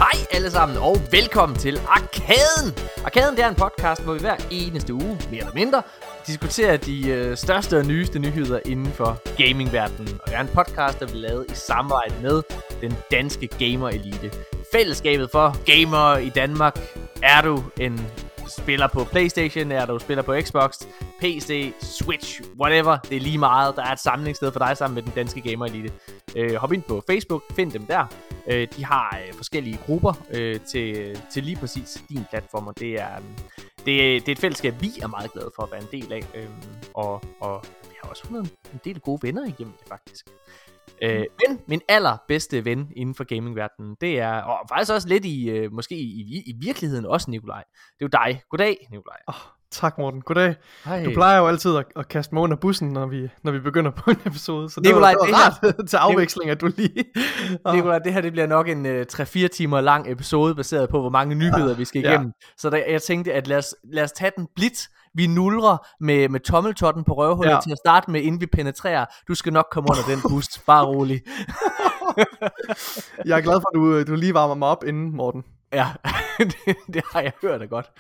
Hej alle sammen, og velkommen til Arkaden. Arkaden, det er en podcast, hvor vi hver eneste uge, mere eller mindre, diskuterer de største og nyeste nyheder inden for gamingverdenen. Og det er en podcast, der bliver lavet i samarbejde med den danske gamer-elite. Fællesskabet for gamere i Danmark. Er du en spiller på PlayStation, er du spiller på Xbox, PC, Switch, whatever, det er lige meget. Der er et samlingssted for dig sammen med den danske gamer-elite. Hop ind på Facebook, find dem der. De har forskellige grupper til lige præcis din platform, og det er et fællesskab, vi er meget glade for at være en del af. Og vi har også fundet en del gode venner igennem det, faktisk. Men min allerbedste ven inden for gamingverdenen, det er, og faktisk også lidt måske i virkeligheden også Nikolaj. Det er jo dig. Goddag, Nikolaj. Tak, Morten. Goddag. Hej. Du plejer jo altid at kaste mig under bussen, når vi begynder på en episode. Så Nikolaj, det var rart til afveksling, at du lige... Nikolaj, det her det bliver nok en 3-4 timer lang episode, baseret på, hvor mange nyheder vi skal igennem. Så jeg tænkte, at lad os tage den blidt. Vi nulrer med tommeltotten på røvhullet til at starte med, inden vi penetrerer. Du skal nok komme under den boost. Bare rolig. Jeg er glad for, at du lige varmer mig op inden, Morten. Ja, det har jeg hørt da godt.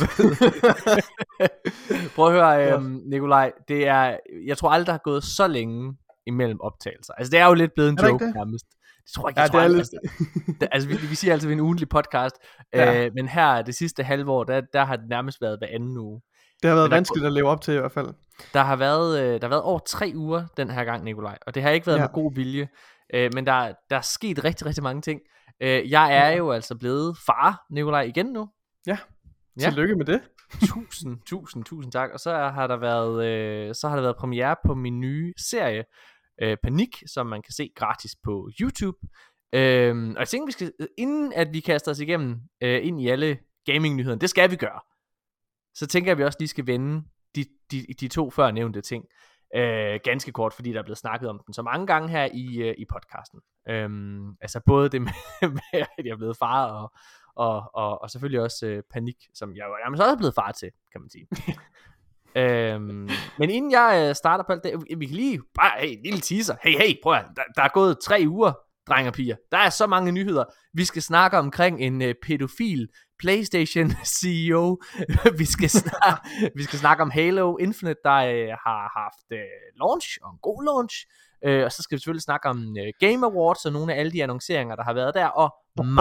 Prøv at høre, Nikolaj, jeg tror aldrig, der har gået så længe imellem optagelser. Altså, det er jo lidt blevet en joke nærmest. Det tror jeg ikke, altså, vi siger altid, at vi er en ugentlig podcast, men her det sidste halvår, der har det nærmest været hver anden uge. Det har været vanskeligt at leve op til i hvert fald. Der har været over 3 uger den her gang, Nikolaj, og det har ikke været med god vilje, men der er sket rigtig, rigtig mange ting. Jeg er jo altså blevet far, Nikolaj, igen nu. Ja, tillykke med det. Tusind tak. Og så har der været premiere på min nye serie, Panik, som man kan se gratis på YouTube. Og jeg tænker, inden at vi kaster os igennem ind i alle gaming-nyhederne, det skal vi gøre. Så tænker jeg, at vi også lige skal vende de to før nævnte ting. Ganske kort, fordi der er blevet snakket om den så mange gange her i podcasten. Altså både det med at jeg er blevet far, og selvfølgelig også Panik, som jeg jo også er blevet far til, kan man sige. Men inden jeg starter på alt det, vi kan lige bare en lille teaser. Hey, prøv at der er gået 3 uger, drenge og piger. Der er så mange nyheder. Vi skal snakke omkring en pædofil PlayStation CEO. vi skal snakke om Halo Infinite, der har haft launch, og en god launch. Og så skal vi selvfølgelig snakke om Game Awards og nogle af alle de annonceringer, der har været der. Og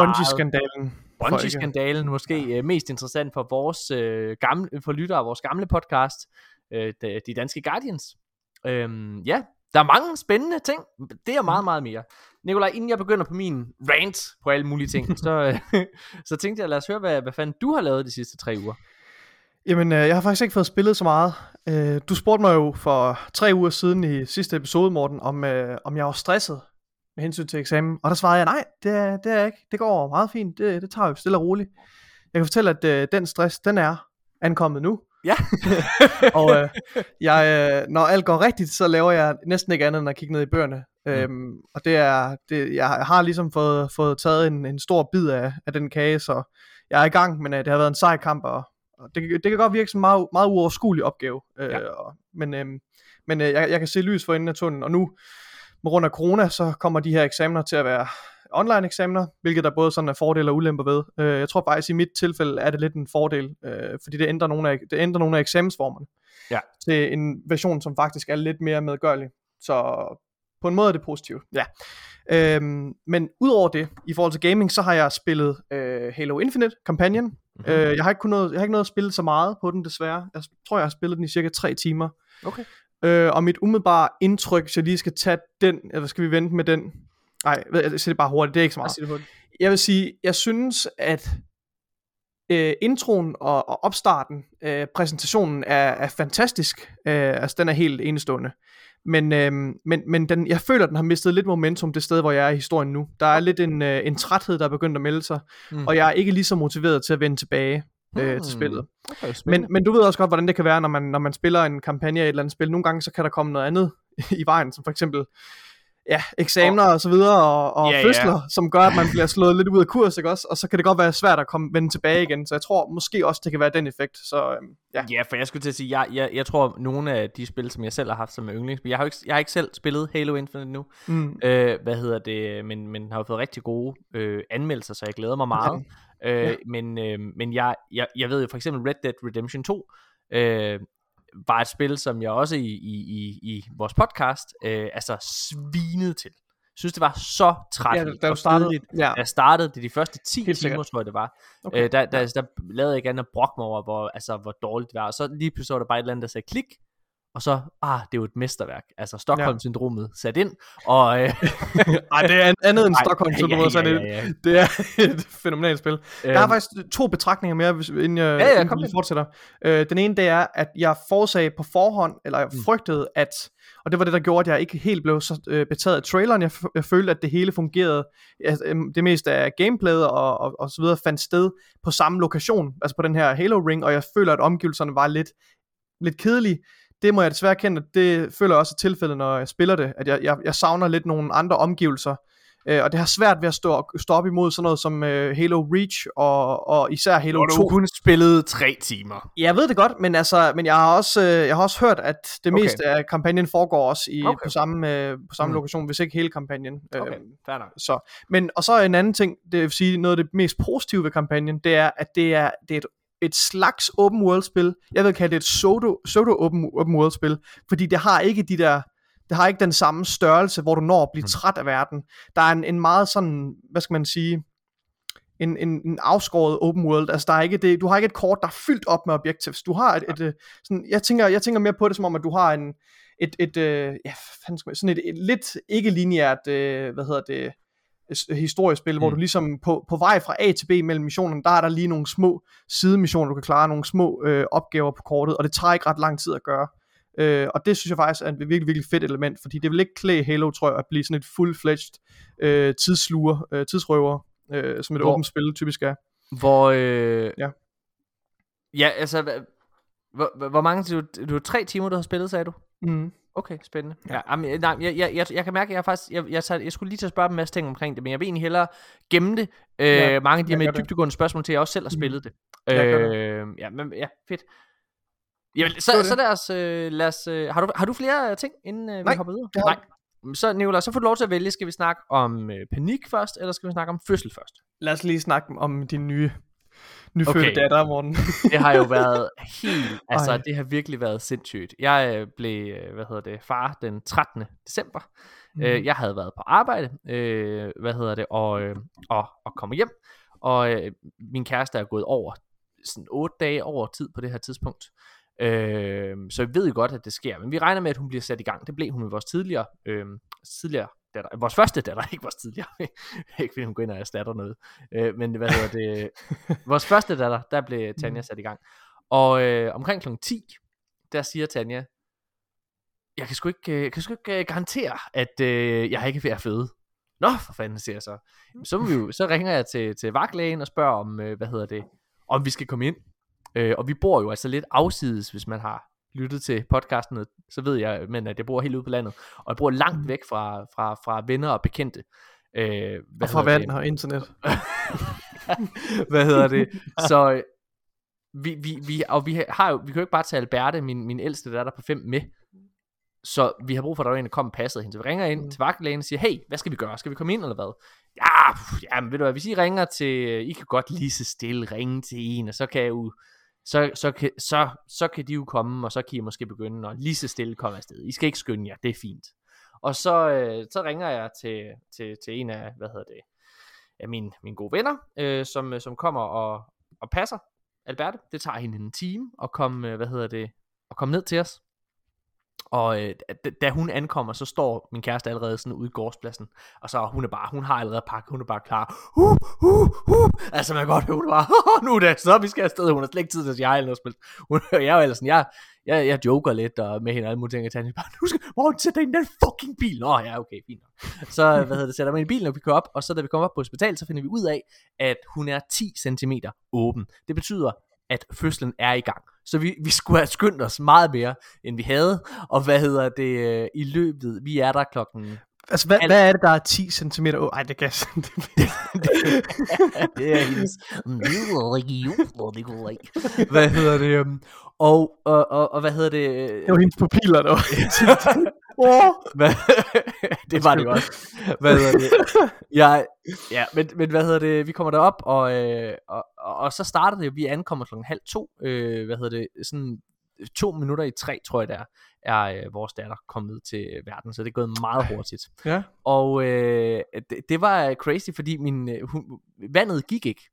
Bungie-skandalen måske mest interessant for for lyttere af vores gamle podcast, de danske Guardians. Der er mange spændende ting. Det er meget, meget mere. Nikolaj, inden jeg begynder på min rant på alle mulige ting, så tænkte jeg, lad os høre, hvad fanden du har lavet de sidste 3 uger. Jamen, jeg har faktisk ikke fået spillet så meget. Du spurgte mig jo for 3 uger siden i sidste episode, Morten, om jeg var stresset med hensyn til eksamen. Og der svarede jeg, nej, det er jeg ikke. Det går meget fint. Det tager vi stille og roligt. Jeg kan fortælle, at den stress, den er ankommet nu. Ja. Og når alt går rigtigt, så laver jeg næsten ikke andet end at kigge ned i bøgerne. Og jeg har ligesom fået taget en stor bid af den kage, så jeg er i gang, men det har været en sej kamp, og det kan godt virke som en meget, meget uoverskuelig opgave. Men jeg kan se lys for enden af tunnelen, og nu med grund af corona, så kommer de her eksamener til at være online eksamener, hvilket der både sådan er fordele og ulemper ved. Jeg tror faktisk i mit tilfælde er det lidt en fordel, fordi det ændrer nogle af eksamensformerne til en version, som faktisk er lidt mere medgørlig. Så på en måde er det positivt. Ja. Men udover det, i forhold til gaming, så har jeg spillet Halo Infinite kampagnen. Jeg har ikke nået at spille så meget på den, desværre. Jeg tror, jeg har spillet den i cirka 3 timer. Okay. Og mit umiddelbare indtryk, hvis jeg lige skal tage den, eller skal vi vente med den? Nej, jeg siger det bare hurtigt, det er ikke så meget. Jeg vil sige, jeg synes, at introen og opstarten, præsentationen er fantastisk. Altså, den er helt enestående. Men jeg føler, at den har mistet lidt momentum det sted, hvor jeg er i historien nu. Der er lidt en træthed, der er begyndt at melde sig, og jeg er ikke lige så motiveret til at vende tilbage til spillet. Okay, men du ved også godt, hvordan det kan være, når man spiller en kampagne af et eller andet spil. Nogle gange, så kan der komme noget andet i vejen, som for eksempel eksamener og så videre, og fødsler, som gør, at man bliver slået lidt ud af kurs, ikke også? Og så kan det godt være svært at vende tilbage igen, så jeg tror måske også, det kan være den effekt, så Ja, for jeg skulle til at sige, jeg tror, nogle af de spil, som jeg selv har haft som yndlingsspil, jeg har ikke selv spillet Halo Infinite nu, men har jo fået rigtig gode anmeldelser, så jeg glæder mig meget. Men jeg ved jo for eksempel Red Dead Redemption 2, var et spil, som jeg også i vores podcast svinede til. Jeg synes, det var så træt. Da jeg startede det de første 10 timer, tror jeg det var. Okay. Der lavede jeg ikke andet at brokke mig over, hvor dårligt det var. Og så lige pludselig var der bare et eller andet, der sagde klik. Og så, det er jo et mesterværk. Altså, Stockholm-syndromet sat ind. Og det er andet end Stockholm-syndromet sat ind. Det er et fænomenalt spil. Jeg har faktisk 2 betragtninger mere, inden jeg fortsætter. Den ene, det er, at jeg forudsagde på forhånd, eller jeg frygtede, at, og det var det, der gjorde, at jeg ikke helt blev så betaget af traileren. Jeg følte, at det hele fungerede, det meste af gameplayet og så videre fandt sted på samme lokation, altså på den her Halo Ring, og jeg føler, at omgivelserne var lidt kedelige. Det må jeg desværre kende, det føler jeg også tilfældet, når jeg spiller det, at jeg savner lidt nogle andre omgivelser, og det har svært ved at stå op imod sådan noget som Halo Reach, og især Halo 2. Du kun spillet 3 timer. Jeg ved det godt, men jeg har også hørt, at det meste af kampagnen foregår også på samme lokation, hvis ikke hele kampagnen. Fair nok. Og så en anden ting, det vil sige noget af det mest positive ved kampagnen, det er, at det er et slags open world spil. Jeg vil kalde det et pseudo open world spil, fordi det har ikke den samme størrelse, hvor du når at blive træt af verden. Der er en meget sådan, hvad skal man sige, en afskåret open world. Altså der er ikke det, du har ikke et kort, der er fyldt op med objectives. Du har sådan, jeg tænker mere på det som om, at du har sådan et lidt ikke lineært historiespil, hvor du ligesom på vej fra A til B mellem missionerne, der er der lige nogle små sidemissioner, du kan klare, nogle små opgaver på kortet, og det tager ikke ret lang tid at gøre. Og det synes jeg faktisk er et virkelig, virkelig fedt element, fordi det vil ikke klæde Halo, tror jeg, at blive sådan et full-fledged tidsrøver, som et åbent spil typisk er. Hvor mange, du 3 timer, du har spillet, sagde du? Okay, spændende. Jeg kan mærke, at jeg skulle lige til at spørge en masse ting omkring det, men jeg vil egentlig hellere gemme det. Mange af de med dybdegående spørgsmål til, jeg også selv har spillet det. Fedt. Jamen, så lad os har du flere ting, inden vi hopper videre? Nej. Så Nicolaj, så får du lov til at vælge. Skal vi snakke om panik først, eller skal vi snakke om fødsel først? Lad os lige snakke om din nyfødte datter, Morten. Det har jo været helt, det har virkelig været sindssygt. Jeg blev, far den 13. december. Jeg havde været på arbejde, og kommer hjem, og min kæreste er gået over sådan 8 dage over tid på det her tidspunkt. Så vi ved jo godt, at det sker, men vi regner med, at hun bliver sat i gang. Det blev hun med vores tidligere datter, vores første datter, ikke vores tidligere, ikke fordi hun går ind og erstatter noget, men vores første datter, der blev Tanja sat i gang, og omkring kl. 10, der siger Tanja, jeg kan sgu ikke garantere, at jeg ikke er ved at føde. Nå, for fanden, siger jeg så. Så ringer jeg til vagtlægen og spørger om, om vi skal komme ind. Og vi bor jo altså lidt afsides, hvis man har lyttet til podcasten, så ved jeg, men at jeg bor helt ude på landet, og jeg bor langt væk fra venner og bekendte. Og fra vand og internet. Så vi kan jo ikke bare tage Alberte, min ældste datter på 5 med. Så vi har brug for, at der er en, der kommer og passer hende. Så vi ringer ind til vagtlægen og siger, hey, hvad skal vi gøre? Skal vi komme ind eller hvad? Ja, men ved du hvad, hvis I ringer til, I kan godt lige så stille ringe til en, og så kan jeg jo, så kan de jo komme, og så kan I måske begynde at lige så stille komme afsted. I skal ikke skynde jer, det er fint. Og så ringer jeg til en af, mine gode venner, som kommer og passer Alberte. Det tager hende en time at komme, at komme ned til os. Og da hun ankommer, så står min kæreste allerede sådan ude i gårdspladsen, og så hun har allerede pakket, hun er bare klar. Altså man kan godt høre, hun var, nu er det så, vi skal afsted, hun har slet ikke tid til at sige hej eller noget spil. Jeg er jo ellers sådan, jeg joker lidt og med hende alle mulige ting, og tænker bare, nu skal Morten sætte dig i den fucking bil. Nå ja, okay, fint. Så sætter mig i bilen, og vi kører op, og så da vi kommer op på hospitalet, så finder vi ud af, at hun er 10 cm åben. Det betyder, at fødslen er i gang. Så vi skulle have skyndt os meget mere, end vi havde. Og i løbet, vi er der klokken Altså, hvad er det, der er 10 cm? Ej, det kan det er hendes. Hvad hedder det? Og hvad hedder det? Det var hendes pupiller, der var. Det var det jo også. Hvad hedder det? Men hvad hedder det? Vi kommer derop, og så starter det jo. Vi ankommer 1:30. Hvad hedder det? Sådan 2:02, tror jeg der er vores datter kommet til verden, så det er gået meget hurtigt. Ja. Og det var crazy, fordi vandet gik ikke.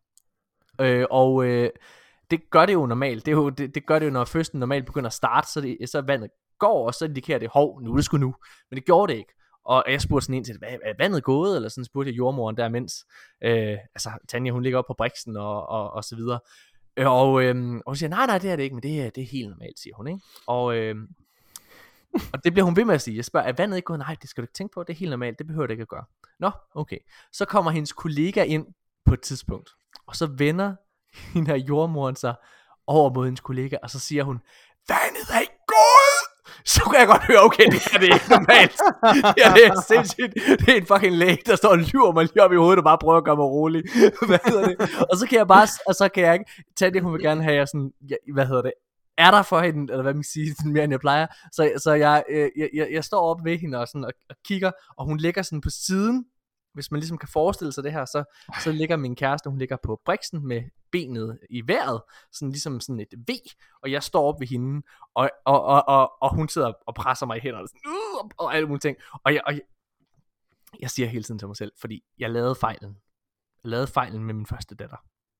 Det gør det jo normalt. Det gør det jo, når fødslen normalt begynder at starte, så vandet går, og så indikerer det, nu er det sgu nu. Men det gjorde det ikke. Og jeg spurgte sådan ind til, er vandet gået? Eller sådan spurgte jeg jordmoren der, mens Tanja, hun ligger op på briksen og så videre. Og hun siger, nej, det er det ikke, men det er helt normalt, siger hun, ikke? Og det bliver hun ved med at sige. Jeg spørger, er vandet ikke gået? Nej, det skal du ikke tænke på, det er helt normalt, det behøver det ikke at gøre. Nå, okay. Så kommer hendes kollega ind på et tidspunkt, og så vender hende her jordmoren sig over mod hendes kollega, og så siger hun, vandet er ikke gået! Så kan jeg godt høre, okay, det er ikke normalt. Ja, det er sindssygt. Det er en fucking læge, der står og lyver mig lige op i hovedet, og bare prøver at gøre mig rolig. Hvad hedder det? Og så kan jeg bare, og så kan jeg ikke tage det, hun vil gerne have, jeg sådan, hvad hedder det? Er der for hende, eller hvad man siger, mere end jeg plejer. Så jeg står op ved hende og, sådan, og kigger, og hun ligger sådan på siden. Hvis man ligesom kan forestille sig det her, så ligger min kæreste, hun ligger på briksen med benet i vejret, sådan ligesom sådan et V, og jeg står op ved hende, og hun sidder og presser mig i hænderne, sådan, og alle mulige ting. Og jeg siger hele tiden til mig selv, fordi jeg lavede fejlen med min første datter,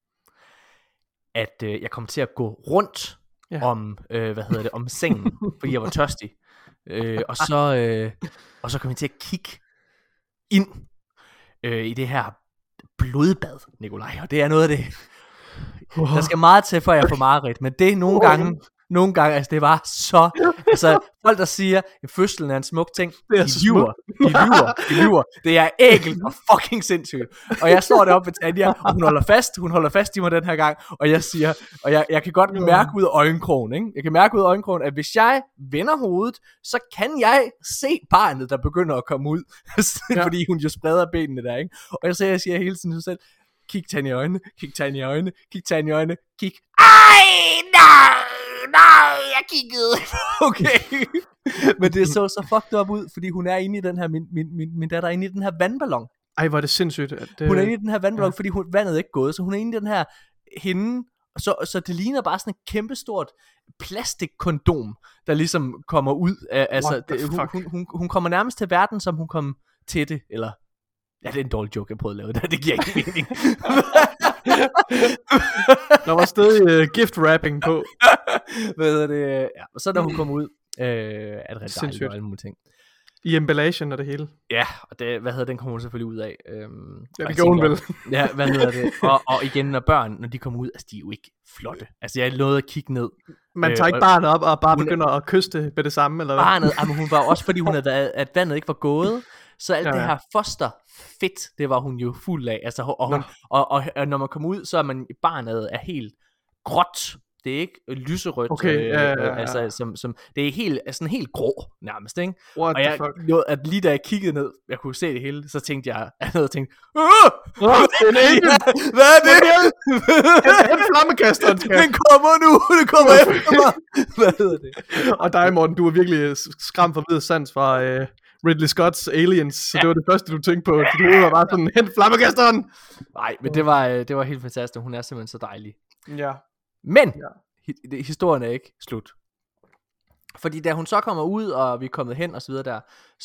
at jeg kom til at gå rundt om sengen, fordi jeg var tørstig, og så kom jeg til at kigge ind i det her blodbad, Nikolaj, og det er noget af det, der skal meget til, før jeg får mareridt, men det nogle gange, altså det var så, altså folk der siger, at fødslen er en smuk ting, de lyver, det er ægelt og fucking sindssygt, og jeg står deroppe ved Tanja, og hun holder fast i mig den her gang, og jeg siger, og jeg kan godt mærke ud af øjenkrogen, ikke? Jeg kan mærke ud af øjenkrogen, at hvis jeg vender hovedet, så kan jeg se barnet, der begynder at komme ud, fordi hun jo spreder benene der, ikke? Og jeg siger hele tiden til sig selv, kig Tanja i øjnene, kig Tanja i øjnene, kig Tanja i øjnene, kig. Nej, jeg kiggede. Okay. Men det så fucked up ud, fordi hun er inde i den her, min datter er inde i den her vandballon. Ej, hvor er det sindssygt. Hun er inde i den her vandballon, fordi vandet er ikke gået, så hun er inde i den her hende, så det ligner bare sådan et kæmpestort plastikkondom, der ligesom kommer ud af, altså, hun kommer nærmest til verden, som hun kom til det, eller, ja, det er en dårlig joke, jeg prøvede at lave det giver ikke mening. Der var stadig gift wrapping på. Hvad er det? Ja, og så da hun kom ud, er det ret dejligt og alle mulige ting. I emballagen og det hele. Ja, og det, den kommer hun selvfølgelig ud af. Ja, det gjorde hun vel. Ja, hvad hedder det? Og igen, når børn, når de kommer ud, altså de er jo ikke flotte. Altså jeg nåede at kigge ned. Man tager ikke barnet op og bare begynder at kysse det med det samme, eller hvad? Barnet, men hun var også, fordi hun havde været, at vandet ikke var gået, så alt det her fosterfedt, det var hun jo fuld af. Altså, og når man kommer ud, så er barnet er helt gråt. Det er ikke lyserødt, okay, altså det er helt, altså helt grå nærmest, ikke? What og the fuck? At lige da jeg kiggede ned, jeg kunne se det hele, så tænkte jeg tænkte, hvad er det? En flammekasteren, den kommer nu, det kommer efter mig. Hvad hedder det? Og dig, Morten, du er virkelig skræmt for videre sans fra Ridley Scott's Aliens, så det var det første, du tænkte på. Du var bare sådan, hent flammekasteren. Nej, men det var helt fantastisk. Hun er simpelthen så dejlig. Ja. Men historien er ikke slut. Fordi da hun så kommer ud, og vi er kommet hen og så videre der,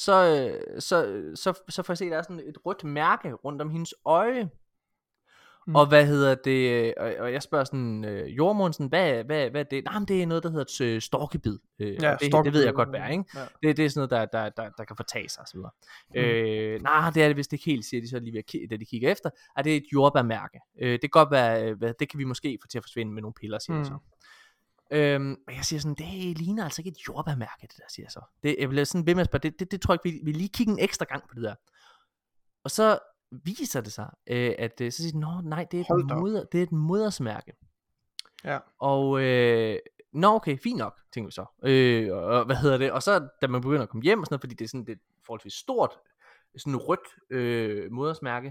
så får jeg se, at der er sådan et rødt mærke rundt om hendes øje. Og hvad hedder det? Og jeg spørger sådan jordmoren sådan, hvad er det? Nej, men det er noget, der hedder et storkebid. Det ved jeg godt hvad, ikke? Ja. Det er sådan noget, der kan fortage sig og så videre. Nej, det er det vist ikke helt, siger de så lige da de kigger efter. Det er et jordbærmærke. Det kan godt være, det kan vi måske få til at forsvinde med nogle piller, siger jeg så. Og jeg siger sådan, det ligner altså ikke et jordbærmærke, det der, siger jeg så. Jeg bliver sådan ved med at spørge, det tror jeg ikke, vi lige kigge en ekstra gang på det der. Og så viser det sig, at så siger de, nej, det er et modersmærke. Ja. Og okay, fint nok, tænker vi så. Og hvad hedder det? Og så da man begynder at komme hjem og sådan noget, fordi det er sådan et forholdsvis stort sådan et rødt modersmærke,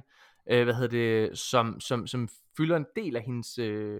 som fylder en del af hendes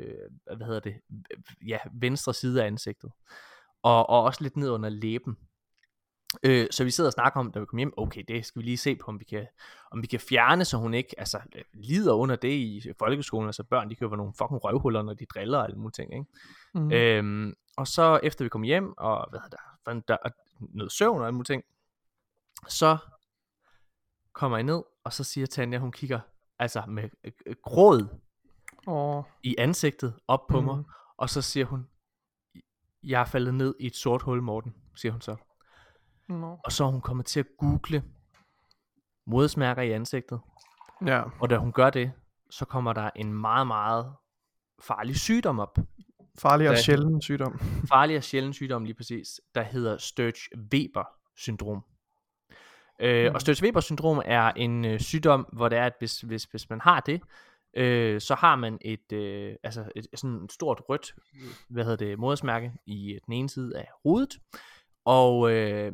venstre side af ansigtet, og også lidt ned under læben. Så vi sidder og snakker om, da vi kommer hjem, okay, det skal vi lige se på, om vi kan fjerne, så hun ikke lider under det i folkeskolen. Altså børn, de kan jo være nogle fucking røvhuller, når de driller og alle mulige ting, ikke? Og så efter vi kom hjem, og der noget søvn og alle mulige ting, så kommer jeg ned, og så siger Tanja, hun kigger altså med gråd i ansigtet op på mig, og så siger hun, jeg er faldet ned i et sort hul, Morten, siger hun så. Og så er hun kommet til at google modersmærker i ansigtet. Ja. Og da hun gør det, så kommer der en meget, meget farlig sygdom op. Farlig og sjælden sygdom. Farlig og sjælden sygdom, lige præcis. Der hedder Sturge-Weber syndrom. Og Sturge-Weber syndrom er en sygdom, hvor det er, at hvis man har det, så har man et sådan et stort rødt modersmærke i den ene side af hovedet. Og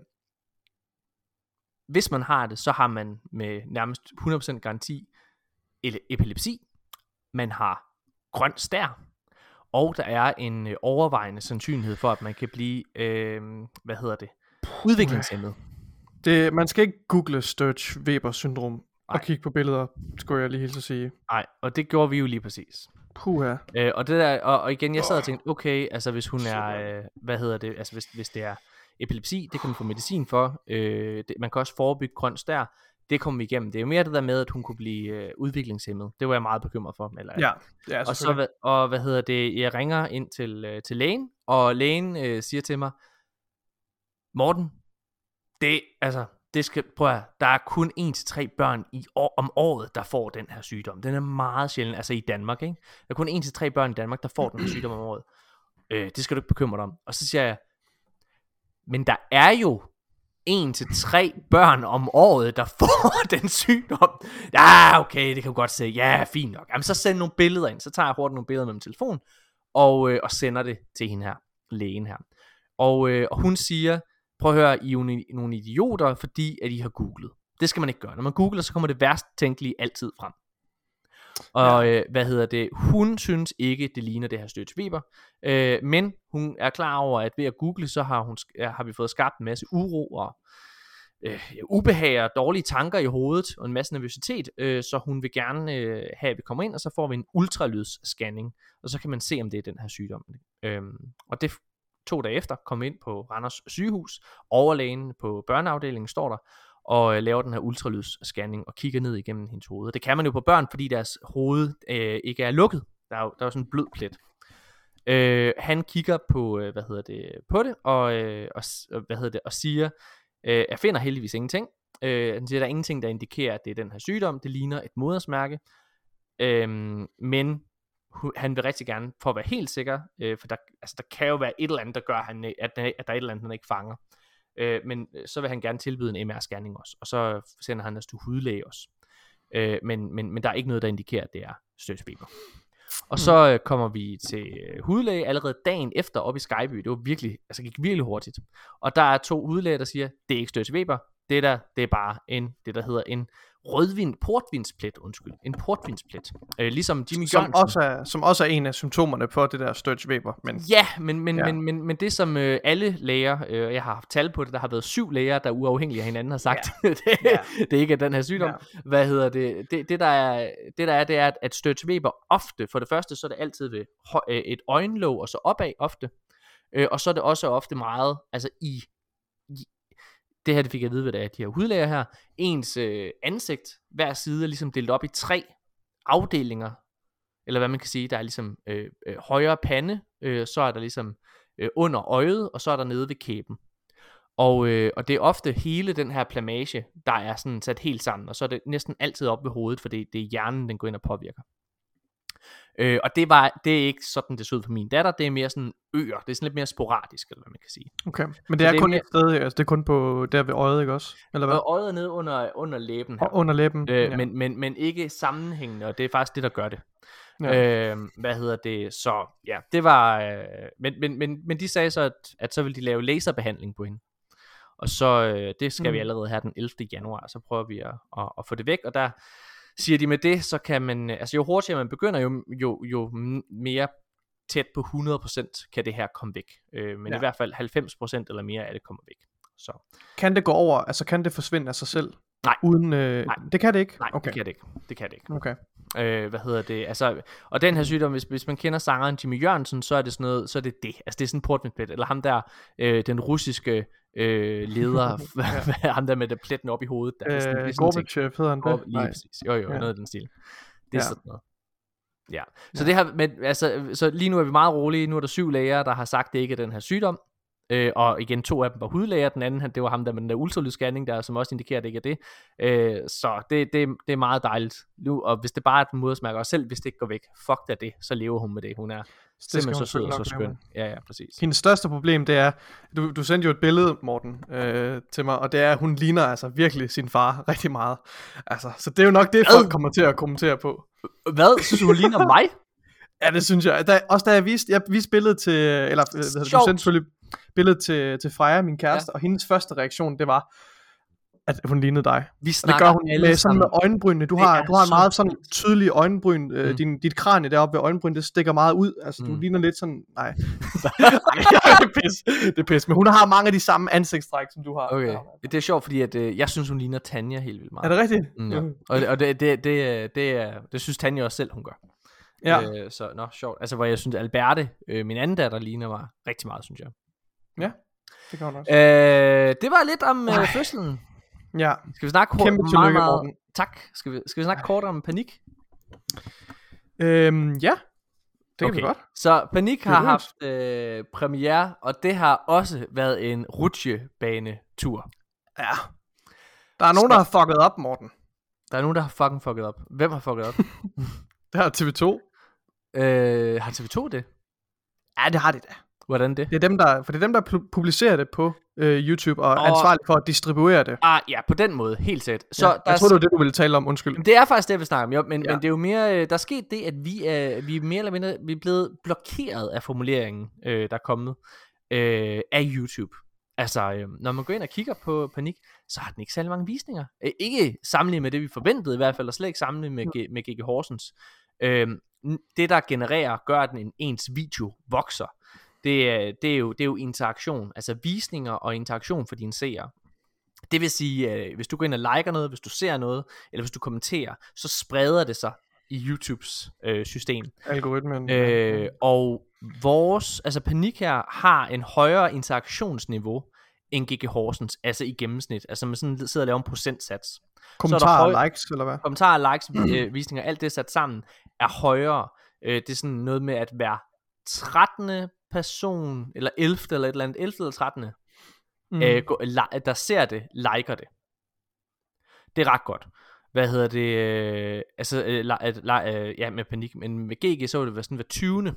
hvis man har det, så har man med nærmest 100% garanti epilepsi. Man har grøn stær, og der er en overvejende sandsynlighed for, at man kan blive udviklingshæmmet. Man skal ikke google Sturge-Weber syndrom og kigge på billeder, skulle jeg lige helt så sige. Nej, og det gjorde vi jo lige præcis. Puha. Og det der, og igen, jeg sad og tænkte, okay, altså hvis hun er, hvis det er epilepsi, det kan man få medicin for. Man kan også forebygge grøn stær. Det kommer vi igennem. Det er jo mere det der med, at hun kunne blive udviklingshæmmet. Det var jeg meget bekymret for. Og så jeg ringer ind til lægen, og lægen siger til mig, Morten, der er kun 1-3 børn om året, der får den her sygdom. Den er meget sjælden, altså i Danmark, ikke? Der er kun 1-3 børn i Danmark, der får den her sygdom om året. Det skal du ikke bekymre dig om. Og så siger jeg, men der er jo 1-3 børn om året, der får den sygdom. Ja, okay, det kan du godt se. Ja, fint nok. Jamen, så send nogle billeder ind. Så tager jeg hurtigt nogle billeder med min telefon, og sender det til hende her, lægen her. Og hun siger, prøv at høre, I er nogle idioter, fordi at I har googlet. Det skal man ikke gøre. Når man googler, så kommer det værst tænkelige altid frem. Og hun synes ikke, det ligner det her Sturge-Weber, men hun er klar over, at ved at google, så har vi fået skabt en masse uro og ubehag og dårlige tanker i hovedet og en masse nervøsitet, så hun vil gerne have, at vi kommer ind, og så får vi en ultralydsscanning, og så kan man se, om det er den her sygdom. Og det 2 dage efter kom vi ind på Randers sygehus, overlægen på børneafdelingen står der, og laver den her ultralydsscanning og kigger ned igennem hendes hoved. Det kan man jo på børn, fordi deres hoved ikke er lukket. Der er jo sådan en blød plet. Han kigger på på det og siger, jeg finder heldigvis ingenting. Han siger, der er ingenting, der indikerer, at det er den her sygdom. Det ligner et modersmærke. Men han vil rigtig gerne, for at være helt sikker, for der kan jo være et eller andet, der gør, at der er et eller andet, han ikke fanger. Men så vil han gerne tilbyde en MR-scanning også, og så sender han os til hudlæge også. Men der er ikke noget, der indikerer, at det er Sturge-Weber. Og så kommer vi til hudlæge allerede dagen efter op i Skyby. Det var virkelig, gik virkelig hurtigt. Og der er 2 hudlæger, der siger, det er ikke Sturge-Weber. Det er bare det der hedder en portvinsplet. En portvinsplet. Ligesom Jimmy Johnson. Som også er en af symptomerne på det der Sturge-Weber. Men det som alle læger, jeg har haft tal på det, der har været 7 læger, der uafhængigt af hinanden har sagt, det ikke er den her sygdom. Det der er, at Sturge-Weber ofte, for det første, så er det altid ved et øjenlåg, og så opad ofte. Og så er det også ofte meget, det her det fik jeg at vide ved de her hudlæger her, ens ansigt, hver side er ligesom delt op i 3 afdelinger, eller hvad man kan sige, der er ligesom højre pande, så er der ligesom under øjet, og så er der nede ved kæben. Og det er ofte hele den her plamage, der er sådan sat helt sammen, og så er det næsten altid op ved hovedet, for det er hjernen, den går ind og påvirker. Og det er ikke sådan, det så ud for min datter. Det er mere sådan øer. Det er sådan lidt mere sporadisk, eller hvad man kan sige. Okay, men det er kun et sted, altså det er kun på der ved øjet, ikke også? Eller hvad? Øjet er nede under læben her. Under læben. Men ikke sammenhængende, og det er faktisk det, der gør det. Ja. Så ja, det var men de sagde så, at så ville de lave laserbehandling på hende. Og så det skal vi allerede have den 11. januar, så prøver vi at få det væk, og der siger de med det, så kan man, altså jo hurtigere man begynder, jo mere tæt på 100% kan det her komme væk. Men i hvert fald 90% eller mere af det kommer væk. Så. Kan det gå over, altså kan det forsvinde af sig selv? Nej. Uden, nej. Det kan det ikke? Nej, okay. det kan det ikke. Okay. Altså, og den her sygdom, hvis man kender sangeren Jimmy Jørgensen, så er det sådan noget, så er det det. Altså det er sådan en portmanplet, eller ham der, den russiske leder, ham der med der pletten op i hovedet. Gorbachev hedder han det? Lige præcis. Jo, noget af den stil. Det er sådan noget. Ja. Så det her, men altså, så lige nu er vi meget rolige. Nu er der 7 læger, der har sagt, det ikke er den her sygdom. Og igen 2 af dem var hudlæger, den anden det var ham der med den der ultralydsscanning der, som også indikerer, at det ikke er det. Så det er meget dejligt nu, og hvis det bare er et modersmærke, og selv hvis det ikke går væk, fuck da det, så lever hun med det. Hun er simpelthen så sød og så skøn. Ja, præcis. Hendes største problem, det er, du sendte jo et billede, Morten, til mig, og det er, at hun ligner altså virkelig sin far rigtig meget. Altså, så det er jo nok det, folk kommer til at kommentere på. Hvad? Synes du, hun ligner mig? Ja, det synes jeg. Da jeg viste billedet til, eller du sendte selvfølgelig billedet til Freja, min kæreste, og hendes første reaktion, det var, at hun lignede dig. Vi snakker det gør hun med, sådan med øjenbrynene. Du har en meget sådan tydelige øjenbryn. Dit kranie deroppe ved øjenbryn, det stikker meget ud. Altså, du ligner lidt sådan, nej. Det er pis. Men hun har mange af de samme ansigtstræk, som du har. Okay. Det er sjovt, fordi at, jeg synes, hun ligner Tanja helt vildt meget. Er det rigtigt? Ja. Og det synes Tanja også selv, hun gør. Ja. Så sjovt. Altså, hvor jeg synes, Alberte, min anden datter, ligner mig rigtig meget, synes jeg. Ja, det kan hun også. Det var lidt om fødslen. Ja. Skal vi snakke kort? Kæmpe tillykke, Morten. Tak. Skal vi snakke kort om Panik? Ja, det kan vi godt. Så Panik har haft premiere, og det har også været en rutsjebanetur. Ja. Der er nogen, der har fucket op, Morten. Der er nogen, der har fucking fucket op. Hvem har fucket op? Det har TV2. Har TV2 det? Ja, det har de da. Hvordan det? Det er dem, der publicerer det på YouTube og er ansvarlige for at distribuere det. Ja, på den måde, helt set. Så ja, jeg tror det var det, du ville tale om, undskyld. Det er faktisk det, vi snakker om, men det er jo mere, der er sket det, at vi er mere eller mindre vi er blevet blokeret af formuleringen, der er kommet af YouTube. Altså, når man går ind og kigger på Panik, så har den ikke særlig mange visninger. Ikke sammenlignet med det, vi forventede i hvert fald, og slet ikke sammenlignet med G.G. Horsens. Det, der gør, at ens video vokser, det er jo interaktion, altså visninger og interaktion for dine seere. Det vil sige, hvis du går ind og liker noget, hvis du ser noget, eller hvis du kommenterer, så spreder det sig i YouTubes system. Algoritmen. Og altså Panik her har en højere interaktionsniveau end G.G. Horsens, altså i gennemsnit. Altså man sådan sidder og laver en procentsats. Kommentarer, likes, eller hvad? Kommentarer, likes, visninger, alt det sat sammen er højere. Det er sådan noget med at være 13. person, eller 11. eller et eller andet, 11. eller 13. Der ser det, liker det. Det er ret godt. Hvad hedder det? Ja, med Panik, men med GG så ville det være sådan hver 20.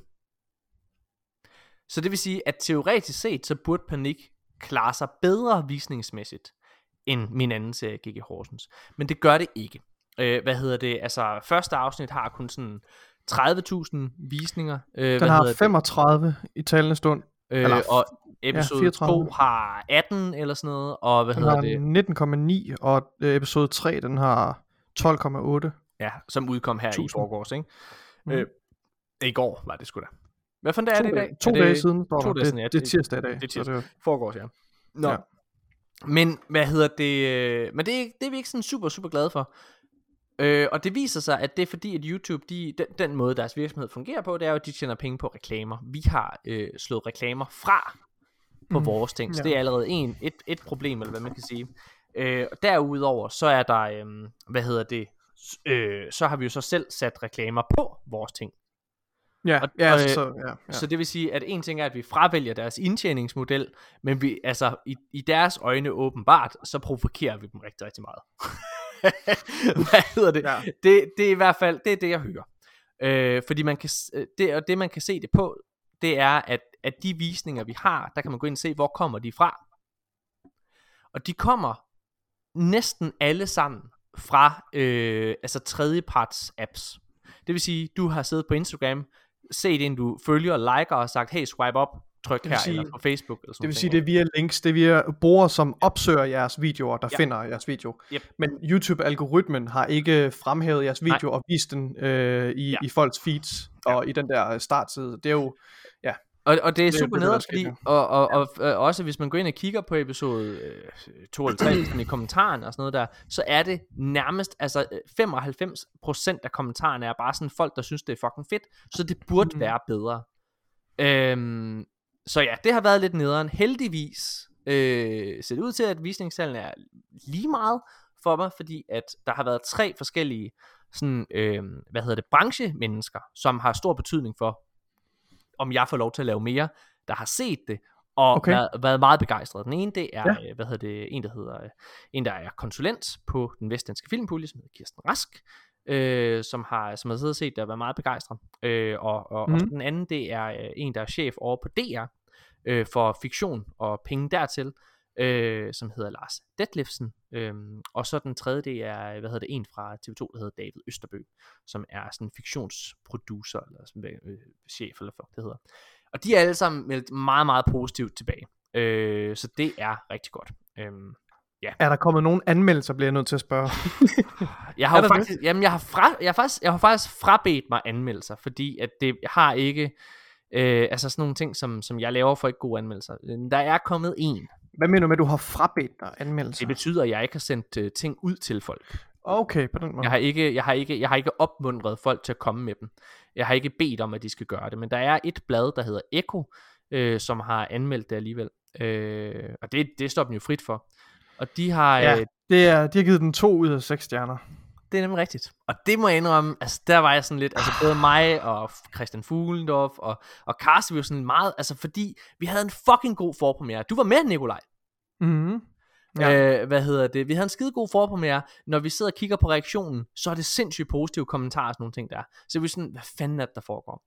Så det vil sige, at teoretisk set, så burde Panik klare sig bedre visningsmæssigt end min anden serie, G.G. Horsens. Men det gør det ikke. Altså første afsnit har kun sådan 30.000 visninger. Den har 35 i talende stund. Og episode 2 har 18 eller sådan noget. Og den har 19,9, og episode 3, den har 12,8. Ja, som udkom her i forgårs, ikke? I går var det sgu da. Hvad fanden er det i dag? 2 dage siden. 2 dage siden, ja. Det er tirsdag i dag. Det er tirsdag. Forgårs, ja. Nå. Ja. Men Men det er vi ikke sådan super, super glade for. Og det viser sig, at det er fordi, at YouTube, den måde deres virksomhed fungerer på, det er jo, at de tjener penge på reklamer. Vi har slået reklamer fra på vores ting, så det er allerede et problem, eller hvad man kan sige. Derudover, så er der, så har vi jo så selv sat reklamer på vores ting. Så det vil sige, at en ting er, at vi fravælger deres indtjeningsmodel, men vi, altså i deres øjne åbenbart, så provokerer vi dem rigtig, rigtig meget. Hvad hedder det? Ja. Det er i hvert fald, det er det, jeg hører. Fordi man kan, det man kan se det på, det er, at de visninger, vi har, der kan man gå ind og se, hvor kommer de fra. Og de kommer næsten alle sammen fra altså tredjeparts apps. Det vil sige, du har siddet på Instagram, set en du følger og liker og sagt, hey, swipe op, tryk her, eller på Facebook. Eller sådan det vil sige, det er via links, det er via brugere, som opsøger jeres videoer, der finder jeres video. Yep. Men YouTube-algoritmen har ikke fremhævet jeres video og vist den i folks feeds og i den der startside. Det er jo, Og det er super nederen, fordi, og også hvis man går ind og kigger på episode 2 eller 3, i kommentarerne og sådan noget der, så er det nærmest, altså 95% af kommentarerne er bare sådan folk, der synes, det er fucking fedt, så det burde være bedre. Så ja, det har været lidt nederen. Heldigvis ser det ud til, at visningstallene er lige meget for mig, fordi at der har været 3 forskellige sådan, branchemennesker, som har stor betydning for, om jeg får lov til at lave mere, der har set det, og været meget begejstret. Den ene, det er, en der er konsulent på den vestdanske filmpulje, som hedder Kirsten Rask, som har siddet og set det og været meget begejstret. Og den anden, det er en, der er chef over på DR, for fiktion og penge dertil, som hedder Lars Detlefsen. Og så den tredje, det er, en fra TV2, der hedder David Østerbø, som er sådan en fiktionsproducer, eller sådan, chef, eller hvad det hedder. Og de er alle sammen meldt meget, meget positivt tilbage. Så det er rigtig godt. Ja. Er der kommet nogen anmeldelser, bliver jeg nødt til at spørge? Jeg har faktisk frabedt mig anmeldelser, fordi at det har ikke, altså sådan nogle ting, som jeg laver for ikke gode anmeldelser. Der er kommet en. Hvad mener du med, at du har frabedt dig anmeldelser? Det betyder, at jeg ikke har sendt ting ud til folk. Okay, på den måde. Jeg har ikke opmuntret folk til at komme med dem. Jeg har ikke bedt om, at de skal gøre det. Men der er et blad, der hedder Echo, som har anmeldt det alligevel. Og det står dem jo frit for. Og de har... de har givet den 2 ud af 6 stjerner. Det er nemlig rigtigt. Og det må jeg indrømme, altså der var jeg sådan lidt, altså både mig og Christian Fuglendorf og Carsten, vi var sådan meget, altså fordi vi havde en fucking god forpremiere. Du var med, Nikolaj. Mhm. Ja. Vi havde en skide god forpremiere. Når vi sidder og kigger på reaktionen, så er det sindssygt positive kommentarer og sådan nogle ting der. Så vi er sådan, hvad fanden er det, der foregår?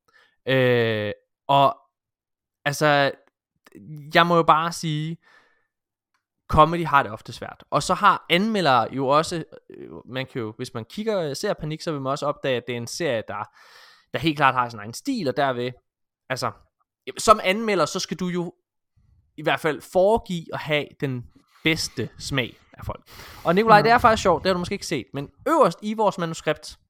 Og altså, jeg må jo bare sige, comedy har det ofte svært. Og så har anmeldere jo også, man kan jo, hvis man ser Panik, så vil man også opdage, at det er en serie, der helt klart har sin egen stil, og derved, altså, som anmelder, så skal du jo i hvert fald foregive at have den bedste smag af folk. Og Nikolaj, det er faktisk sjovt, det har du måske ikke set, men øverst i vores manuskript,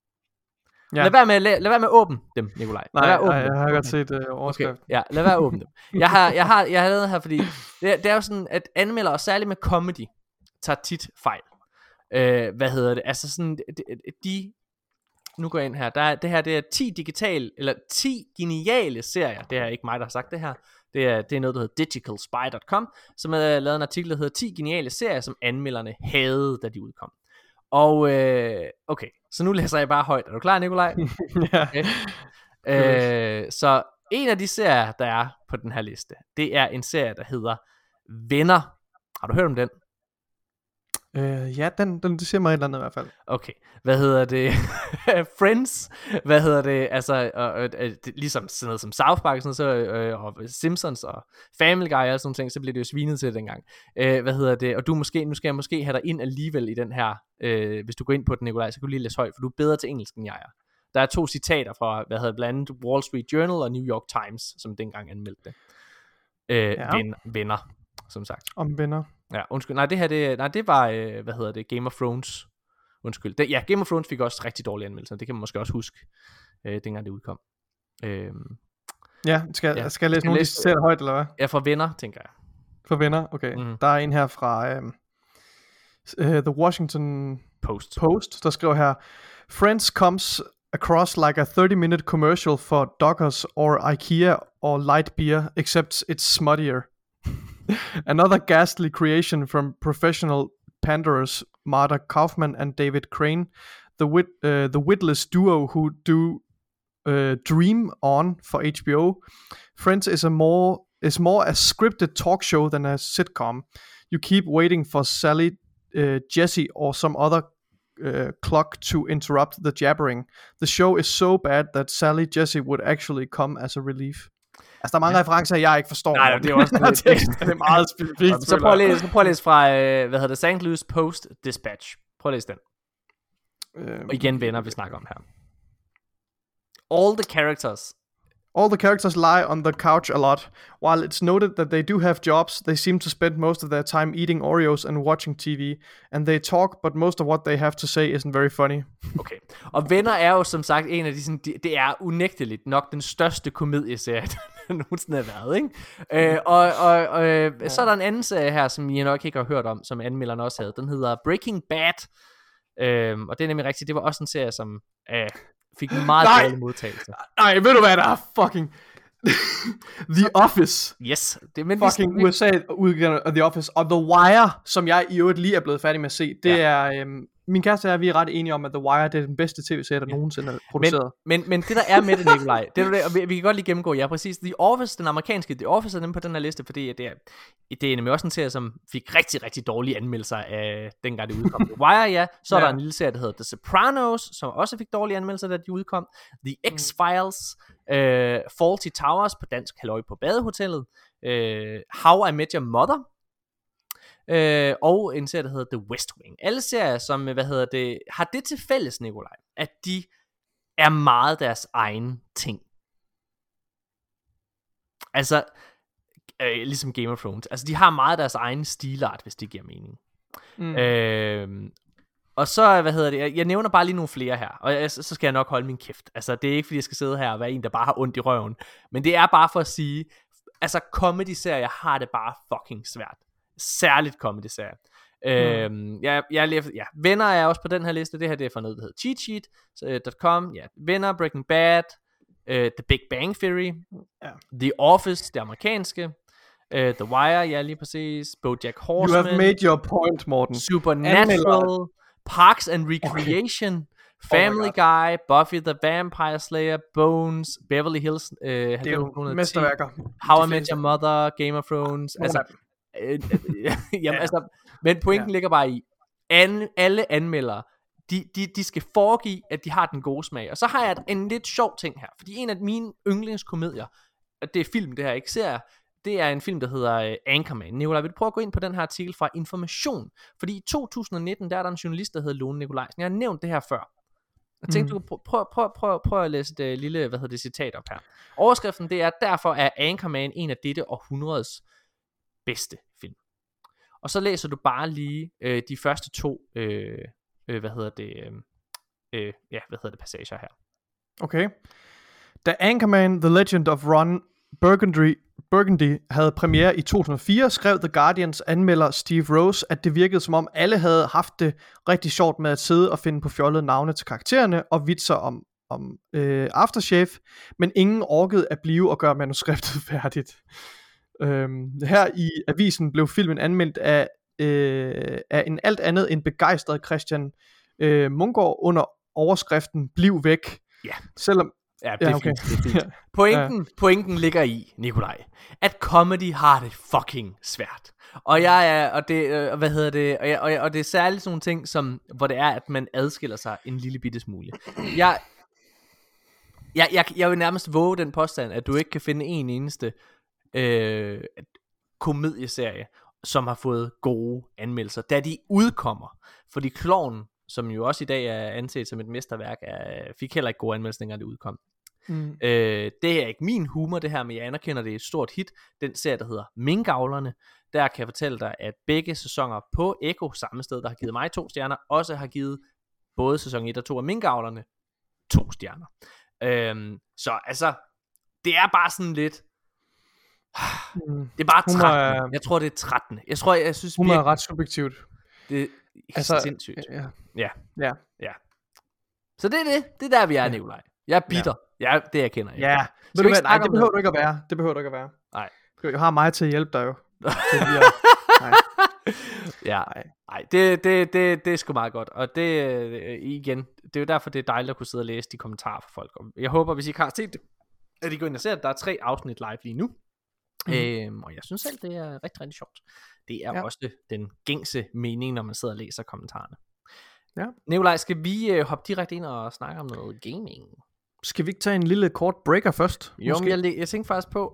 lad være med at åbne dem, Nikolaj. Nej, jeg har godt set overskriften. Okay, ja, lad være at åbne dem. Jeg har lavet her, fordi det er jo sådan, at anmeldere, og særligt med comedy, tager tit fejl. Altså sådan, nu går jeg ind her, det er 10 geniale serier, det er ikke mig, der har sagt det her, det er noget, der hedder digitalspy.com, som har lavet en artikel, der hedder 10 geniale serier, som anmelderne havde, da de udkom. Og okay, så nu læser jeg bare højt. Er du klar, Nikolaj? Ja. Okay. Så en af de serier, der er på den her liste, det er en serie, der hedder Venner. Har du hørt om den? Ja, det siger mig et eller andet i hvert fald. Okay, Friends, altså, ligesom sådan noget som South Park, og Simpsons og Family Guy og sådan nogle ting, så bliver det jo svinet til dengang. Og nu skal jeg måske have dig ind alligevel i den her, hvis du går ind på den, Nikolaj, så kan du lige læse højt, for du er bedre til engelsk end jeg er. Der er 2 citater fra, blandt andet Wall Street Journal og New York Times, som dengang anmeldte det. Venner, som sagt. Om venner. Ja, undskyld. Det var, Game of Thrones. Undskyld. Game of Thrones fik også rigtig dårlige anmeldelser. Det kan man måske også huske, dengang det udkom. Skal jeg læse nogle, de ser højt, eller hvad? Ja, for venner, tænker jeg. For venner, okay. Mm. Der er en her fra The Washington Post, der skriver her, Friends comes across like a 30-minute commercial for Dockers or IKEA or light beer, except it's smuttier. Another ghastly creation from professional panderers Marta Kaufman and David Crane, the witless duo who do Dream On for HBO. Friends is more a scripted talk show than a sitcom. You keep waiting for Sally, Jesse, or some other clock to interrupt the jabbering. The show is so bad that Sally Jesse would actually come as a relief. Altså, der er mange referencer, jeg ikke forstår. Nej, det er også det er meget specifikt. Så prøv at læse fra, St. Louis Post Dispatch. Prøv at læse den. Og igen venner, vi snakker om her. All All the characters lie on the couch a lot. While it's noted that they do have jobs, they seem to spend most of their time eating Oreos and watching TV. And they talk, but most of what they have to say isn't very funny. Okay. Og Venner er jo som sagt en af de sådan, det er unægteligt nok den største komedieserie, der nogensinde har været, ikke? Så er der en anden serie her, som I nok ikke har hørt om, som anmelderen også havde. Den hedder Breaking Bad. Og det er nemlig rigtigt, det var også en serie, som fik en meget dårlig modtagelse. Nej, ved du hvad der er? Fucking The Office. Yes. Det fucking USA udgaven af The Office. Og The Wire, som jeg i øvrigt lige er blevet færdig med at se, det er... min kæreste og jeg, vi er ret enige om, at The Wire, det er den bedste tv-serie, der nogensinde er produceret. Men det der er med det, Nikolaj, det er det, og vi kan godt lige gennemgå, ja præcis, The Office, den amerikanske The Office er nemlig på den her liste, fordi det er nemlig også en serie, som fik rigtig, rigtig dårlige anmeldelser af dengang det udkom. The Wire, ja, så er der en lille serie, der hedder The Sopranos, som også fik dårlige anmeldelser, da de udkom. The X-Files, Fawlty Towers på dansk, Halløj på Badehotellet, How I Met Your Mother, og en serie, der hedder The West Wing. Alle serier, som, har det til fælles, Nikolaj, at de er meget deres egen ting. Altså, ligesom Game of Thrones. Altså, de har meget deres egen stilart, hvis det giver mening. Og så, jeg nævner bare lige nogle flere her, og så skal jeg nok holde min kæft. Altså, det er ikke, fordi jeg skal sidde her og være en, der bare har ondt i røven, men det er bare for at sige, altså, comedy-serier har det bare fucking svært. Særligt comedy-serier. Venner er også på den her liste. Det her det er fra noget, der hedder cheatsheet.com. Venner, Breaking Bad, The Big Bang Theory, The Office, det amerikanske, The Wire, ja lige præcis, BoJack Horseman, You have made your point, Morten. Supernatural, Parks and Recreation, Family Guy, Buffy the Vampire Slayer, Bones, Beverly Hills, det er jo mesterværker. How I Met Your Mother, Game of Thrones, jamen, altså, men pointen ligger bare i alle anmeldere, de skal foregive, at de har den gode smag. Og så har jeg en lidt sjov ting her, fordi en af mine yndlingskomedier, det er film, det her ikke serier, det er en film, der hedder Anchorman. Nikolaj, vil du prøve at gå ind på den her artikel fra Information? Fordi i 2019, der er der en journalist, der hedder Lone Nikolajsen. Jeg har nævnt det her før. Jeg tænkte, du prøv at læse det lille, citat op her. Overskriften, det er, derfor er Anchorman en af dette århundredes bedste film. Og så læser du bare lige de første to passager her. Okay. Da Anchorman The Legend of Ron Burgundy havde premiere i 2004, skrev The Guardians anmelder Steve Rose, at det virkede som om alle havde haft det rigtig sjovt med at sidde og finde på fjollede navne til karaktererne og vitser om aftershave, men ingen orkede at blive og gøre manuskriptet færdigt. Her i avisen blev filmen anmeldt af en alt andet end begejstret Christian Mungård under overskriften Bliv væk. Ja. Selvom ja, det er fint. Pointen ligger i, Nikolaj, at comedy har det fucking svært. Og det er særligt sådan nogle ting, som hvor det er, at man adskiller sig en lille bitte smule. Jeg vil nærmest våge den påstand, at du ikke kan finde en eneste komedieserie, som har fået gode anmeldelser, da de udkommer. Fordi Klovn, som jo også i dag er anset som et mesterværk, fik heller ikke gode anmeldelser, dengang det udkom. Det er ikke min humor det her, men jeg anerkender, det er et stort hit. Den serie, der hedder Minkavlerne, der kan jeg fortælle dig, at begge sæsoner på Echo, samme sted, der har givet mig 2 stjerner, også har givet både sæson 1 og 2 af Minkavlerne 2 stjerner. Så altså, det er bare sådan lidt, det er bare 13. Jeg tror det er 13. Jeg synes hun er ret subjektivt. Det er sindssygt. Ja. Så det er det. Det er der vi er, Nikolaj. Jeg er bitter. Ja, det jeg kender. Ja. Nej, det behøver du ikke at være. Nej. Du har mig til at hjælpe dig jo. Nej, det er sgu meget godt. Og det igen, det er jo derfor det er dejligt at kunne sidde og læse de kommentarer fra folk. Og jeg håber, hvis I ikke har set det, at I går ind og ser, at der er 3 afsnit live lige nu. Og jeg synes selv, det er rigtig, rigtig sjovt. Det er også den gængse mening, når man sidder og læser kommentarerne. Ja. Nikolaj, skal vi hoppe direkte ind og snakke om noget gaming? Skal vi ikke tage en lille kort breaker først? Jo, men jeg tænkte faktisk på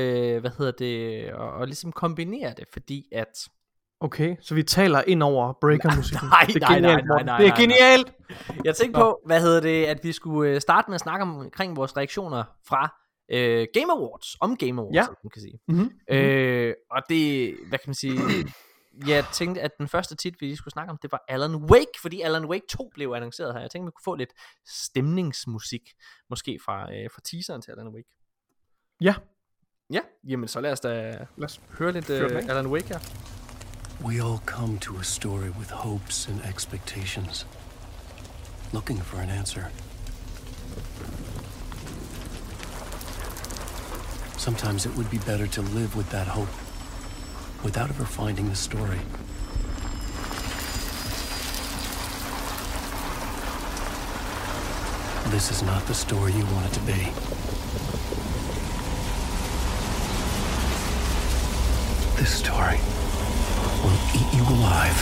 og ligesom kombinere det, fordi at... Okay, så vi taler ind over breaker-musikken. Nej. Det er genialt! Jeg tænkte på, at vi skulle starte med at snakke omkring vores reaktioner fra Game Awards, Game Awards, Ja. som man kan sige. Mm-hmm. Og det, hvad kan man sige, jeg tænkte, at den første titel, vi lige skulle snakke om, det var Alan Wake, fordi Alan Wake 2 blev annonceret her. Jeg tænkte, vi kunne få lidt stemningsmusik, måske fra teaseren til Alan Wake. Ja. Ja, jamen så lad os høre lidt Alan Wake her. We all come to a story with hopes and expectations, looking for an answer. Sometimes it would be better to live with that hope, without ever finding the story. This is not the story you want it to be. This story will eat you alive.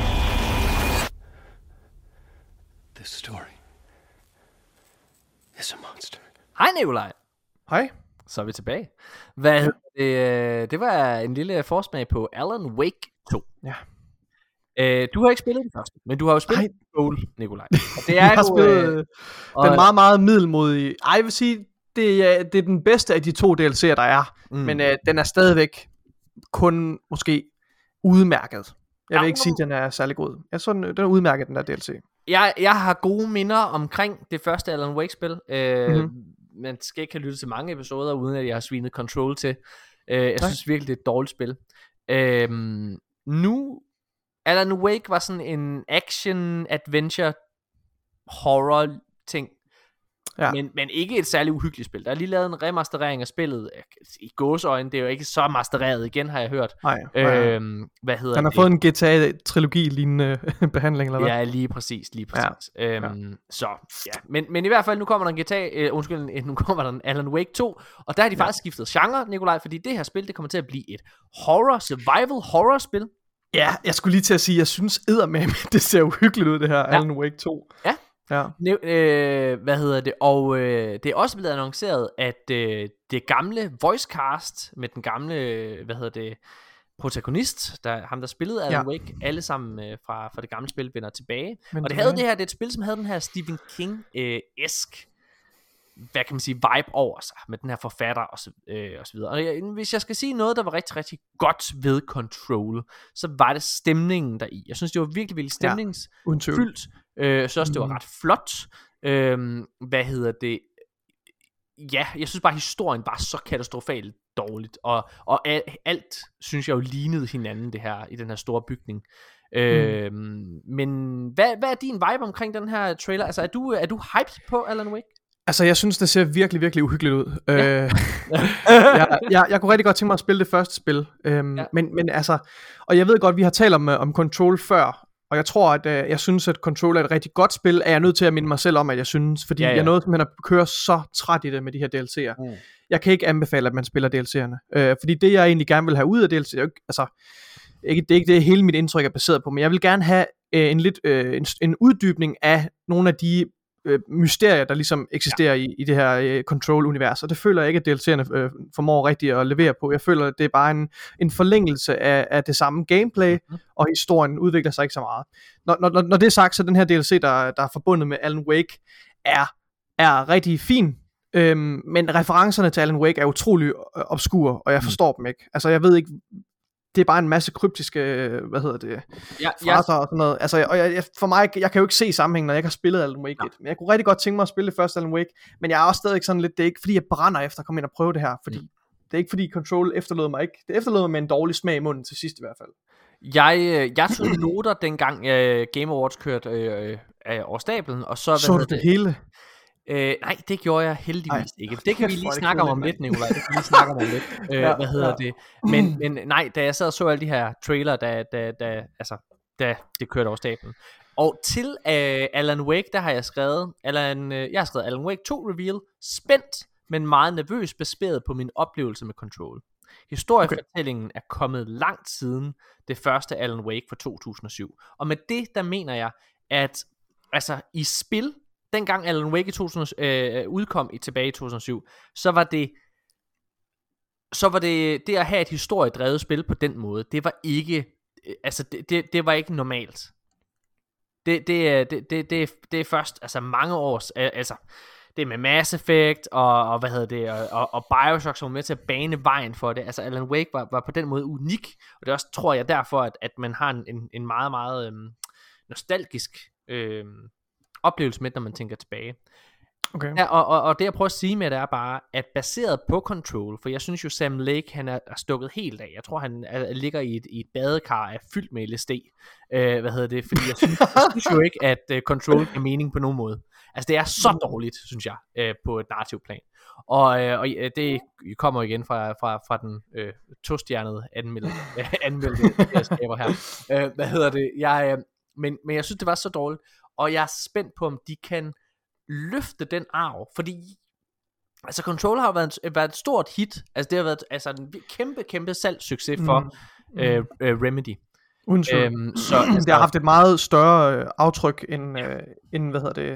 This story is a monster. Hej Nikolaj. Hej. Så er vi tilbage. Det var en lille forsmag på Alan Wake 2. Ja. Du har ikke spillet det første, men du har jo spillet Control, Nikolaj. Og det er jeg har spillet den meget, meget middelmodige. Jeg vil sige, det er den bedste af de 2 DLC'er, der er. Men den er stadigvæk kun måske udmærket. Jeg vil ikke sige, at den er særlig god. Jeg så den er udmærket, den der DLC. Jeg har gode minder omkring det første Alan Wake-spil. Man skal ikke have lyttet til mange episoder, uden at jeg har svinet Control til. Jeg synes virkelig, det er et dårligt spil. Nu, Alan Wake var sådan en action, adventure, horror ting. Ja. Men ikke et særligt uhyggeligt spil. Der er lige lavet en remasterering af spillet. I gåseøjne, det er jo ikke så mastereret igen, har jeg hørt. Nej. Hvad hedder Han har fået en GTA-trilogi lignende behandling, eller hvad? Ja, lige præcis. Ja. Så, ja. Men i hvert fald, nu kommer der en GTA, nu kommer der en Alan Wake 2, og der har de faktisk skiftet genre, Nikolaj, fordi det her spil, det kommer til at blive et survival horror spil. Ja, jeg skulle lige til at sige, jeg synes eddermame, det ser uhyggeligt ud, det her Alan Wake 2. Ja. Ja. Hvad hedder det? Og det er også blevet annonceret, at det gamle voicecast med den gamle, protagonist, ham der spillede Alan Wake, alle sammen fra det gamle spil vender tilbage. Men og det havde det er et spil, som havde den her Stephen King-esk, hvad kan man sige, vibe over sig, med den her forfatter og så videre. Og hvis jeg skal sige noget, der var rigtig, rigtig godt ved Control, så var det stemningen deri. Jeg synes, det var virkelig, virkelig stemningsfyldt. Jeg synes også, det var ret flot. Ja, jeg synes bare, historien var så katastrofalt dårligt. Og alt, synes jeg jo, lignede hinanden det her, i den her store bygning. Men hvad er din vibe omkring den her trailer? Altså, er du hyped på Alan Wake? Altså, jeg synes, det ser virkelig, virkelig uhyggeligt ud. Jeg kunne rigtig godt tænke mig at spille det første spil. Men altså, og jeg ved godt, vi har talt om Control før, og jeg tror, at jeg synes, at Control er et rigtig godt spil, er jeg nødt til at minde mig selv om, at jeg synes, fordi jeg nåede simpelthen at køre så træt i det med de her DLC'er. Jeg kan ikke anbefale, at man spiller DLC'erne, fordi det, jeg egentlig gerne vil have ud af DLC'er, altså, det er ikke det hele mit indtryk er baseret på, men jeg vil gerne have en uddybning af nogle af de mysterier, der ligesom eksisterer i det her Control-univers, og det føler jeg ikke, at DLC'erne formår rigtigt at levere på. Jeg føler, at det er bare en forlængelse af det samme gameplay, og historien udvikler sig ikke så meget. Når det er sagt, så den her DLC, der er forbundet med Alan Wake, er rigtig fin, men referencerne til Alan Wake er utrolig obskure, og jeg forstår dem ikke. Altså, jeg ved ikke, det er bare en masse kryptiske, fraser og sådan noget. Altså, og for mig, jeg kan jo ikke se sammenhængen, når jeg ikke har spillet Alan Wake 1. Men jeg kunne rigtig godt tænke mig at spille det første Alan Wake, men jeg er også stadig sådan lidt, det er ikke fordi, jeg brænder efter at komme ind og prøve det her, fordi det er ikke fordi Control efterlod mig ikke. Det efterlod mig med en dårlig smag i munden til sidst i hvert fald. Jeg tog noter dengang Game Awards kørte over stablen, og så du det hele? Nej, det gjorde jeg heldigvis ikke. Det kan vi lige snakke om lidt, Nikolaj. Det kan vi lige snakke om lidt. Det? Men nej, da jeg sad og så alle de her trailer, da det kørte over stablen. Og til Alan Wake, der har jeg skrevet, Alan Wake 2 reveal, spændt, men meget nervøs baseret på min oplevelse med Control. Historiefortællingen er kommet langt siden det første Alan Wake fra 2007. Og med det, der mener jeg, at altså i spil, dengang Alan Wake udkom tilbage i 2007, så var det at have et historiedrevet spil på den måde, det var ikke, altså det var ikke normalt. Det er først, altså mange års, altså det med Mass Effect, og hvad hedder det, og Bioshock, som var med til at bane vejen for det. Altså Alan Wake var på den måde unik, og det er også, tror jeg, derfor, at man har en meget, meget nostalgisk oplevelse med, når man tænker tilbage. Okay. Ja, og det jeg prøver at sige med det er bare, at baseret på Control, for jeg synes jo Sam Lake, han er stukket helt af. Jeg tror han ligger i et badekar af fyldt med LSD. Fordi jeg synes jo ikke, at Control giver mening på nogen måde. Altså det er så dårligt, synes jeg, på et narrativt plan. Og det kommer igen fra den tostjernede anmeldte skaber her. Men jeg synes det var så dårligt, og jeg er spændt på, om de kan løfte den arv, fordi altså Control har været et stort hit. Altså det har været en kæmpe salgssucces for Remedy. Så altså, det har haft et meget større aftryk end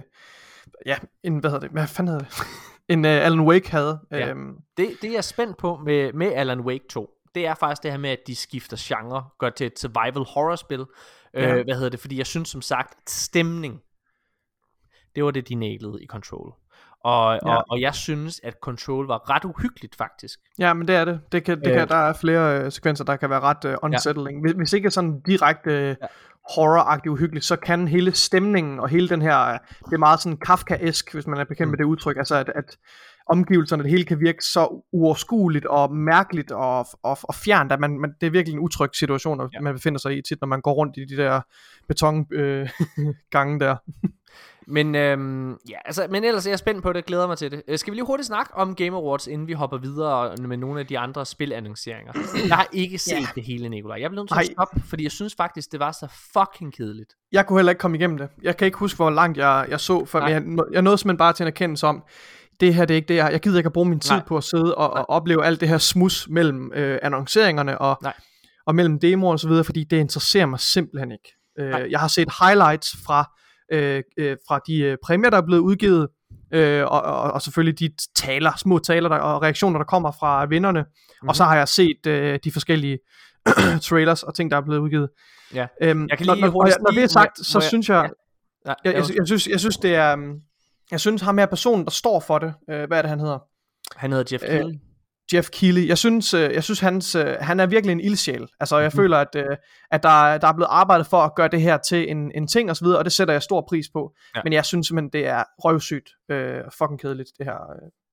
hvad fanden hedder det? end Alan Wake havde. Ja. Det jeg er spændt på med Alan Wake 2, det er faktisk det her med, at de skifter genre, gør til et survival horror spil. Fordi jeg synes som sagt, at stemning, det var det, de nailede i Control. Og jeg synes, at Control var ret uhyggeligt, faktisk. Ja, men det er det. Det kan, der er flere sekvenser, der kan være ret unsettling. Ja. Hvis ikke sådan direkte horror-agtigt uhyggeligt, så kan hele stemningen og hele den her, det er meget sådan Kafka-esk, hvis man er bekendt med det udtryk, altså at omgivelserne, det hele kan virke så uoverskueligt og mærkeligt og fjernt, at det er virkelig en utryg situation, man befinder sig i tit, når man går rundt i de der betongange der. Men ellers er jeg spændt på det, glæder mig til det. Skal vi lige hurtigt snakke om Game Awards, inden vi hopper videre med nogle af de andre spilannonceringer? Jeg har ikke set det hele, Nikolaj. Jeg blev nødt til at stoppe, fordi jeg synes faktisk, det var så fucking kedeligt. Jeg kunne heller ikke komme igennem det. Jeg kan ikke huske, hvor langt jeg så, for jeg nåede simpelthen bare til en erkendelse om, det her, det er ikke det, jeg gider ikke at bruge min tid på at sidde og opleve alt det her smus mellem annonceringerne og mellem demoer og så videre, fordi det interesserer mig simpelthen ikke. Jeg har set highlights fra de præmier, der er blevet udgivet, og selvfølgelig de små taler og reaktioner, der kommer fra vinderne, og så har jeg set de forskellige trailers og ting, der er blevet udgivet. Ja. Jeg kan lige når det er sagt, så synes jeg, jeg synes det er, jeg synes ham her personen, der står for det, hvad er det han hedder? Han hedder Jeff Keighley. Jeff Keighley. Jeg synes han er virkelig en ildsjæl. Altså jeg føler at der er blevet arbejdet for at gøre det her til en ting og så videre, og det sætter jeg stor pris på. Ja. Men jeg synes simpelthen det er røvsygt, fucking kedeligt det her.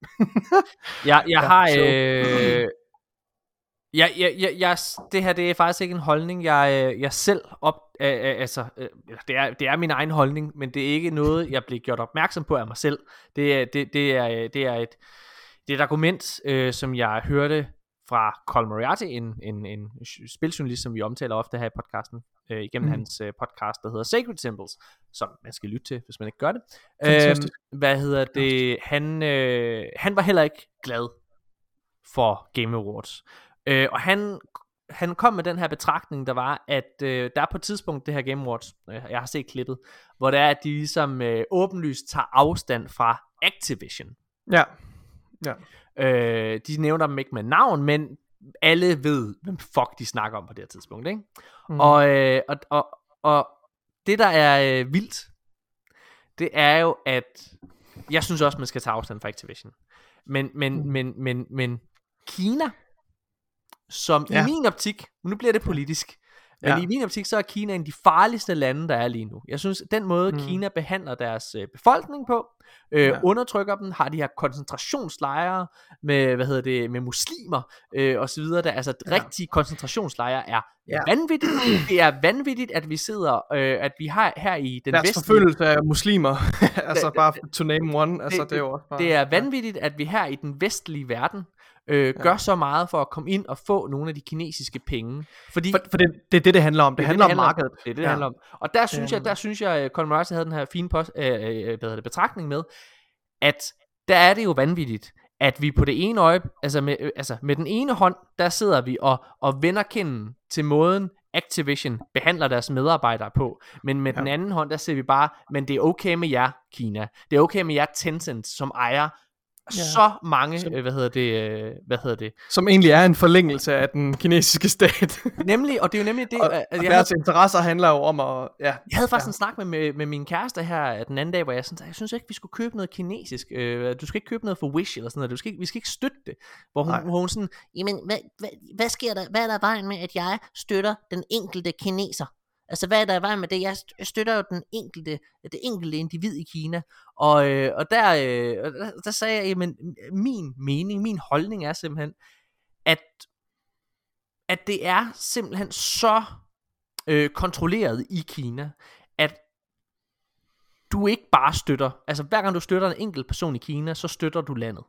Det her, det er faktisk ikke en holdning jeg selv det er min egen holdning, men det er ikke noget jeg bliver gjort opmærksom på af mig selv. Det er et argument, som jeg hørte fra Colm Moriarty, en spiljournalist, som vi omtaler ofte her i podcasten, igennem hans podcast, der hedder Sacred Symbols, som man skal lytte til, hvis man ikke gør det. Han var heller ikke glad for Game Awards. Og han kom med den her betragtning, der var, at der er på et tidspunkt det her Game Awards, jeg har set klippet, hvor det er, at de ligesom åbenlyst tager afstand fra Activision. Ja. De nævner dem ikke med navn, men alle ved, hvem fuck de snakker om på det her tidspunkt, ikke? Og det der er vildt, det er jo, at jeg synes også, man skal tage afstand fra Activision. Men Kina, som i min optik, nu bliver det politisk, men i min optik, så er Kina en af de farligste lande, der er lige nu. Jeg synes, den måde Kina behandler deres befolkning på, undertrykker dem, har de her koncentrationslejre med med muslimer og så videre. Der, rigtige koncentrationslejre er vanvittigt. Det er vanvittigt, at vi sidder, at vi har her i den vestlige... forfølgelse af muslimer, altså bare to name one. Det er vanvittigt, at vi her i den vestlige verden gør så meget for at komme ind og få nogle af de kinesiske penge. Fordi for det handler om. Det handler om markedet. Det er det handler om. Og der synes jeg, Colm Moriarty havde den her fine betragtning med, at der er det jo vanvittigt, at vi på det ene øje, med den ene hånd, der sidder vi og vender kinden til måden Activision behandler deres medarbejdere på, men med den anden hånd, der ser vi bare, men det er okay med jer, Kina. Det er okay med jer, Tencent, som ejer så mange, hvad hedder det? Som egentlig er en forlængelse af den kinesiske stat. Nemlig, og det er jo nemlig det. og deres interesser handler jo om at... Ja, jeg havde faktisk en snak med min kæreste her den anden dag, hvor jeg synes ikke, vi skulle købe noget kinesisk. Du skal ikke købe noget for Wish eller sådan noget. Vi skal ikke støtte det. Hvor hun sådan, jamen, hvad sker der? Hvad er der i vejen med, at jeg støtter den enkelte kineser? Altså, hvad er der i vejen med det? Jeg støtter jo det enkelte individ i Kina. Og der sagde jeg, jamen, min holdning er simpelthen, at det er simpelthen så kontrolleret i Kina, at du ikke bare støtter, altså hver gang du støtter en enkelt person i Kina, så støtter du landet.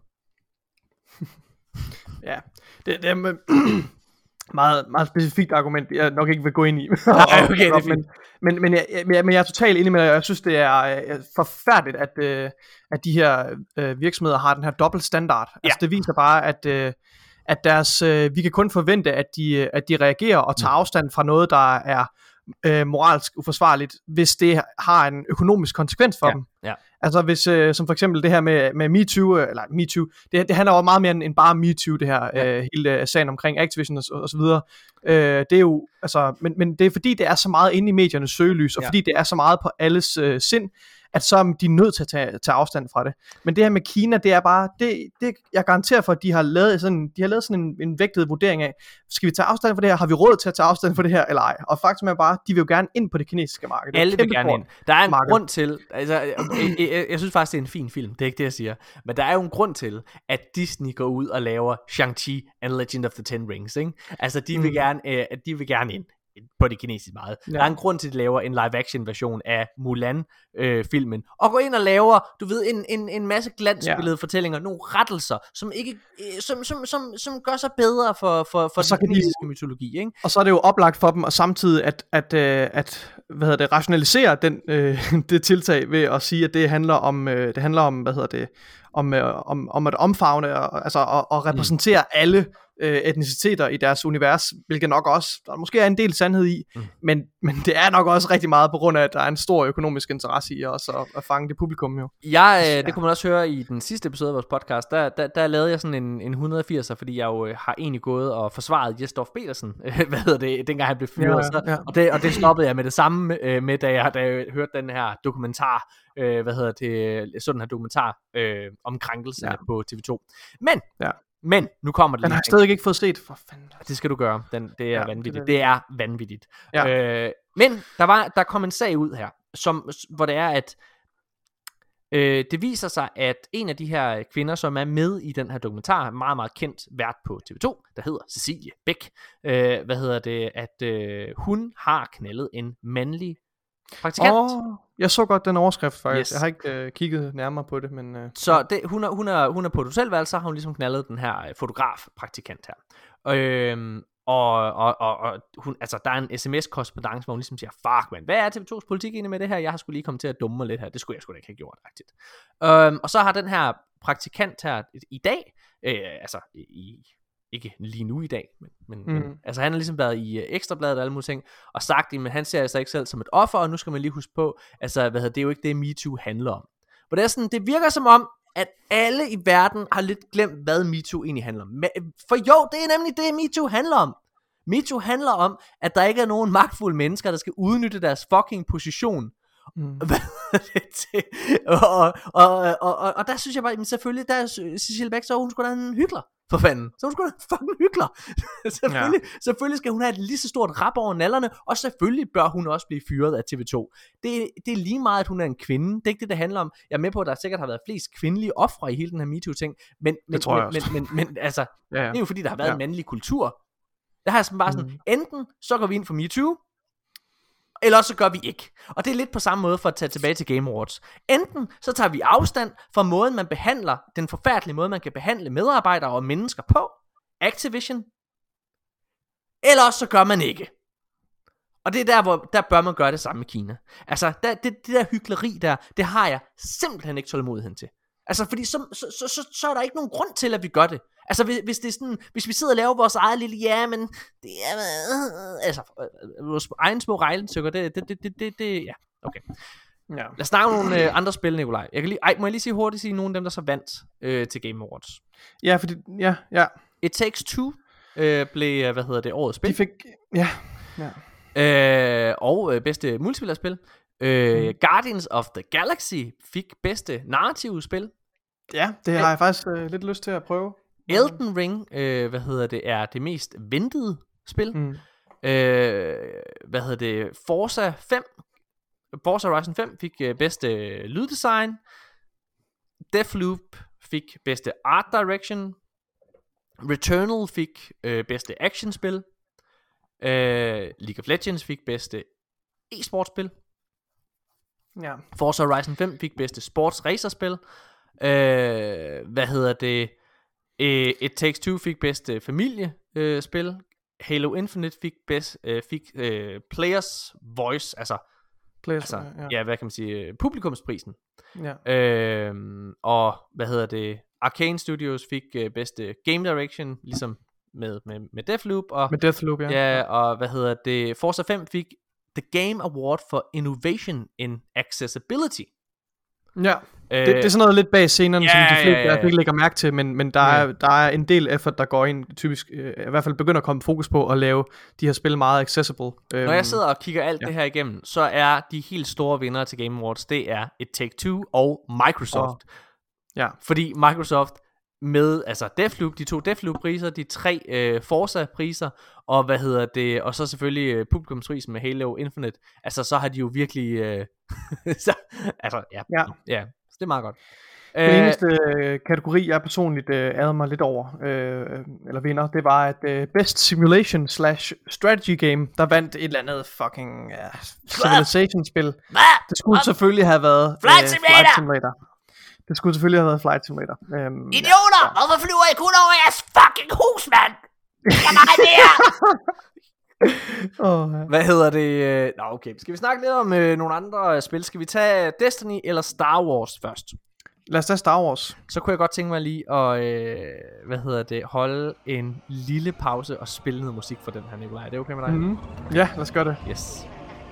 Ja, det er meget, meget specifikt argument, jeg nok ikke vil gå ind i. Nej, okay, det er fint. Men jeg er totalt enig med dig. Jeg synes, det er forfærdeligt, at de her virksomheder har den her dobbelt standard. Ja. Altså, det viser bare, at deres, vi kan kun forvente, at de reagerer og tager afstand fra noget, der er moralsk uforsvarligt, hvis det har en økonomisk konsekvens for dem. Ja. Altså hvis, som for eksempel det her med MeToo, eller MeToo, det handler jo meget mere end bare MeToo, det her, hele sagen omkring Activision og så videre. Det er jo, altså, men det er fordi, det er så meget inde i mediernes søgelys, og fordi det er så meget på alles sind, at så er de nødt til at tage afstand fra det. Men det her med Kina, det er bare, det jeg garanterer for, at de har lavet sådan en vægtet vurdering af, skal vi tage afstand fra det her? Har vi råd til at tage afstand fra det her, eller ej? Og faktum er bare, de vil jo gerne ind på det kinesiske marked. Alle vil gerne ind. Der er en grund til, altså, jeg synes faktisk, det er en fin film, det er ikke det, jeg siger. Men der er jo en grund til, at Disney går ud og laver Shang-Chi and Legend of the Ten Rings, ikke? Altså, de vil gerne ind på det kinesiske marked. Ja. Der er en grund til, at de laver en live-action version af Mulan-filmen, og går ind og laver, du ved, en masse glansbillede fortællinger, nogle rettelser, som ikke, som gør sig bedre for den kinesiske mytologi, ikke? Og så er det jo oplagt for dem, og samtidig at rationalisere det tiltag ved at sige, at det handler om, om at omfavne og repræsentere alle etniciteter i deres univers, hvilket nok også, der måske er en del sandhed i, men det er nok også rigtig meget på grund af, at der er en stor økonomisk interesse i også at fange det publikum jo. Det kunne man også høre i den sidste episode af vores podcast, der lavede jeg sådan en 180'er, fordi jeg jo har egentlig gået og forsvaret Jes Dorf Petersen, dengang han blev fyret, og det stoppede jeg med det samme med, da jeg hørte den her dokumentar, sådan her dokumentar om krænkelserne på TV2. Men nu kommer det. Den har jeg stadig ikke fået set, for fanden. Det skal du gøre. Det er vanvittigt. Det er vanvittigt. Ja. Men der kom en sag ud her, hvor det er, at det viser sig, at en af de her kvinder, som er med i den her dokumentar, er meget, meget kendt vært på TV2, der hedder Cecilie Bæk, hun har knaldet en mandlig praktikant. Jeg så godt den overskrift faktisk. Yes. Jeg har ikke kigget nærmere på det, men så det, hun er på et hotelværelse, så har hun ligesom knaldet den her fotograf-praktikant her. Og hun, altså der er en sms-korrespondance, hvor hun ligesom siger, fuck man, hvad er TV2's politik egentlig med det her? Jeg har sgu lige kommet til at dumme mig lidt her. Det skulle jeg sgu da ikke have gjort, rigtigt. Og så har den her praktikant her i dag, ikke lige nu i dag, men altså han har ligesom været i Ekstrabladet og alle mulige ting, og sagt, men han ser altså ikke selv som et offer, og nu skal man lige huske på, altså det er jo ikke det MeToo handler om. Hvor det er sådan, det virker som om, at alle i verden har lidt glemt, hvad MeToo egentlig handler om. For jo, det er nemlig det, MeToo handler om. MeToo handler om, at der ikke er nogen magtfulde mennesker, der skal udnytte deres fucking position. Og der synes jeg bare, selvfølgelig, der er Cecilie Bæk, så hun skulle da en hykler, for fanden. Så hun skulle da en fucking hykler. Selvfølgelig skal hun have et lige så stort rap over nallerne, og selvfølgelig bør hun også blive fyret af TV2. Det er lige meget, at hun er en kvinde. Det er ikke det handler om. Jeg er med på, at der sikkert har været flest kvindelige ofre i hele den her MeToo-ting, men altså, det er jo fordi, der har været en mandlig kultur. Der har jeg sådan bare sådan, enten så går vi ind for MeToo, eller så gør vi ikke. Og det er lidt på samme måde for at tage tilbage til Game Awards. Enten så tager vi afstand fra måden man behandler, den forfærdelige måde man kan behandle medarbejdere og mennesker på, Activision, eller så gør man ikke. Og det er der, hvor der bør man gøre det samme med Kina. Altså det der hykleri der, det har jeg simpelthen ikke tålmodigheden til. Altså fordi så er der ikke nogen grund til at vi gør det. Altså hvis det er sådan, hvis vi sidder og laver vores eget lille, men det er altså vores egen små regnestykker, det ja, okay. Ja. Lad os snakke om nogle andre spil, Nikolaj. Må jeg lige sige hurtigt nogle af dem, der så vandt til Game Awards. Ja, fordi, ja. It Takes Two blev, årets spil. De fik, ja. Og bedste multiplayer-spil. Guardians of the Galaxy fik bedste narrative spil. Ja, det har jeg faktisk lidt lyst til at prøve. Elden Ring, er det mest ventede spil. Forza Horizon 5 fik bedste lyddesign. Deathloop fik bedste art direction. Returnal fik bedste actionspil. League of Legends fik bedste e-sportspil. Ja. Forza Horizon 5 fik bedste sports racerspil. It Takes Two fik bedste familiespil. Halo Infinite fik Players Voice, hvad kan man sige, publikumsprisen. Ja. Og Arcane Studios fik bedste Game Direction, ligesom med Deathloop, og med Deathloop, ja, og Forza 5 fik The Game Award for Innovation in Accessibility. Ja, det er sådan noget lidt bag scenerne, som de fleste ikke lægger mærke til, men der er en del effort, der går ind, typisk, i hvert fald begynder at komme fokus på at lave de her spil meget accessible. Når jeg sidder og kigger alt det her igennem, så er de helt store vindere til Game Awards, det er It Take Two og Microsoft. Fordi Microsoft med Deathloop, de 2 Deathloop-priser, de 3 Forza-priser, og og så selvfølgelig publikumsprisen med Halo Infinite. Så har de jo virkelig så det er meget godt. Den eneste kategori, jeg personligt adede mig lidt over, eller vinder, det var et Best Simulation / Strategy Game, der vandt et eller andet fucking Civilization-spil. Det skulle selvfølgelig have været Flight Simulator. Det skulle selvfølgelig have været Flight Simulator. Idioter! Hvorfor flyver I kun over jeres fucking hus, mand? Jeg var der! Hvad hedder det? Okay. Skal vi snakke lidt om nogle andre spil? Skal vi tage Destiny eller Star Wars først? Lad os tage Star Wars. Så kunne jeg godt tænke mig lige at holde en lille pause og spille noget musik for den her, Nikolaj. Er det okay med dig? Mm-hmm. Ja, lad os gøre det. Yes.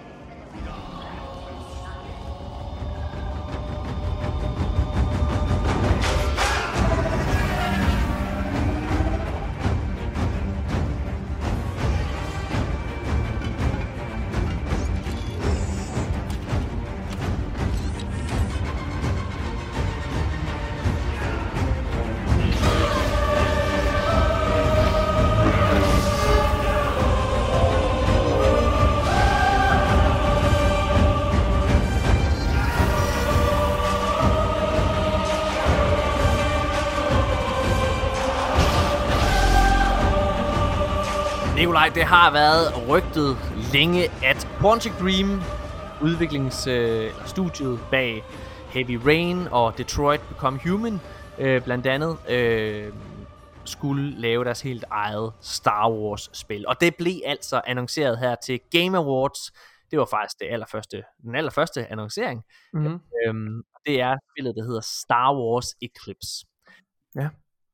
Nikolaj, det har været rygtet længe, at Quantic Dream, udviklingsstudiet bag Heavy Rain og Detroit Become Human, blandt andet, skulle lave deres helt eget Star Wars spil. Og det blev altså annonceret her til Game Awards. Det var faktisk den allerførste annoncering. Mm-hmm. Det er spillet, der hedder Star Wars Eclipse. Ja.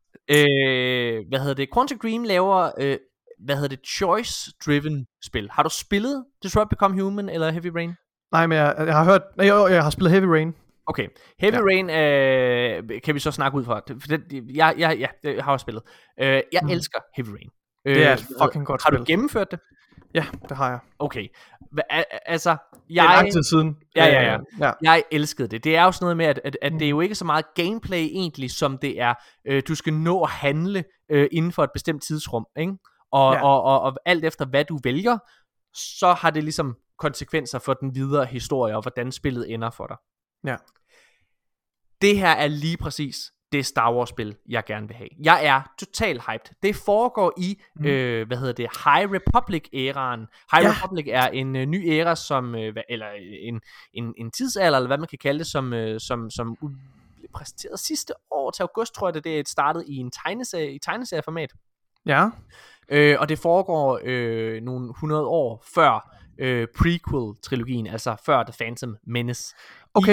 Quantic Dream laver choice driven spil. Har du spillet Detroit Become Human eller Heavy Rain? Nej, men jeg har hørt, jeg har spillet Heavy Rain. Okay, Heavy Rain kan vi så snakke ud fra. Jeg har også spillet. Jeg elsker Heavy Rain. Det er et fucking godt spil. Har du gennemført det? Ja, det har jeg. Okay. Det er lang tid siden. Ja. Jeg elskede det. Det er jo sådan noget med, at det er jo ikke så meget gameplay egentlig, som det er, du skal nå at handle inden for et bestemt tidsrum, ikke? Og alt efter hvad du vælger, så har det ligesom konsekvenser for den videre historie, og hvordan spillet ender for dig. Ja. Det her er lige præcis det Star Wars spil, jeg gerne vil have. Jeg er total hyped. Det foregår i, High Republic-æraen. Republic er en ny æra, som, eller en tidsalder, eller hvad man kan kalde det, som blev præsenteret sidste år til august, tror jeg det er startet i en tegneserieformat. Ja. Og det foregår nogle 100 år før prequel-trilogien, altså før The Phantom Menace. Okay.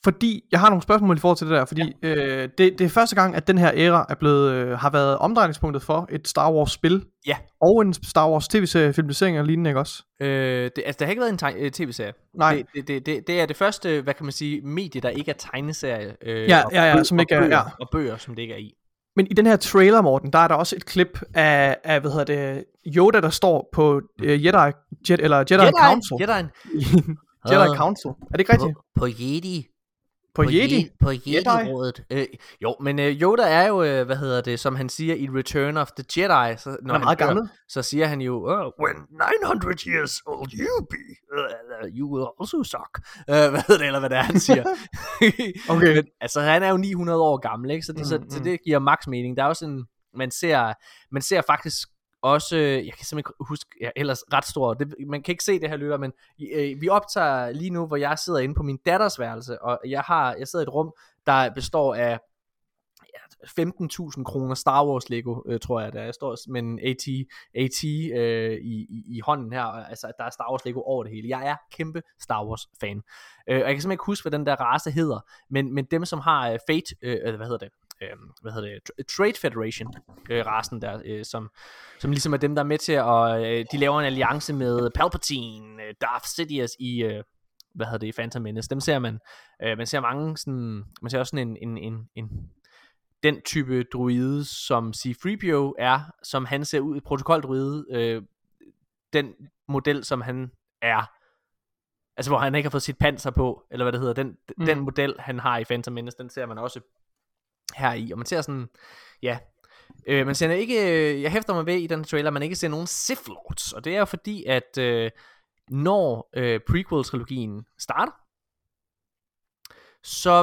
fordi jeg har nogle spørgsmål i forhold til det der, fordi det er første gang, at den her æra er blevet, har været omdrejningspunktet for et Star Wars spil, og en Star Wars tv-serie, filmatisering og lignende, ikke også? Der har ikke været en tv-serie. Nej. Det er det første, hvad kan man sige, medie, der ikke er tegneserie, som ikke er, og bøger, som det ikke er i. Men i den her trailer, Morten, der er der også et klip af hvad hedder det, Yoda, der står på Jedi Council. Jedi Council. Er det ikke rigtigt? På Jedi. På Jedi? På Jedi-rådet. Jo, men Yoda er jo, hvad hedder det, som han siger i Return of the Jedi, så når han dør, så siger han jo, when 900 years old you be, you will also suck. Hvad hedder det, eller hvad det er, han siger. Okay. Men, altså, han er jo 900 år gammel, ikke? Så det giver max mening. Der er også en, man ser faktisk også, jeg kan simpelthen ikke huske, ellers ret stor, man kan ikke se det her, lytter, men vi optager lige nu, hvor jeg sidder inde på min datters værelse, og jeg sidder i et rum, der består af 15.000 kroner Star Wars Lego, tror jeg, der står med en AT i hånden her, altså der er Star Wars Lego over det hele. Jeg er kæmpe Star Wars fan, og jeg kan simpelthen ikke huske, hvad den der race hedder, men dem som har Trade Federation rasen der, som ligesom er dem, der er med til at de laver en alliance med Palpatine, Darth Sidious i i Phantom Menace. Dem ser man ser mange sådan, man ser også sådan en den type druide, som C-3PO er, som han ser ud i protokoldruide, den model, som han er, altså hvor han ikke har fået sit panser på, eller hvad det hedder, den model, han har i Phantom Menace, den ser man også her i, og man ser sådan, man ser ikke, jeg hæfter mig ved i den trailer, man ikke ser nogen Sith Lords, og det er jo fordi, at når prequel-trilogien starter, så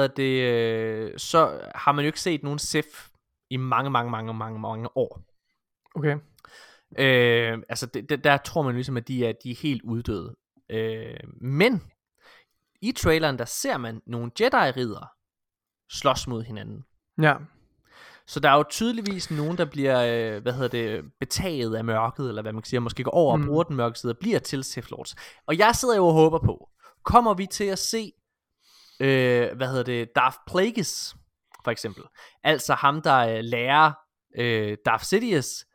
så har man jo ikke set nogen Sith i mange år. Okay. Altså der tror man ligesom, at de er helt uddøde. Men i traileren, der ser man nogle Jedi-riddere slås mod hinanden. Ja. Så der er jo tydeligvis nogen, der bliver, betaget af mørket, eller hvad man kan sige, måske går over og bruger den mørke side, og bliver til Sith Lords. Og jeg sidder jo og håber på, kommer vi til at se, Darth Plagueis, for eksempel. Altså ham, der lærer Darth Sidious,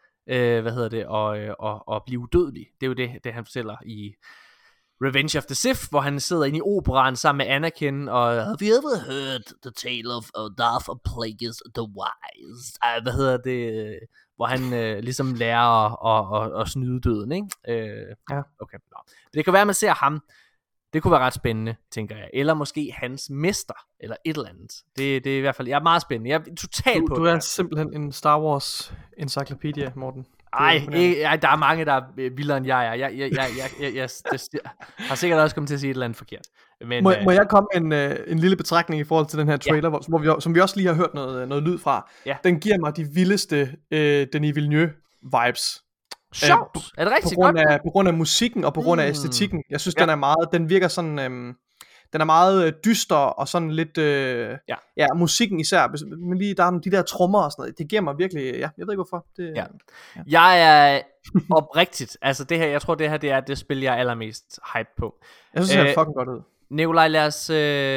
og blive udødelig. Det er jo det han fortæller i Revenge of the Sith, hvor han sidder inde i operaen sammen med Anakin, og have you ever heard the tale of Darth Plagueis the Wise? Hvor han ligesom lærer at snyde døden, ikke? Ja. Okay. Det kan være, at man ser ham. Det kunne være ret spændende, tænker jeg. Eller måske hans mester, eller et eller andet. Det er i hvert fald, jeg er meget spændende. Jeg er totalt på det. Du er simpelthen en Star Wars encyclopedia, Morten. Ej, der er mange, der er vildere end jeg er. Jeg har sikkert også kommet til at sige et eller andet forkert. Men, må jeg komme en lille betragtning i forhold til den her trailer, som vi også lige har hørt noget lyd fra. Ja. Den giver mig de vildeste Denis Villeneuve-vibes. Sjovt, er det rigtig godt? På grund af musikken og på grund af æstetikken. Jeg synes, den virker sådan, den er meget dyster og sådan lidt, musikken især, men lige der er de der trommer og sådan noget, det giver mig virkelig, jeg ved ikke hvorfor. Jeg er oprigtigt, altså det her, jeg tror det her, det er det spil, jeg er allermest hype på. Jeg synes, det er fucking godt ud. Nikolaj, lad os,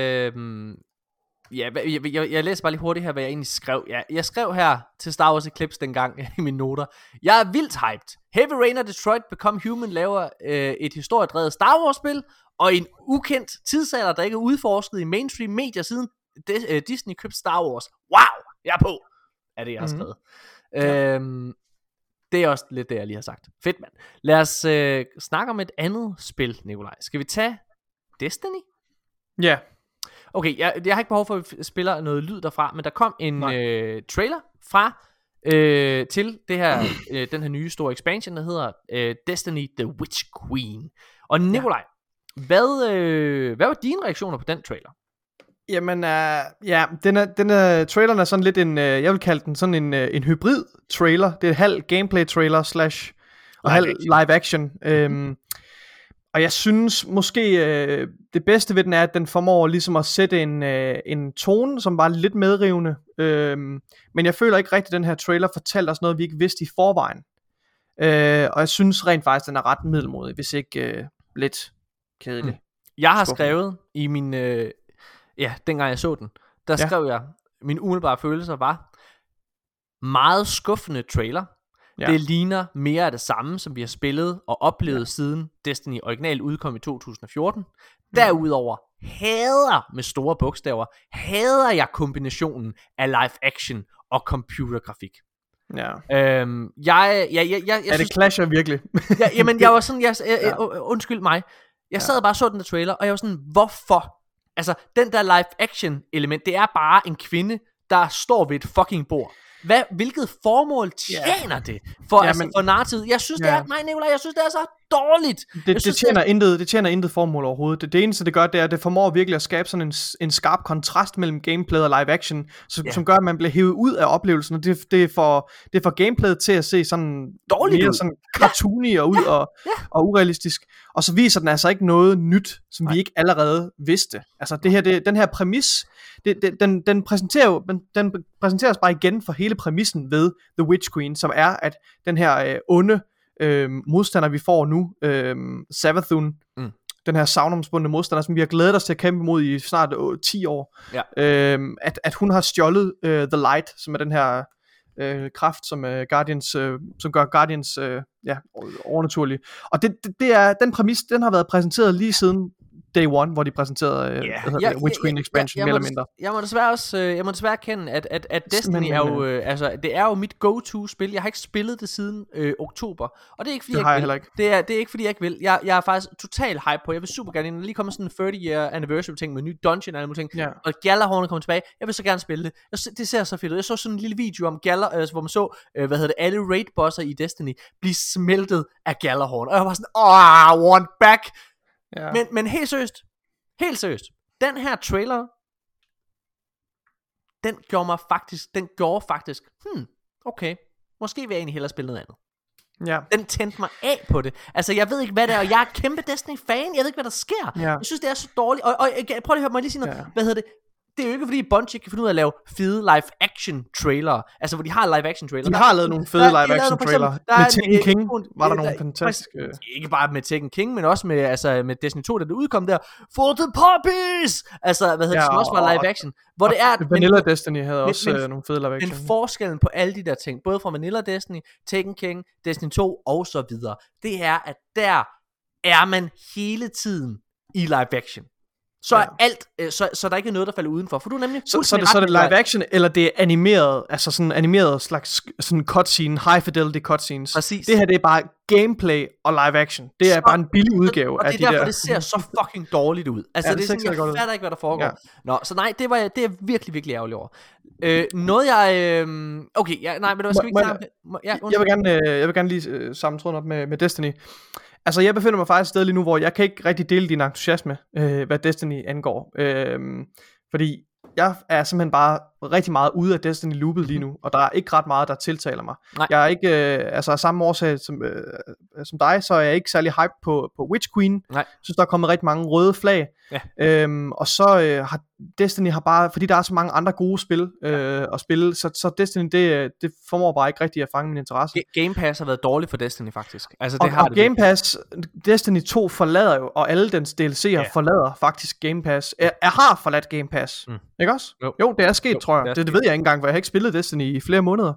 jeg læser bare lige hurtigt her, hvad jeg egentlig skrev. Jeg skrev her til Star Wars Eclipse dengang i mine noter. Jeg er vildt hyped. Heavy Rain og Detroit Become Human laver et historiedrevet Star Wars spil, og en ukendt tidsalder, der ikke er udforsket i mainstream medier siden Disney købte Star Wars. Wow, jeg er på, er det jeg har skrevet. Det er også lidt det, jeg lige har sagt. Fedt, mand. Lad os snakke om et andet spil, Nikolaj. Skal vi tage Destiny? Ja. Yeah. Okay, jeg har ikke behov for, at vi spiller noget lyd derfra, men der kom en trailer fra til det her, den her nye store expansion, der hedder Destiny The Witch Queen. Og Nikolaj, hvad var dine reaktioner på den trailer? Jamen, traileren er sådan lidt en, jeg vil kalde den sådan en hybrid trailer. Det er et halv gameplay trailer / og halv live action. Og jeg synes måske det bedste ved den er, at den formår ligesom at sætte en tone, som var lidt medrivende. Men jeg føler ikke rigtigt, at den her trailer fortalte os noget, vi ikke vidste i forvejen. Og jeg synes rent faktisk, den er ret middelmodig, hvis ikke lidt kedelig. Jeg har skrevet i min dengang jeg så den, der skrev jeg, min umiddelbare følelser var, meget skuffende trailer. Det ligner mere af det samme, som vi har spillet og oplevet siden Destiny originalt udkom i 2014. Derudover hader med store bogstaver, hader jeg kombinationen af live action og computergrafik. Jeg det clasher virkelig. Jamen jeg var sådan, undskyld mig, jeg sad bare og så den der trailer, og jeg var sådan, hvorfor? Altså den der live action element, det er bare en kvinde, der står ved et fucking bord. Hvilket formål tjener det for narrativet? Jeg synes det er, Nikolaj, jeg synes det er så dårligt. Det tjener intet formål overhovedet. Det eneste det gør, det er, at det formår virkelig at skabe sådan en skarp kontrast mellem gameplay og live action, som gør, at man bliver hævet ud af oplevelsen. Og det får gameplayet til at se sådan dårligt mere ud. Sådan cartoony og ud og urealistisk. Og så viser den altså ikke noget nyt, som vi ikke allerede vidste. Altså det her, den her præmis, den præsenteres bare igen for hele præmissen ved The Witch Queen, som er, at den her onde modstander, vi får nu, Savathun, den her savnomsbundne modstander, som vi har glædet os til at kæmpe mod i snart 10 år, at hun har stjålet The Light, som er den her kraft, som Guardians, som gør Guardians overnaturlige. Og det er den præmis, den har været præsenteret lige siden Day One, hvor de præsenterede Witch Queen expansion mere eller mindre. Jeg må desværre erkende, at Destiny er jo, det er jo mit go-to spil. Jeg har ikke spillet det siden oktober, og det er ikke fordi jeg ikke vil. Det er ikke fordi jeg ikke vil. Jeg er faktisk total hype på. Jeg vil super gerne. Der lige kommer sådan en 30-year anniversary ting med en ny dungeon og alle mulige ting. Og Gjallarhorn kommer tilbage. Jeg vil så gerne spille det. Det ser så fedt ud. Jeg så sådan en lille video om hvor man så alle raid bosser i Destiny blive smeltet af Gjallarhorn. Og jeg var sådan, I want back. Men helt seriøst, den her trailer, den gjorde faktisk, okay, måske vil jeg egentlig hellere spille noget andet. Den tændte mig af på det. Altså jeg ved ikke hvad det er, og jeg er kæmpe Destiny-fan, jeg ved ikke hvad der sker. Jeg synes det er så dårligt, og prøv lige at høre mig lige sige noget, hvad hedder det? Det er jo ikke fordi Bungie kan finde ud af at lave fede live action trailer. Altså hvor de har live action trailer. De har lavet nogle fede live action trailer. Med Tekken King var der nogle fantastiske. Ikke bare med Tekken King, men også med Destiny 2, da det udkom der. For the puppies! Altså hvad hedder det, som også var live action. Hvor det er Vanilla Destiny havde også nogle fede live action. Men forskellen på alle de der ting, både fra Vanilla Destiny, Tekken King, Destiny 2 og så videre, det er at der er man hele tiden i live action. Så er alt, så der ikke er noget, der falder udenfor. For du er nemlig så er det live action, eller det er animeret, altså sådan animeret slags sådan cutscene, high fidelity cutscenes. Præcis. Det her, det er bare gameplay og live action. Det er bare en billig udgave af de der. Og det er derfor, det ser så fucking dårligt ud. Altså det er sådan, jeg fatter ikke, hvad der foregår. Nå, så nej, det er jeg virkelig, virkelig ærgerlig over. Noget jeg, okay, nej, men skal vi ikke jeg vil gerne lige sammentråden op med Destiny. Altså jeg befinder mig faktisk et sted lige nu, hvor jeg kan ikke rigtig dele din entusiasme, hvad Destiny angår. Fordi jeg er simpelthen bare rigtig meget ude af Destiny loopet lige nu, og der er ikke ret meget, der tiltaler mig. Nej. Jeg er ikke, af samme årsag som dig, så er jeg ikke særlig hype på Witch Queen. Nej. Jeg synes, der er kommet rigtig mange røde flag. Ja. Og så har Destiny bare, fordi der er så mange andre gode spil at spille, så Destiny, det formår bare ikke rigtig at fange min interesse. Game Pass har været dårligt for Destiny faktisk. Altså, og Game Pass, Destiny 2 forlader jo, og alle dens DLC'er forlader faktisk Game Pass. Jeg har forladt Game Pass, ikke også? Jo, det er sket, tror jeg. Det ved jeg ikke engang, for jeg har ikke spillet Destiny i flere måneder.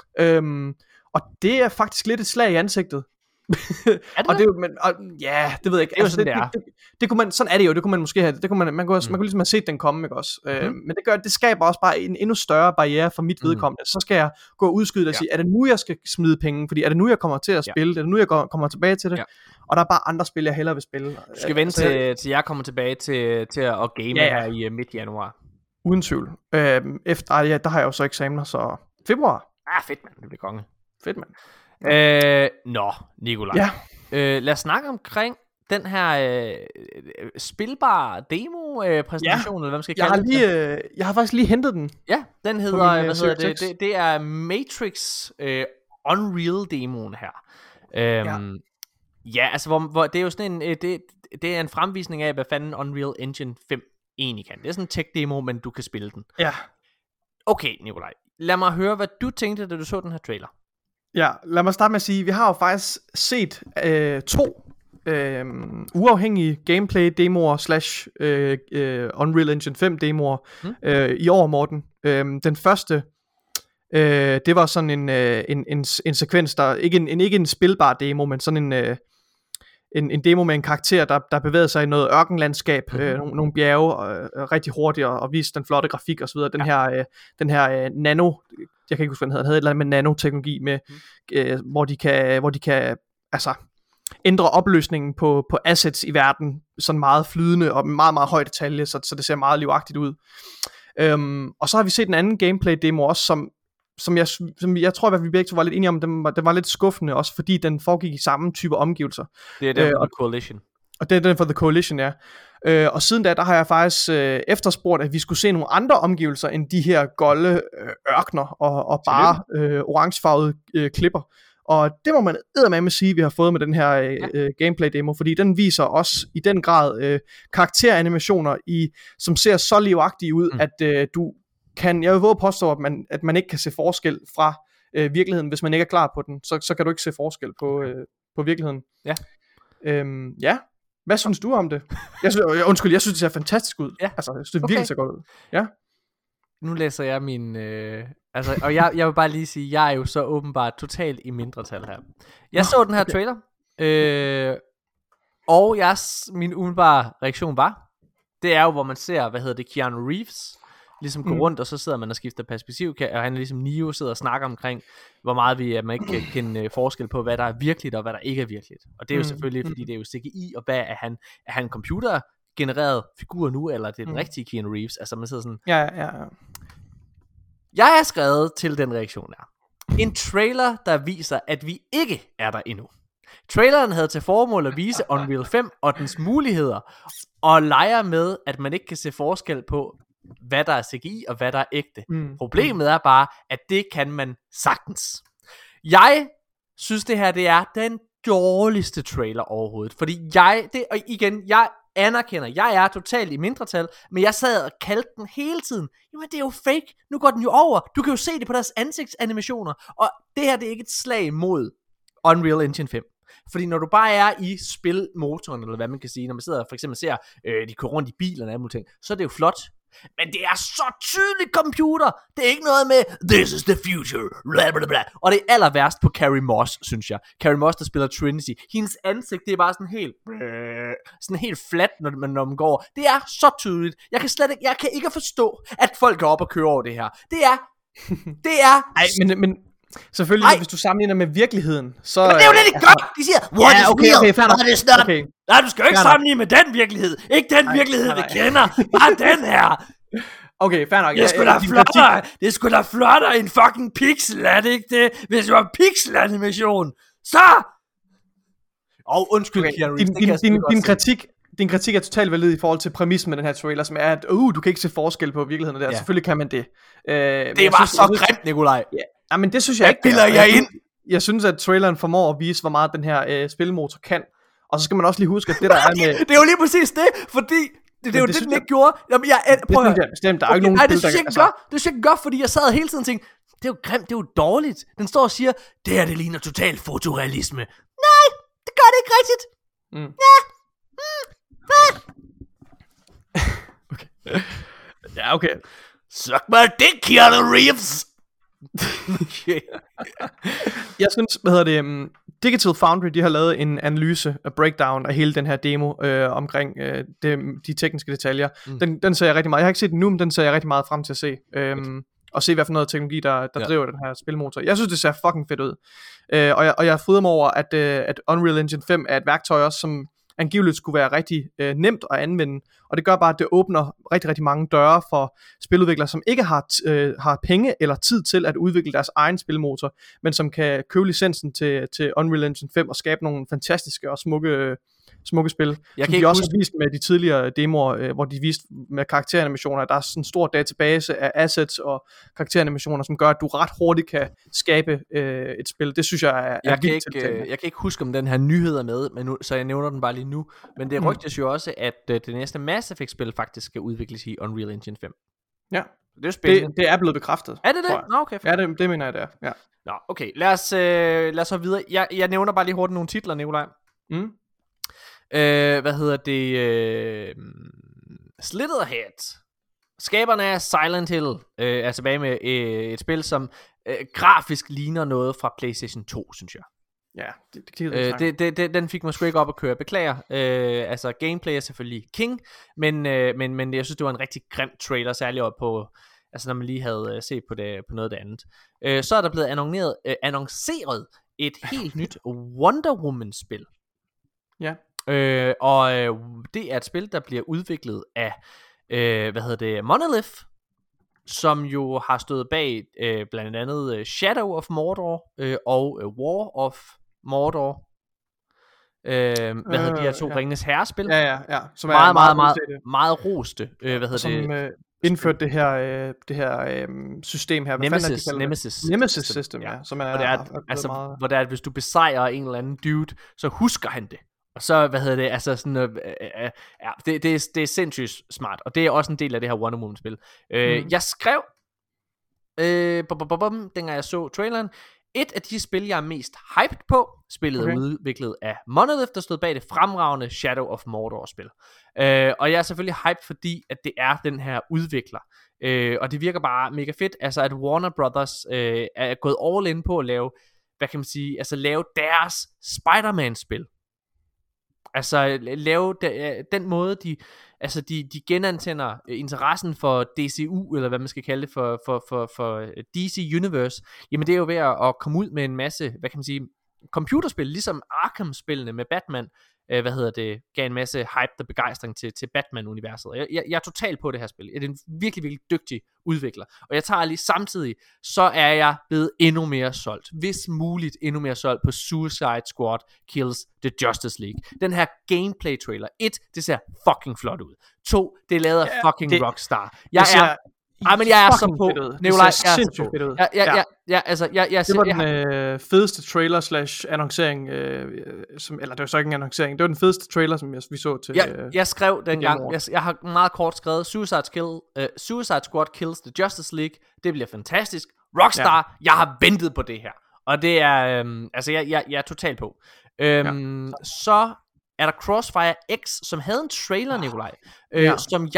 Og det er faktisk lidt et slag i ansigtet. Og det er jo, det ved jeg ikke. Det er jo sådan, det kunne man, sådan er det jo. Det kunne man måske have. Det kunne man kunne ligesom have set den komme, ikke også? Men det skaber også bare en endnu større barriere for mit vedkommende. Så skal jeg gå og udskyde og sige, er det nu jeg skal smide penge? Fordi er det nu jeg kommer til at spille? Er det nu jeg kommer tilbage til det? Og der er bare andre spil jeg hellere vil spille. Du skal vente til jeg kommer tilbage til at game her i midt januar. Uden tvivl. Der har jeg jo så eksamener, så februar. Fedt mand, det bliver konge. Fedt mand. Nikolaj. Lad os snakke omkring den her spilbare demo-præsentation, eller hvad man skal kalde det. Jeg har faktisk lige hentet den. Ja, den hedder, det er Matrix Unreal-demoen her. Altså, hvor det er jo sådan en, det er en fremvisning af, hvad fanden Unreal Engine 5 egentlig kan. Det er sådan en tech-demo, men du kan spille den. Ja. Okay, Nikolaj. Lad mig høre, hvad du tænkte, da du så den her trailer. Ja, lad mig starte med at sige, vi har jo faktisk set 2 uafhængige gameplay demoer / Unreal Engine 5 demoer i år, Morten. Den første, det var sådan en sekvens, der ikke en spilbar demo, men sådan en demo med en karakter, der bevægede sig i noget ørkenlandskab, nogle bjerge, rigtig hurtigt, og viste den flotte grafik og så videre. Den her nano, jeg kan ikke huske, hvad den hedder, et eller andet med nanoteknologi, med, hvor de kan altså ændre opløsningen på assets i verden, sådan meget flydende og med meget, meget høj detalje, så det ser meget livagtigt ud. Og så har vi set en anden gameplay demo også, som jeg tror, at vi begge to var lidt enige om, den var lidt skuffende også, fordi den foregik i samme type omgivelser. Det er den for The Coalition. Og det er den for The Coalition, ja. Og siden da, der har jeg faktisk efterspurgt, at vi skulle se nogle andre omgivelser, end de her golde ørkner og bare orangefarvede klipper. Og det må man eddermame sige, vi har fået med den her gameplay demo, fordi den viser også i den grad karakteranimationer, som ser så livagtige ud, at du kan, jeg vil våge påstå, at man ikke kan se forskel fra virkeligheden, hvis man ikke er klar på den, så kan du ikke se forskel på virkeligheden. Ja. Ja. Hvad synes du om det? Jeg synes, det ser fantastisk ud. Ja. Altså, jeg synes, det virkelig ser godt ud. Ja. Nu læser jeg min... og jeg vil bare lige sige, jeg er jo så åbenbart totalt i mindretal her. Jeg så den her trailer, og min umiddelbare reaktion var, det er jo, hvor man ser, Keanu Reeves, ligesom går rundt, og så sidder man og skifter perspektiv, og han er ligesom Neo, sidder og snakker omkring, hvor meget at man ikke kan kende forskel på, hvad der er virkeligt, og hvad der ikke er virkeligt. Og det er jo selvfølgelig, fordi det er jo CGI, og hvad er han computergenereret figur nu, eller det er den rigtige Keanu Reeves? Altså man sidder sådan... Ja. Jeg er skrevet til den reaktion der. En trailer, der viser, at vi ikke er der endnu. Traileren havde til formål at vise Unreal 5 og dens muligheder, og leger med, at man ikke kan se forskel på, hvad der er CGI og hvad der er ægte. Problemet er bare, at det kan man sagtens. Jeg synes det her, det er den dårligste trailer overhovedet. Fordi jeg anerkender, jeg er totalt i mindretal, men jeg sad og kaldte den hele tiden. Jamen det er jo fake, nu går den jo over. Du kan jo se det på deres ansigtsanimationer. Og det her, det er ikke et slag mod Unreal Engine 5. Fordi når du bare er i spilmotoren, eller hvad man kan sige, når man sidder og for eksempel ser, de kører rundt i bilerne og alle ting, så er det jo flot. Men det er så tydeligt computer. Det er ikke noget med this is the future, bla bla bla. Og det er aller værst på Carrie Moss, synes jeg. Carrie Moss, der spiller Trinity. Hendes ansigt, det er bare sådan helt flat, når man går. Det er så tydeligt. Jeg kan ikke forstå, at folk går op og kører over det her. Det er Ej, men selvfølgelig, hvis du sammenligner med virkeligheden, så... Men det er jo det, de gør! De siger, what is real, what is not... Okay. Nej, du skal jo ikke sammenligne med den virkelighed. Ikke den virkelighed, vi kender. Bare den her. Okay, fair nok. Det er sgu da flottere en fucking pixel, er det ikke det? Hvis det var en pixel-animation, så... Undskyld, Keanu Reeves, din kritik er totalt valid i forhold til præmissen med den her trailer, som er, at du kan ikke se forskel på virkeligheden der. Selvfølgelig kan man det. Det var så grimt, Nikolaj. Ja, men det synes jeg ikke. Bilder jeg ind. Jeg synes, at traileren formår at vise, hvor meget den her spilmotor kan. Og så skal man også lige huske, at det der er med... det er jo lige præcis det, fordi... Det er jo det, den ikke gjorde. Jamen, prøv at høre. Der er ikke nogen det synes jeg ikke gør. Det synes jeg ikke gør, fordi jeg sad hele tiden og tænkte, det er jo grimt, det er jo dårligt. Den står og siger, det her, det ligner total fotorealisme. Nej, det gør det ikke rigtigt. Okay. Ja, okay. Suck my dick, Keanu Reeves. Okay. Jeg synes, Digital Foundry, de har lavet en analyse og breakdown af hele den her demo omkring de tekniske detaljer. Den ser jeg rigtig meget. Jeg har ikke set den nu, men den ser jeg rigtig meget frem til at se. Og se hvad for noget teknologi der driver den her spilmotor. Jeg synes det ser fucking fedt ud. Og jeg fryder mig over at Unreal Engine 5 er et værktøj også, som angiveligt skulle være rigtig nemt at anvende, og det gør bare, at det åbner rigtig, rigtig mange døre for spiludviklere, som ikke har penge eller tid til at udvikle deres egen spilmotor, men som kan købe licensen til Unreal Engine 5 og skabe nogle fantastiske og smukke spil. Som de også har vist med de tidligere demoer, hvor de viste med karakteranimationer, der er sådan en stor database af assets og karakteranimationer, som gør, at du ret hurtigt kan skabe et spil. Det synes jeg er vildt. Jeg kan ikke huske, om den her nyhed er med, men nu, så jeg nævner den bare lige nu. Men det rygtes jo også, at det næste Mass Effect-spil faktisk skal udvikles i Unreal Engine 5. Ja, det er jo spændende. Det er blevet bekræftet. Er det det? Nå, okay. Ja, det mener jeg, det er. Ja. Nå, okay. Lad os så videre. Jeg nævner bare lige hurtigt nogle titler, Nikolaj. Hvad hedder det? Slitherhead, skaberne af Silent Hill, er tilbage med et spil, som grafisk ligner noget fra PlayStation 2, synes jeg. Ja, den fik man sgu ikke op at køre. Beklager. Altså gameplay er selvfølgelig king, men jeg synes det var en rigtig grim trailer, særligt op på, altså når man lige havde set på noget af det andet. Så er der blevet annonceret et helt nyt Wonder Woman spil. Ja. Og det er et spil, der bliver udviklet af Monolith, som jo har stået bag blandt andet Shadow of Mordor og War of Mordor. De her to Ringenes Herre-spil? Ja. Som er meget roste. Indført det her system her. Nemesis system, ja. Som er, hvor det er, at hvis du besejrer en eller anden dude, så husker han det. Og så, altså sådan, det er sindssygt smart, og det er også en del af det her Wonder Woman-spil. Jeg skrev, dengang jeg så traileren, et af de spil, jeg er mest hyped på. Spillet er udviklet af Monolith, der stod bag det fremragende Shadow of Mordor-spil. Og jeg er selvfølgelig hyped, fordi at det er den her udvikler. Og det virker bare mega fedt, altså at Warner Brothers er gået all in på at lave, hvad kan man sige, altså lave deres Spider-Man-spil. Altså lave den måde de genantænder interessen for DCU, eller hvad man skal kalde det, for DC Universe. Jamen det er jo ved at komme ud med en masse, hvad kan man sige, computerspil, ligesom Arkham-spillene med Batman, gav en masse hype og begejstring til Batman-universet. Jeg er totalt på det her spil. Jeg er en virkelig, virkelig dygtig udvikler. Og jeg tager lige samtidig, så er jeg blevet endnu mere solgt. Hvis muligt endnu mere solgt på Suicide Squad Kills the Justice League. Den her gameplay-trailer. 1, det ser fucking flot ud. 2, det er lavet af fucking Rockstar. Jeg er så på. Nikolaj, jeg er så på. Det var den fedeste trailer/annoncering, eller det var så ikke en annoncering. Det var den fedeste trailer, som vi så til. Jeg skrev dengang. Jeg har meget kort skrevet Suicide Squad Kills the Justice League. Det bliver fantastisk. Rockstar, jeg har ventet på det her. Og det er jeg er totalt på. Så er der Crossfire X, som havde en trailer, Nikolaj, som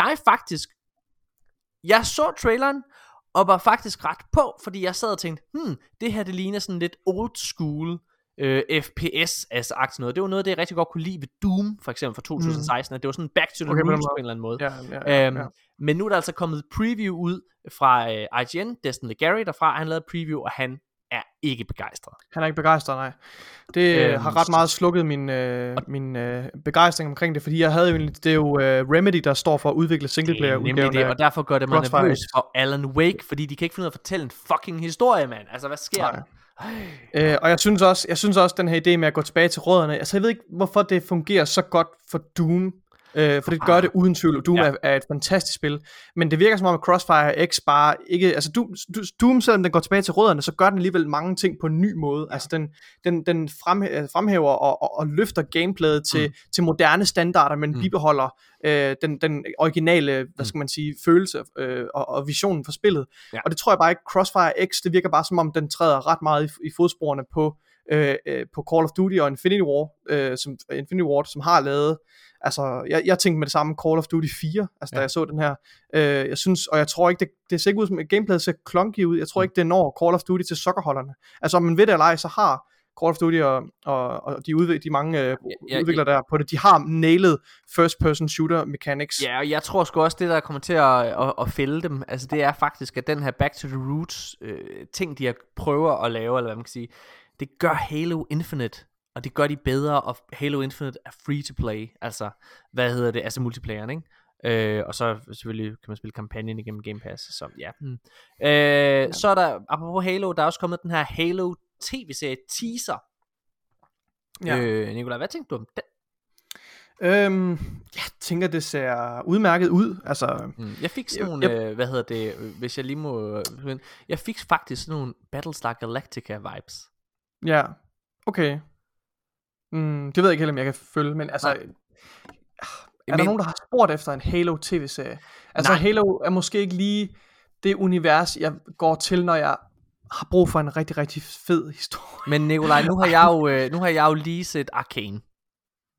jeg så traileren, og var faktisk ret på, fordi jeg sad og tænkte, det her det ligner sådan lidt old school FPS-agtigt noget. Det var noget, det jeg rigtig godt kunne lide ved Doom, for eksempel fra 2016, at det var sådan back to the roots på en eller anden måde. Men nu er der altså kommet et preview ud fra IGN, Destin Legary derfra, han lavede preview, og han er ikke begejstret. Han er ikke begejstret, nej. Det har ret meget slukket min begejstring omkring det, fordi jeg havde jo, det er jo Remedy, der står for at udvikle singleplayer-udgaven. Det, og derfor gør det mig nervøs for Alan Wake, fordi de kan ikke finde ud af at fortælle en fucking historie, mand. Altså, hvad sker der? Og jeg synes også, den her idé med at gå tilbage til rødderne, altså jeg ved ikke, hvorfor det fungerer så godt for Doom, for det gør det uden tvivl. Doom er et fantastisk spil, men det virker som om at Crossfire X bare ikke, altså Doom, selvom den går tilbage til rødderne, så gør den alligevel mange ting på en ny måde. Altså den fremhæver og løfter gameplayet til moderne standarder, men bibeholder den originale, hvad skal man sige, følelse og visionen for spillet. Og det tror jeg bare ikke. Crossfire X, det virker bare som om den træder ret meget i fodsporene på Call of Duty og Infinity Ward, som har lavet. Altså, jeg tænkte med det samme Call of Duty 4, altså da jeg så den her. Jeg synes, og jeg tror ikke, det ser ikke ud som, at gameplayet ser clunky ud. Jeg tror ikke, det når Call of Duty til sokkerholderne. Altså, om man ved det eller ej, så har Call of Duty og de mange udviklere der på det, de har nailet first person shooter mechanics. Ja, og jeg tror sgu også, det der kommer til at fælde dem, altså det er faktisk, at den her back to the roots ting, de prøver at lave, eller hvad man kan sige, det gør Halo Infinite, og det gør de bedre, og Halo Infinite er free to play, altså, altså multiplayeren, ikke? Og så selvfølgelig kan man spille kampagnen igennem Game Pass, så ja. Så er der, apropos Halo, der er også kommet den her Halo tv-serie teaser. Nikolaj, hvad tænkte du om den? Jeg tænker, det ser udmærket ud. Altså, jeg fik sådan nogle, hvis jeg lige må... Jeg fik faktisk sådan nogle Battlestar Galactica vibes. Ja, okay. Det ved jeg ikke helt, om jeg kan følge, men altså... Er der nogen, der har spurgt efter en Halo tv-serie? Altså, Halo er måske ikke lige det univers, jeg går til, når jeg har brug for en rigtig, rigtig fed historie. Men Nikolaj, nu har jeg jo lige set Arcane.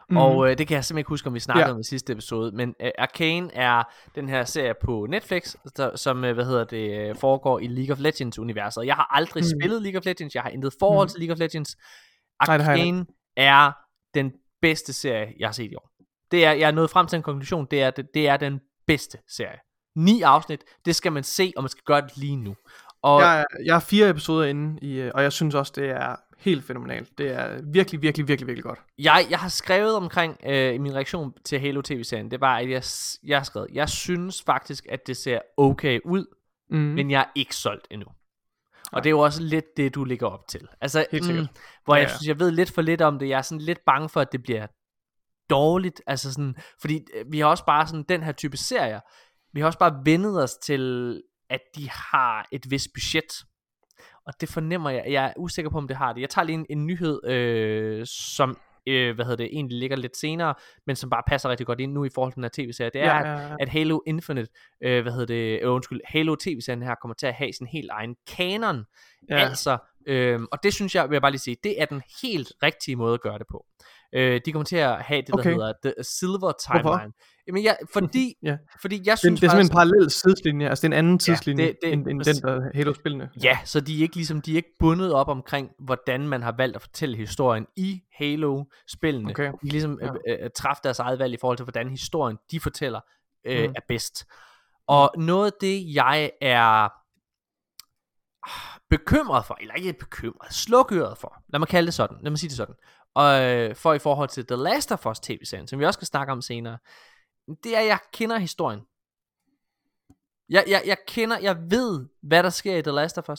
Og det kan jeg simpelthen ikke huske, om vi snakkede om i sidste episode. Men Arcane er den her serie på Netflix, som foregår i League of Legends-universet. Jeg har aldrig spillet League of Legends. Jeg har intet forhold til League of Legends. Arcane er den bedste serie, jeg har set i år. Jeg er nået frem til en konklusion. Det er den bedste serie. 9 afsnit, det skal man se, og man skal gøre det lige nu. Og jeg er 4 episoder inde, og jeg synes også, det er helt fænomenalt. Det er virkelig, virkelig, virkelig, virkelig godt. Jeg har skrevet omkring i min reaktion til Halo TV-serien, det var, at jeg har skrevet, jeg synes faktisk, at det ser okay ud, men jeg er ikke solgt endnu. Og det er jo også lidt det, du ligger op til. Altså, hvor jeg synes, jeg ved lidt for lidt om det. Jeg er sådan lidt bange for, at det bliver dårligt. Altså sådan, fordi vi har også bare sådan den her type serier. Vi har også bare vendet os til, at de har et vist budget. Og det fornemmer jeg. Jeg er usikker på, om det har det. Jeg tager lige en nyhed, som egentlig ligger lidt senere, men som bare passer rigtig godt ind nu i forhold til den her tv-serie. Det er, at Halo Infinite, Halo TV-serien her kommer til at have sin helt egen kanon. Altså, og det synes jeg, vil jeg bare lige sige, det er den helt rigtige måde at gøre det på. De kommer til at have det, der hedder The Silver Timeline. Jamen fordi jeg synes det er simpelthen en parallel tidslinje. Altså det er en anden tidslinje end den der Halo-spillene. Ja, så de er ikke bundet op omkring hvordan man har valgt at fortælle historien i Halo-spillene. De ligesom træffer deres eget valg i forhold til hvordan historien de fortæller er bedst. Og noget af det jeg er bekymret for, eller ikke bekymret, slukøret for, lad mig kalde det sådan, lad mig sige det sådan, og for i forhold til The Last of Us tv-serien, som vi også skal snakke om senere, det er, at jeg kender historien. Jeg ved, hvad der sker i The Last of Us.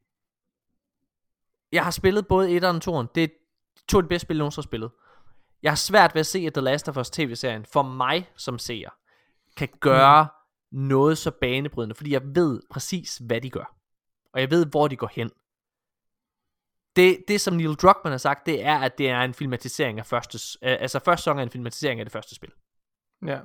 Jeg har spillet både 1'eren og 2'eren. Det er 2 af de bedste spil, jeg nogensinde har spillet. Jeg har svært ved at se, at The Last of Us tv-serien, for mig som seer, kan gøre noget så banebrydende, fordi jeg ved præcis, hvad de gør. Og jeg ved, hvor de går hen. Det som Neil Druckmann har sagt, det er, at det er en filmatisering af første sæson er en filmatisering af det første spil. Ja.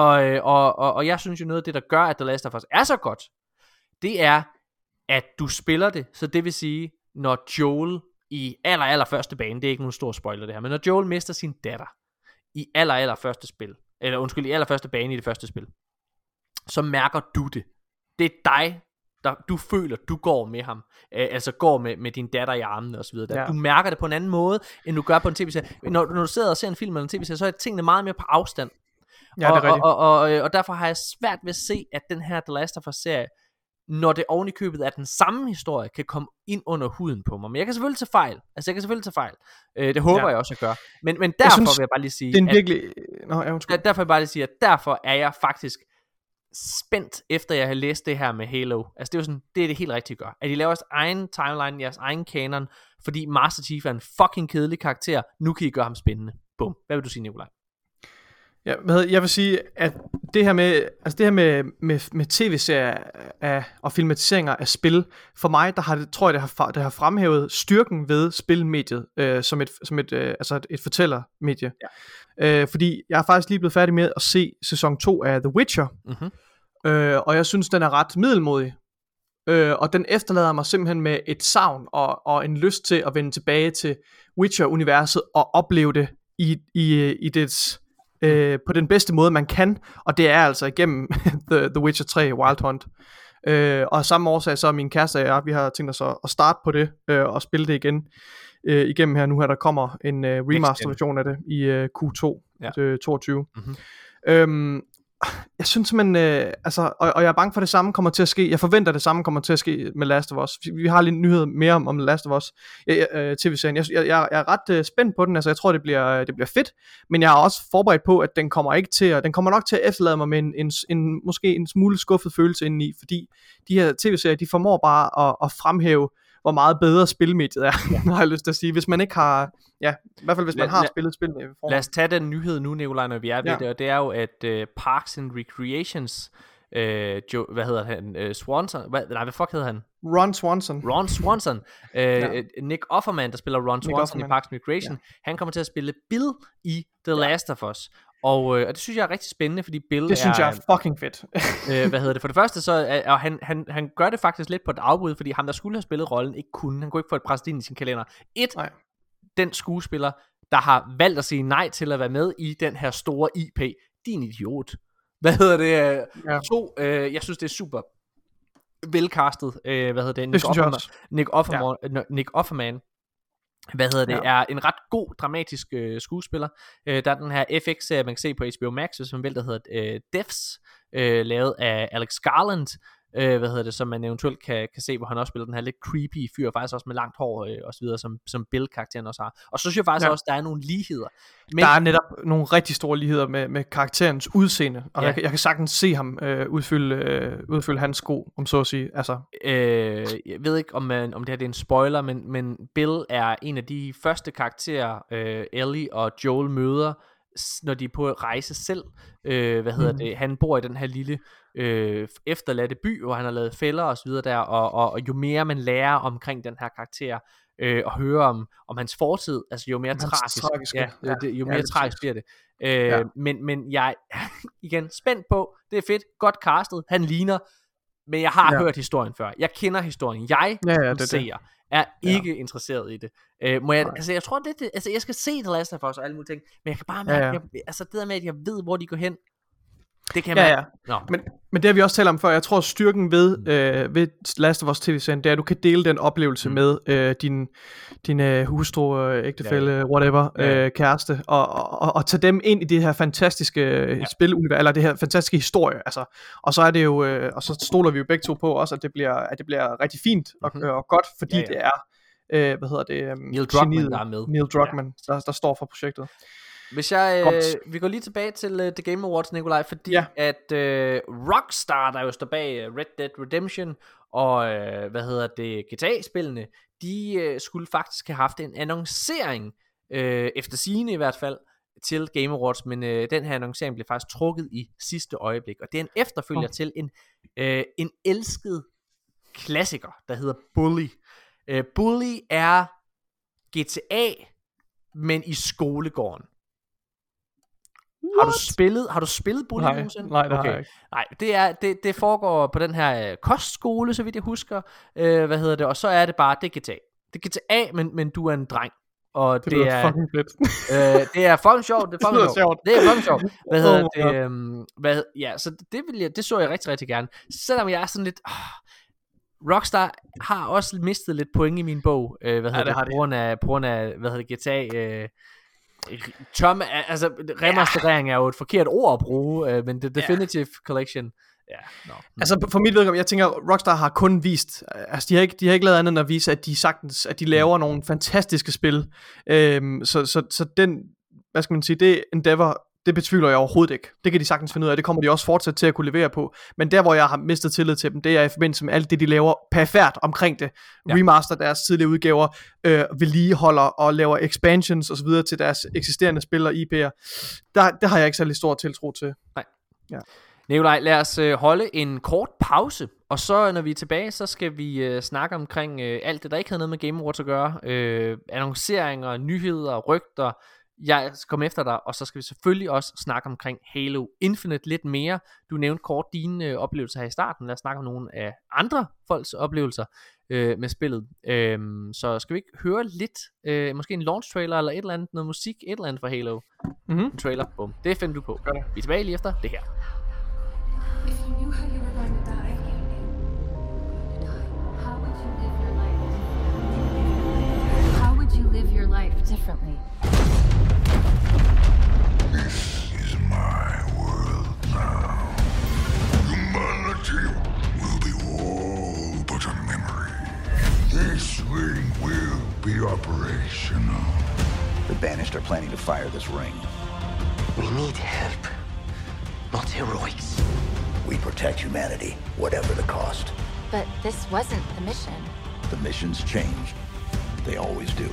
Og jeg synes jo noget af det, der gør, at The Last of Us er så godt, det er, at du spiller det, så det vil sige, når Joel i aller første bane, det er ikke nogen stor spoiler det her, men når Joel mister sin datter i allerførste spil, eller i allerførste bane i det første spil, så mærker du det. Det er dig, du føler, du går med ham, altså går med din datter i armene og så videre. Du mærker det på en anden måde, end du gør på en tv-serie. Når du sidder og ser en film eller en tv-serie, så er tingene meget mere på afstand. Ja, det er rigtigt. Og derfor har jeg svært ved at se, at den her The Last of Us-serie, når det oven i købet af den samme historie, kan komme ind under huden på mig. Men jeg kan selvfølgelig tage fejl. Det håber jeg også, jeg gør. Men derfor vil jeg bare lige sige, derfor vil jeg bare lige sige, at derfor er jeg faktisk spændt, efter jeg har læst det her med Halo. Altså det er jo sådan, det er det helt rigtige gør. At de laver deres egen timeline, jeres egen kanon, fordi Master Chief er en fucking kedelig karakter. Nu kan I gøre ham spændende. Bum. Hvad vil du sige, Nikolaj? Ja, jeg vil sige, at det her med tv-serier og filmatiseringer af spil, for mig, tror jeg, det har fremhævet styrken ved spilmediet som et fortællermedie. Ja. Fordi jeg er faktisk lige blevet færdig med at se sæson 2 af The Witcher, og jeg synes, den er ret middelmodig. Og den efterlader mig simpelthen med et savn og en lyst til at vende tilbage til Witcher-universet og opleve det i dets på den bedste måde man kan, og det er altså igennem The Witcher 3 Wild Hunt. Og af samme årsag så er min kæreste og jeg, vi har tænkt os at starte på det og spille det igen igennem her nu her. Der kommer en remaster version af det i Q2 22. Jeg synes simpelthen og jeg er bange for, det samme kommer til at ske. Jeg forventer, det samme kommer til at ske med Last of Us. Vi har lige nyheder mere om Last of Us tv-serien. Jeg er ret spændt på den. Altså jeg tror, det bliver fedt. Men jeg er også forberedt på, at den kommer nok til at efterlade mig med en måske en smule skuffet følelse indeni, fordi de her tv-serier, de formår bare at fremhæve, hvor meget bedre spilmediet er, har jeg lyst til at sige. Hvis man ikke har, i hvert fald hvis man har spillet spil. Lad os tage den nyhed nu, Nikolaj, når vi er ved det, og det er jo, at Parks and Recreations, hvad hedder han, Swanson, hvad fuck hedder han? Ron Swanson. Nick Offerman, der spiller Ron Swanson i Parks and Recreation, han kommer til at spille Bill i The Last of Us. Og det synes jeg er rigtig spændende, fordi Bill det synes jeg er fucking fedt. For det første så og han gør det faktisk lidt på et afbud, fordi ham der skulle have spillet rollen ikke kunne. Han kunne ikke få et præsident i sin kalender. Den skuespiller der har valgt at sige nej til at være med i den her store IP. Din idiot. Hvad hedder det? Jeg synes det er super velcastet. Hvad hedder det? Nick Offerman. Hvad hedder det? Er en ret god dramatisk skuespiller. Der er den her FX-serie, man kan se på HBO Max, som der hedder Deaths, lavet af Alex Garland. Som man eventuelt kan se, hvor han også spiller den her lidt creepy fyr, faktisk også med langt hår og så videre, som Bill-karakteren også har. Og så synes jeg faktisk også, der er nogle ligheder. Men der er netop nogle rigtig store ligheder med karakterens udseende, og jeg kan sagtens se ham udfylde hans sko, om så at sige. Altså. Jeg ved ikke, om det her det er en spoiler, men Bill er en af de første karakterer, Ellie og Joel møder, når de er på rejse selv. Han bor i den her lille efterladte by, hvor han har lavet fælder og så videre der, og jo mere man lærer omkring den her karakter, og hører om hans fortid, altså jo mere tragisk bliver det. Men jeg igen spændt på, det er fedt, godt castet, han ligner, men jeg har hørt historien før, jeg kender historien, jeg er ikke interesseret i det. Jeg tror det, altså jeg skal se The Last of Us og alle mulige ting, men jeg kan bare mærke, altså det der med, at jeg ved, hvor de går hen, det kan man. Men det har vi også talt om før. Jeg tror styrken ved Last of Us TV-serien, det er, at du kan dele den oplevelse med din hustru, ægtefælle, whatever, kæreste, og tage dem ind i det her fantastiske spilunivers, eller det her fantastiske historie. Altså, og så er det jo, og så stoler vi jo begge to på også, at det bliver rigtig fint og godt, fordi det er Neil Druckmann, der er med. Neil Druckmann, der står for projektet. Hvis vi går lige tilbage til The Game Awards, Nikolaj, fordi at Rockstar, der jo står bag Red Dead Redemption og GTA-spillene, de skulle faktisk have haft en annoncering, efter sigende i hvert fald, til Game Awards, men den her annoncering blev faktisk trukket i sidste øjeblik, og det er en efterfølger til en elsket klassiker, der hedder Bully. Bully er GTA, men i skolegården. Har du spillet Bully nogensinde? Nej, det har jeg ikke. Nej, det foregår på den her kostskole, så vidt jeg husker. Og så er det bare, det er GTA. Det er GTA, men du er en dreng. Og det er fucking fedt. Det er fucking sjovt. Det er fucking sjovt. Så det så jeg rigtig, rigtig gerne. Selvom jeg er sådan lidt... Rockstar har også mistet lidt point i min bog. På grund af GTA... remasterering er jo et forkert ord at bruge, men The Definitive Collection. Altså for mit vedkommende, jeg tænker, Rockstar har kun vist, altså de har ikke lavet andet end at vise, at de laver nogle fantastiske spil. Så den, hvad skal man sige, det Endeavor, det betvivler jeg overhovedet ikke. Det kan de sagtens finde ud af, det kommer de også fortsat til at kunne levere på. Men der hvor jeg har mistet tillid til dem, det er i forbindelse med alt det de laver perifert omkring det. Remaster deres tidligere udgaver, vedligeholder og laver expansions og så videre til deres eksisterende spil og IP'er. Der har jeg ikke særlig stor tiltro til. Nej. Ja. Nikolaj, lad os holde en kort pause, og så når vi er tilbage, så skal vi snakke omkring alt det der ikke havde noget med Game Awards at gøre, annonceringer, nyheder, rygter. Jeg skal komme efter dig, og så skal vi selvfølgelig også snakke omkring Halo Infinite lidt mere. Du nævnte kort dine oplevelser her i starten. Lad os snakke om nogle af andre folks oplevelser med spillet. Så skal vi ikke høre lidt, måske en launch trailer eller et eller andet, noget musik, et eller andet for Halo. En trailer, bum. Det finder du på. Vi er tilbage lige efter det her. If you knew how you were going to die, how would you live your life? How would you live your life differently? This is my world now. Humanity will be all but a memory. This ring will be operational. The Banished are planning to fire this ring. We need help, not heroics. We protect humanity, whatever the cost. But this wasn't the mission. The missions change. They always do.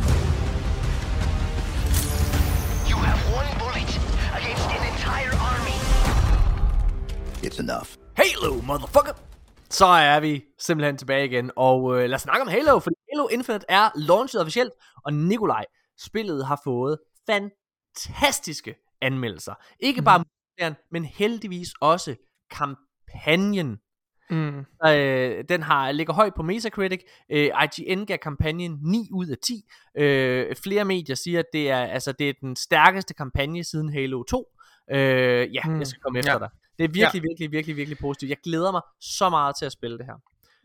You have one bullet against an entire army. It's enough. Halo, motherfucker! Så er vi simpelthen tilbage igen, og lad os snakke om Halo, for Halo Infinite er launchet officielt, og Nikolaj, spillet har fået fantastiske anmeldelser. Ikke bare men heldigvis også kampagnen. Den ligger højt på Metacritic. IGN gav kampagnen 9 ud af 10. Flere medier siger, at det er den stærkeste kampagne siden Halo 2. Jeg skal komme efter dig. Det er virkelig, virkelig, virkelig, virkelig positivt. Jeg glæder mig så meget til at spille det her.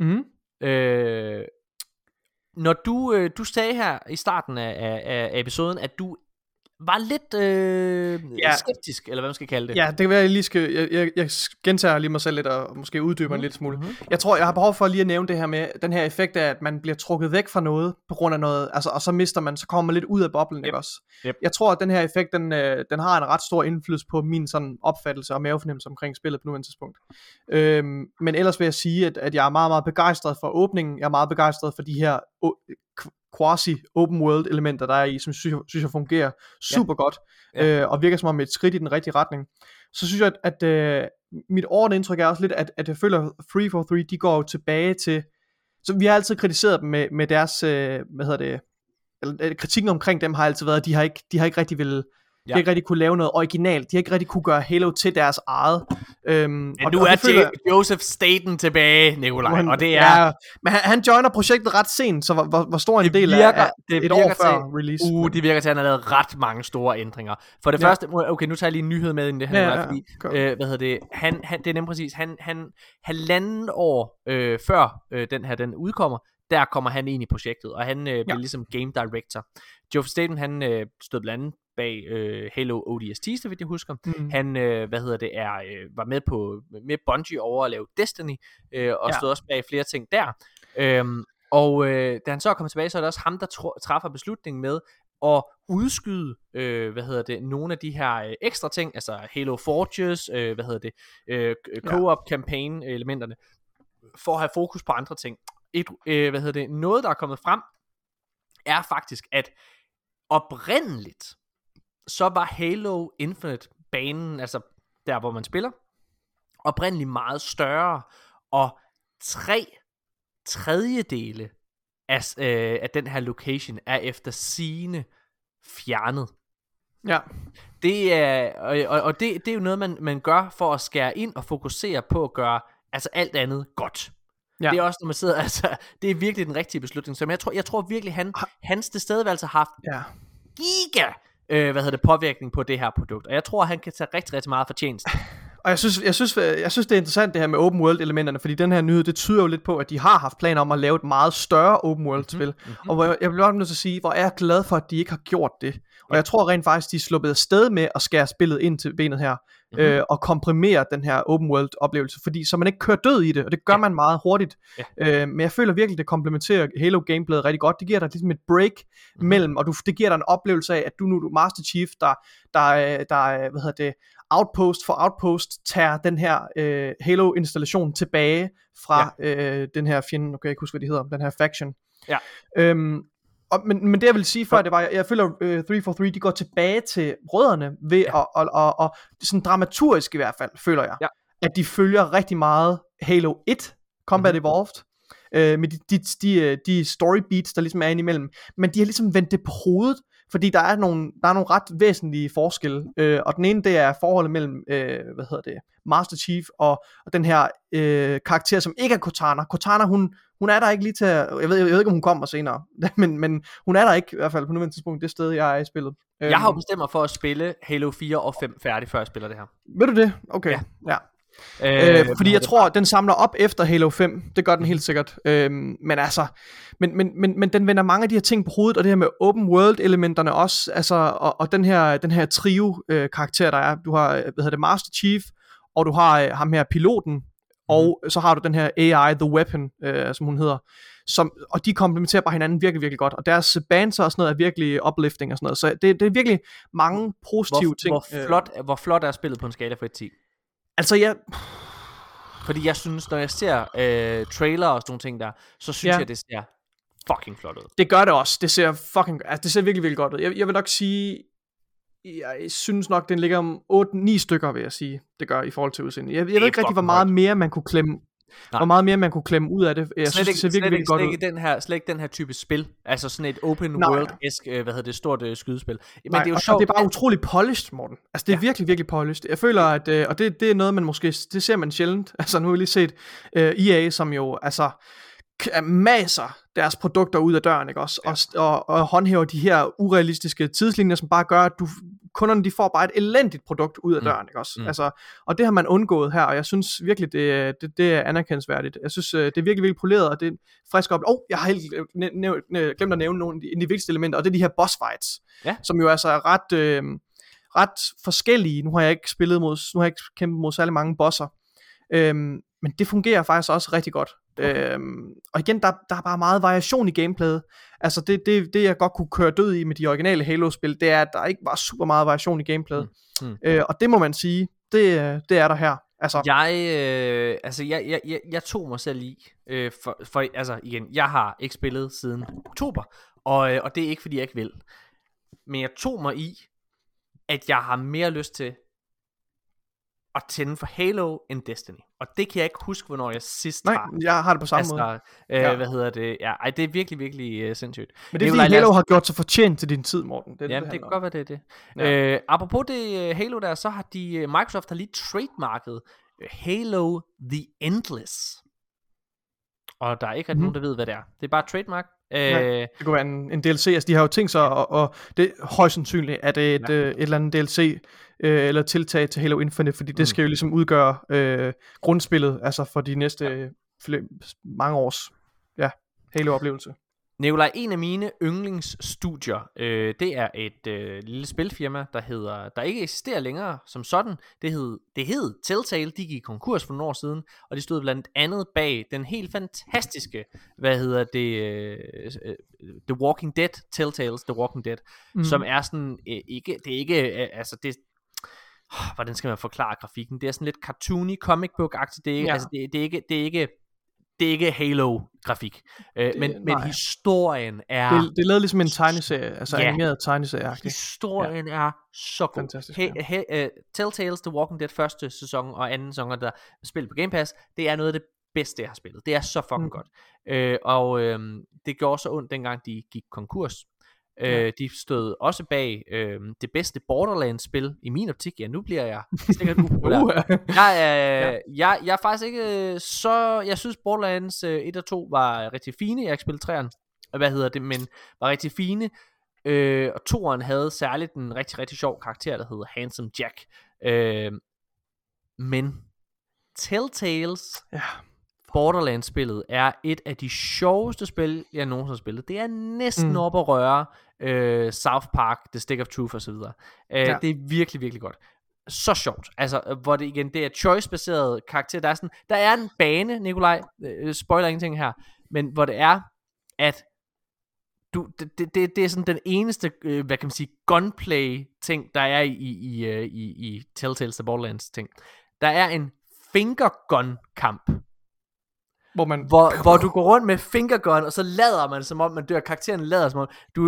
Når du sagde her i starten af episoden, at du var lidt skeptisk, eller hvad man skal kalde det. Ja, det kan være, jeg gentager lige mig selv lidt, og måske uddyber en lille smule. Jeg tror, jeg har behov for lige at nævne det her med, den her effekt af, at man bliver trukket væk fra noget, på grund af noget, altså, og så mister man, så kommer man lidt ud af boblen, ikke også? Jeg tror, at den her effekt, den har en ret stor indflydelse på min sådan opfattelse og mavefornemmelse omkring spillet på nuværende tidspunkt. Men ellers vil jeg sige, at jeg er meget, meget begejstret for åbningen, jeg er meget begejstret for de her quasi open world elementer der er i, som synes jeg fungerer super godt, og virker som om et skridt i den rigtige retning. Så synes jeg at mit overordnede indtryk er også lidt at jeg føler 343 de går tilbage til, så vi har altid kritiseret dem med deres eller kritikken omkring dem har altid været, at de har ikke rigtig ville de har ikke rigtig kunne lave noget originalt. De har ikke rigtig kunne gøre Halo til deres eget. Men nu er Joseph Staten tilbage, Nikolaj, og det er... Ja, men han joiner projektet ret sent, så hvor stor en del af et år før release. Det virker til, at han har lavet ret mange store ændringer. For det første, okay, nu tager jeg lige en nyhed med ind det her, fordi, det er nemlig præcis, han halvanden år før den udkommer, der kommer han ind i projektet, og han bliver ligesom game director. Joseph Staten, han stod blandt andet bag Halo ODST, så vidt jeg husker. Han var med Bungie over at lave Destiny, og stod også bag flere ting der. Da han så kommer tilbage, så er det også ham, der træffer beslutningen med at udskyde nogle af de her ekstra ting, altså Halo Forges, co-op campaign elementerne, for at have fokus på andre ting. Noget der er kommet frem er faktisk, at oprindeligt så var Halo Infinite banen, altså der hvor man spiller, oprindeligt meget større, og 3/3 af den her location er efter sigende fjernet. Ja. Det er og det er jo noget man gør for at skære ind og fokusere på at gøre altså alt andet godt. Ja. Det er også når man sidder, altså det er virkelig den rigtige beslutning. Så jeg tror virkelig hans tilstedeværelse har haft giga påvirkning på det her produkt. Og jeg tror han kan tage rigtig rigtig meget fortjeneste. Og jeg synes det er interessant det her med open world elementerne, fordi den her nyhed, det tyder jo lidt på, at de har haft planer om at lave et meget større open world spil. Og hvor jeg bliver nødt til at sige, hvor er jeg glad for, at de ikke har gjort det. Og jeg tror rent faktisk, de er sluppet afsted med at skære spillet ind til benet her, og komprimere den her open world oplevelse, fordi så man ikke kører død i det, og det gør man meget hurtigt. Men jeg føler virkelig, det komplementerer Halo gameplayet rigtig godt. Det giver dig ligesom et break mellem, og det giver dig en oplevelse af, at du nu er Master Chief, der outpost for outpost tager den her Halo installation tilbage fra den her fjende, okay, jeg kan huske hvad de hedder, den her faction. Men det jeg vil sige før, det var, jeg føler 343 de går tilbage til rødderne ved at sådan dramaturgisk i hvert fald, føler jeg, at de følger rigtig meget Halo 1 Combat Evolved, med de story beats der ligesom er inde imellem, men de har ligesom vendt det på hovedet, fordi der er nogle ret væsentlige forskelle, og den ene det er forholdet mellem Master Chief og den her karakter som ikke er Cortana. Cortana hun er der ikke lige til jeg ved ikke om hun kommer senere, men hun er der ikke i hvert fald på nuværende tidspunkt det sted jeg er i spillet. Jeg har jo bestemt mig for at spille Halo 4 og 5 færdig før jeg spiller det her. Ved du det? Okay. Ja. Fordi jeg tror den samler op efter Halo 5. Det gør den helt sikkert. Men altså men den vender mange af de her ting på hovedet, og det her med open world elementerne også, altså og den her trio karakter der er. Du har Master Chief, og du har ham her piloten, og så har du den her AI The Weapon, som hun hedder, og de komplementerer bare hinanden virkelig virkelig godt, og deres banter og sådan noget er virkelig uplifting og sådan noget. Så det er virkelig mange positive ting. Hvor flot er spillet på en skala fra 1-10? Altså fordi jeg synes, når jeg ser trailer og sådan nogle ting der, så synes jeg, det ser fucking flot ud. Det gør det også. Det ser det ser virkelig, virkelig godt ud. Jeg vil nok sige, jeg synes nok, den ligger om 8-9 stykker, vil jeg sige, det gør i forhold til udseende. Jeg ved ikke rigtig, hvor meget mere man kunne klemme. hvor meget mere man kunne klemme ud af det. Jeg synes, det ser virkelig, virkelig godt ud. Slet ikke den her type spil. Altså sådan et open Nej. world-esk, stort skydespil. Men Nej, det er jo og sjovt. det er bare utrolig polished, Morten. Altså det er virkelig, virkelig polished. Jeg føler, at, og det er noget, man måske, det ser man sjældent. Altså nu har vi lige set EA, som jo, altså maser deres produkter ud af døren, ikke også? Og håndhæver de her urealistiske tidslinjer, som bare gør, at kunderne de får bare et elendigt produkt ud af døren, ikke også? Altså, og det har man undgået her, og jeg synes virkelig, det er anerkendelsesværdigt. Jeg synes, det er virkelig, virkelig poleret, og det er frisk op. Jeg har helt glemt at nævne nogle af de vigtigste elementer, og det er de her boss fights, som jo altså er ret forskellige. Nu har jeg ikke kæmpet mod særlig mange bosser, men det fungerer faktisk også rigtig godt. Og igen, der er bare meget variation i gameplayet. Altså det jeg godt kunne køre død i med de originale Halo-spil, det er, at der ikke var super meget variation i gameplayet. Og det må man sige, det er der her. Altså Jeg tog mig selv i, for altså igen, jeg har ikke spillet siden oktober, og det er ikke fordi jeg ikke vil, men jeg tog mig i, at jeg har mere lyst til at tænde for Halo end Destiny. Og det kan jeg ikke huske, hvornår jeg sidst har. Nej, jeg har det på samme måde. Hvad hedder det? Ja, det er virkelig, virkelig sindssygt. Men det er fordi Halo har gjort sig fortjent til din tid, Morten. Det kan godt være, det er det. Apropos det Halo der, så har Microsoft har lige trademarket Halo The Endless. Og der er ikke rigtig nogen, der ved, hvad det er. Det er bare trademark. Det kunne være en DLC. Altså de har jo tænkt sig, og det er højst sandsynligt, at det er et eller andet DLC eller tiltag til Halo Infinite, fordi det skal jo ligesom udgøre grundspillet, altså for de næste mange års Halo-oplevelse. Nikolaj, en af mine yndlingsstudier, det er et lille spilfirma, der ikke eksisterer længere som sådan. Det hed Telltale. De gik konkurs for nogle år siden, og de stod blandt andet bag den helt fantastiske, The Walking Dead, Telltales The Walking Dead, som er sådan hvordan skal man forklare grafikken? Det er sådan lidt cartoony, comic book-agtigt. Det er ikke Halo-grafik, men historien er... Det er lavet ligesom en tegneserie, altså animeret tegneserie. Historien er så god. Fantastisk. Telltales The Walking Dead første sæson og anden sæson, der spillet på Game Pass, det er noget af det bedste, jeg har spillet. Det er så fucking godt. Det gjorde så ondt, dengang de gik konkurs. De stod også bag det bedste Borderlands-spil i min optik. Ja, nu bliver jeg sikkert upopulær. Jeg er faktisk ikke så... Jeg synes Borderlands 1 og 2 var rigtig fine. Jeg har ikke spillet 3'eren, men var rigtig fine. Og 2'eren havde særligt en rigtig, rigtig sjov karakter, der hedder Handsome Jack. Men Telltales... Borderlands-spillet er et af de sjoveste spil, jeg nogensinde har spillet. Det er næsten op at røre South Park, The Stick of Truth osv. Det er virkelig, virkelig godt. Så sjovt. Altså, hvor det igen, det er choice-baseret karakter. Der er en bane, Nikolaj, spoiler ingenting her, men hvor det er, at det er sådan den eneste, hvad kan man sige, gunplay-ting, der er i Telltales The Borderlands-ting. Der er en fingergun-kamp, hvor du går rundt med fingergun, og så lader man som om man dør. Karakteren lader som om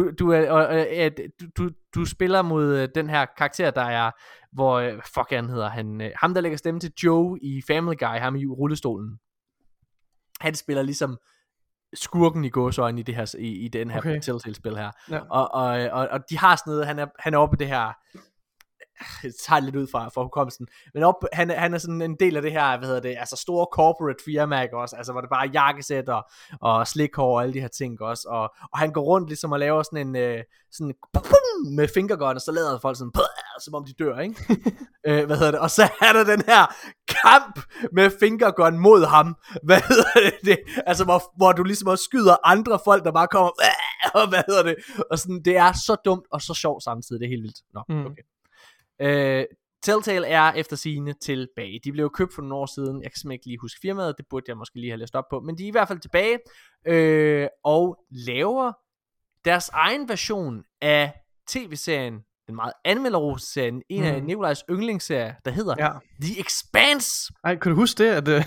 du spiller mod den her karakter, der er, hvor fuck han hedder ham der lægger stemme til Joe i Family Guy, ham i rullestolen. Han spiller ligesom skurken i gåseøjne i det her i den her Telltale spil her. Og de har sådan noget, han er oppe i det her. Jeg tager lidt ud fra hukommelsen, men han er sådan en del af det her, altså store corporate firma, ikke også, altså hvor det bare er jakkesæt og slikhår og alle de her ting også, og han går rundt ligesom og laver sådan en sådan med fingergun, og så lader folk sådan som om de dør, ikke? Og så er der den her kamp med fingergun mod ham, altså hvor du ligesom også skyder andre folk, der bare kommer, og og sådan, det er så dumt og så sjovt samtidig, det er helt vildt. Okay. Telltale er efter sigende tilbage. De blev købt for nogle år siden. Jeg kan simpelthen ikke lige huske firmaet. Det burde jeg måske lige have læst op på. Men de er i hvert fald tilbage og laver deres egen version af tv-serien, den meget anmelderroste serien, en af Nikolajs yndlingsserier, der hedder The Expanse. Ej, kan du huske det?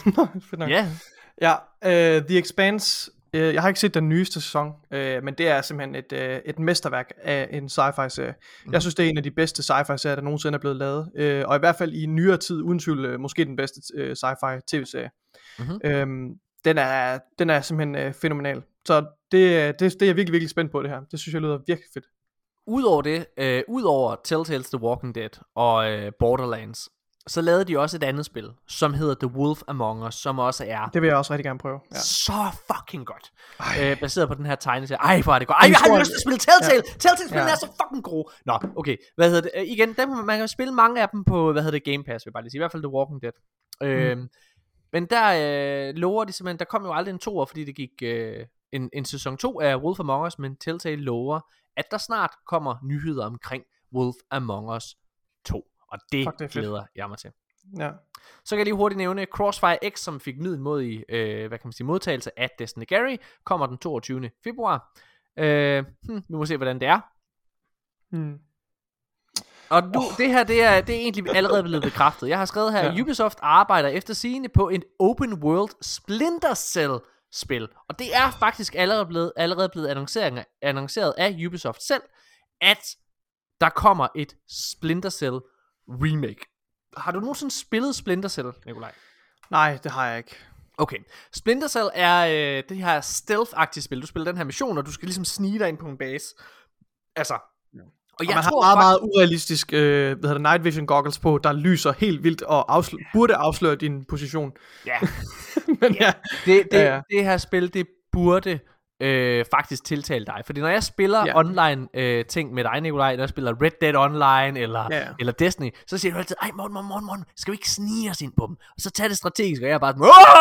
The Expanse. Jeg har ikke set den nyeste sæson, men det er simpelthen et mesterværk af en sci-fi serie. Jeg synes, det er en af de bedste sci-fi serier, der nogensinde er blevet lavet, og i hvert fald i nyere tid, uden tvivl, måske den bedste sci-fi tv-serie. Den er simpelthen fænomenal. Så det er jeg virkelig, virkelig spændt på det her. Det synes jeg lyder virkelig fedt. Udover det, udover Telltale's The Walking Dead og Borderlands, så lavede de også et andet spil, som hedder The Wolf Among Us, som også er Det vil jeg også rigtig gerne prøve. Ja. så fucking godt. Baseret på den her tegneserie. Ej, hvor er det godt. Ej, jeg har lyst til at spille Telltale. Telltale-spillene er så fucking gode. Nå, okay. Hvad hedder det? Igen, man kan spille mange af dem på, Game Pass, vil jeg bare lige sige. I hvert fald The Walking Dead. Men der lover de simpelthen, der kom jo aldrig en toer, fordi det gik en sæson 2 af Wolf Among Us, men Telltale lover, at der snart kommer nyheder omkring Wolf Among Us 2. Og det glæder jeg mig til. Ja. Så kan jeg lige hurtigt nævne Crossfire X, som fik middelmådig modtagelse af Destiny Gary, kommer den 22. februar. Vi må se, hvordan det er. Og det her, det er egentlig allerede blevet bekræftet. Jeg har skrevet her, Ubisoft arbejder efter sigende på en open world Splinter Cell spil. Og det er faktisk allerede blevet annonceret af Ubisoft selv, at der kommer et Splinter Cell remake. Har du nogensinde spillet Splinter Cell, Nikolaj? Nej, det har jeg ikke. Okay, Splinter Cell er det her stealth-agtige spil. Du spiller den her mission, og du skal ligesom snige dig ind på en base. Altså, og man har meget urealistisk night vision goggles på, der lyser helt vildt og burde afsløre din position. Ja. Men det her spil, det burde faktisk tiltale dig. Fordi når jeg spiller online ting med dig, Nikolaj, når jeg spiller Red Dead Online eller Destiny, så siger du altid, ej Morten, skal vi ikke snige os ind på dem? Og så tager det strategisk, og jeg er bare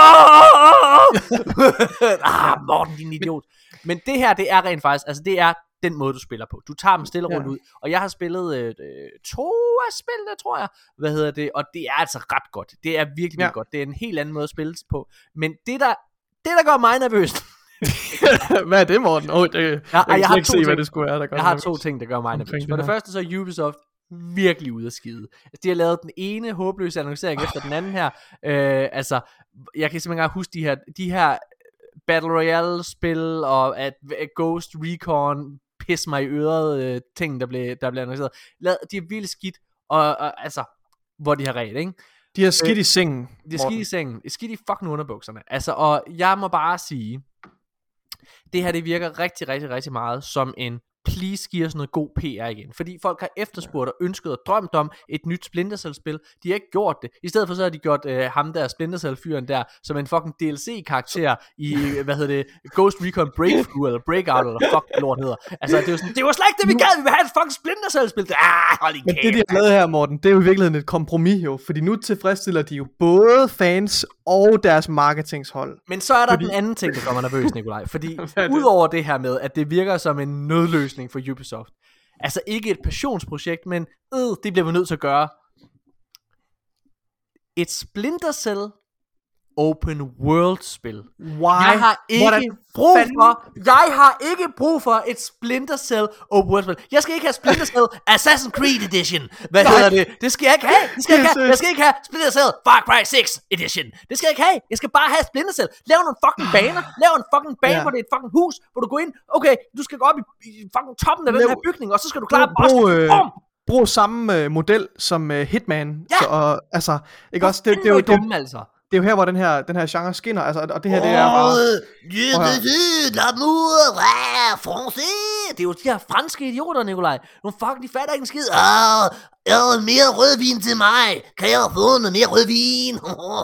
Morten, din idiot. Men det her, det er rent faktisk, altså det er den måde, du spiller på. Du tager dem stille rundt ud. Og jeg har spillet 2 af spillene, tror jeg. Og det er altså ret godt. Det er virkelig godt. Det er en helt anden måde at spille på. Men det der gør mig nervøs. Hvad er det, Morten? Jeg har ikke se, hvad det skulle være, der gør. Jeg har 2 ting, der gør mig nervøs. For det første, så er Ubisoft virkelig ude at skide. Altså, de har lavet den ene håbløse annoncering efter den anden her. Altså, jeg kan simpelthen ikke huske de her Battle Royale-spil og at Ghost Recon pisse mig i øret ting, der blev annonceret. De er virkelig skidt, og altså, hvor de har ret, ikke? De har skidt i sengen. De har skidt i sengen. Skidt i fucking underbukserne. Altså, og jeg må bare sige, det her, det virker rigtig, rigtig, rigtig meget som en please giver os noget god PR igen. Fordi folk har efterspurgt og ønsket og drømt om et nyt Splinter Cell-spil. De har ikke gjort det. I stedet for så har de gjort ham der Splinter Cell-fyren der, som en fucking DLC-karakter i, Ghost Recon Breakthrough, eller Breakout, eller fuck lort hedder. Altså, det var sådan, det var slet ikke det, vi gad. Vi vil have et fucking Splinter Cell-spil. Hold i kæft. Men det, de har lavet her, Morten, det er jo i virkeligheden et kompromis jo. Fordi nu tilfredsstiller de jo både fans og deres marketingshold. Men så er der den anden ting, der gør mig nervøs, Nikolaj. Fordi udover det her med, at det virker som en nødløsning for Ubisoft. Altså ikke et passionsprojekt, men det bliver vi nødt til at gøre. Et Splinter Cell open world spil. Jeg har ikke brug for et Splinter Cell open world spil. Jeg skal ikke have Splinter Cell Assassin's Creed Edition. Hvad hedder det? Det skal jeg ikke have. Jeg skal ikke have Splinter Cell Far Cry 6 Edition. Det skal jeg ikke have. Jeg skal bare have Splinter Cell. Lav nogle fucking baner. Lav en fucking bane, hvor det er et fucking hus, hvor du går ind. Okay, du skal gå op i fucking toppen af den her bygning, og så skal du klare bossen. Brug samme model som Hitman. Ja. Så, altså, ikke også? Det er jo dumme, altså. Det er jo her, hvor den her genre skinner, altså, og det her, det er bare... Det er jo de her franske idioter, Nikolaj. Nogle fucking, de fatter ikke en skid. Mere rødvin til mig. Kan jeg få noget mere rødvin?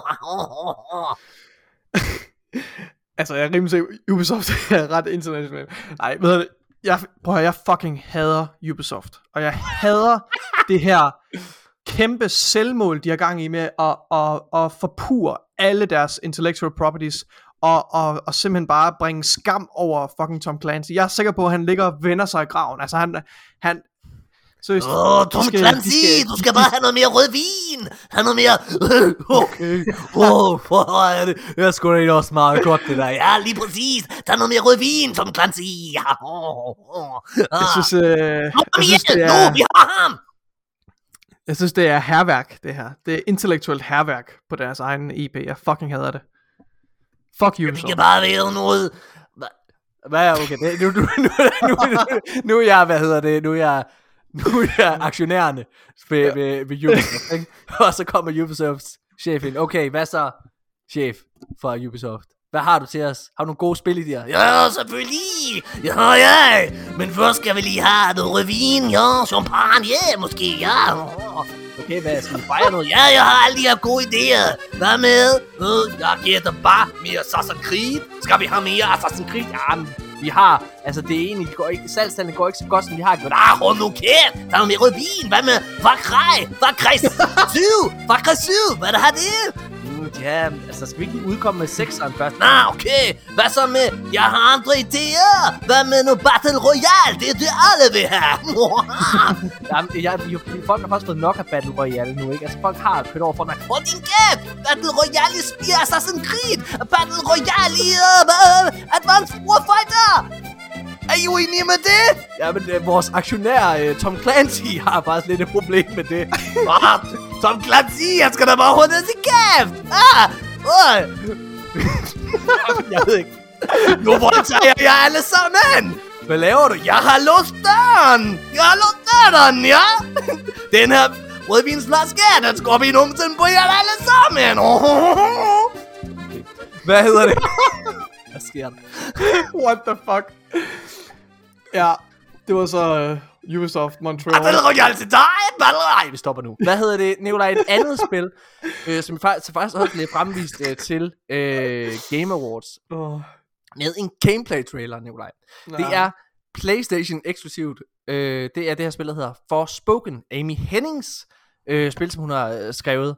Altså, jeg er rimelig sikker, Ubisoft er ret international. Nej, ved du, jeg fucking hader Ubisoft. Og jeg hader det her kæmpe selvmål, de har gang i med at forpure alle deres intellectual properties, og simpelthen bare bringe skam over fucking Tom Clancy. Jeg er sikker på, at han ligger og vender sig i graven. Altså han seriøst, Tom Clancy, du skal bare have noget mere rødvin. Have noget mere... Okay. Det er sgu da også meget godt, det der. Ja, lige præcis. Der er noget mere rødvin, Tom Clancy. Jeg synes, det er... vi har ham. Jeg synes, det er hærværk, det her. Det er intellektuelt hærværk på deres egen IP. Jeg fucking hader det. Fuck you. Det kan bare være noget... Hvad? Okay, nu er jeg, Nu er jeg aktionærerne ved Ubisoft, ikke? Og så kommer Ubisofts chef ind. Okay, hvad så? chef fra Ubisoft. Hvad har du til os? Har du nogle gode spilidéer? Ja, selvfølgelig! Ja. Men først skal vi lige have noget rødvin, ja, champagne, måske, ja. Okay, hvad skal vi fejre noget? Ja, jeg har alle de her gode idéer. Hvad med? Jeg gætter bare mere Assassin's Creed. Skal vi have mere Assassin's Creed? Ja, vi har, altså det er egentlig, salgstallene går ikke så godt, som vi har gjort. Hold nu kæft, der er noget mere rødvin. Hvad med Far Cry 7? Hvad der har det? Ja, altså skal vi ikke lige udkomme med 6'eren først? Okay. Hvad så med, jeg har andre idéer. Hvad med noget Battle Royale? Det er det alle vil have. Jamen, folk har faktisk fået nok af Battle Royale nu, ikke? Altså folk har kørt over for den. Hold din kæft! Battle Royale i Assassin's Creed! Battle Royale i Advanced Warfighter! Er I uenige med det? Ja, men vores aktionær Tom Clancy har faktisk lidt et problem med det. Tom Clancy, han skal da bare holde til kæft! Jeg ved ikke. Nu voldtager jeg alle sammen! Hvad laver du? Jeg har låst døren! Ja? Den her rødvinsflaske, den skal op i numsen på jer alle sammen! Hvad hedder det? Hvad sker der? What the fuck? Ja, det var så Ubisoft Montreal. Battle Royale til dig! Vi stopper nu. Hvad hedder det, Nikolaj? Et andet spil, som faktisk også blev fremvist til Game Awards. Med en gameplay-trailer, Nikolaj. Det er PlayStation eksklusivt. Det er det her spil, der hedder Forspoken. Amy Hennings spil, som hun har skrevet.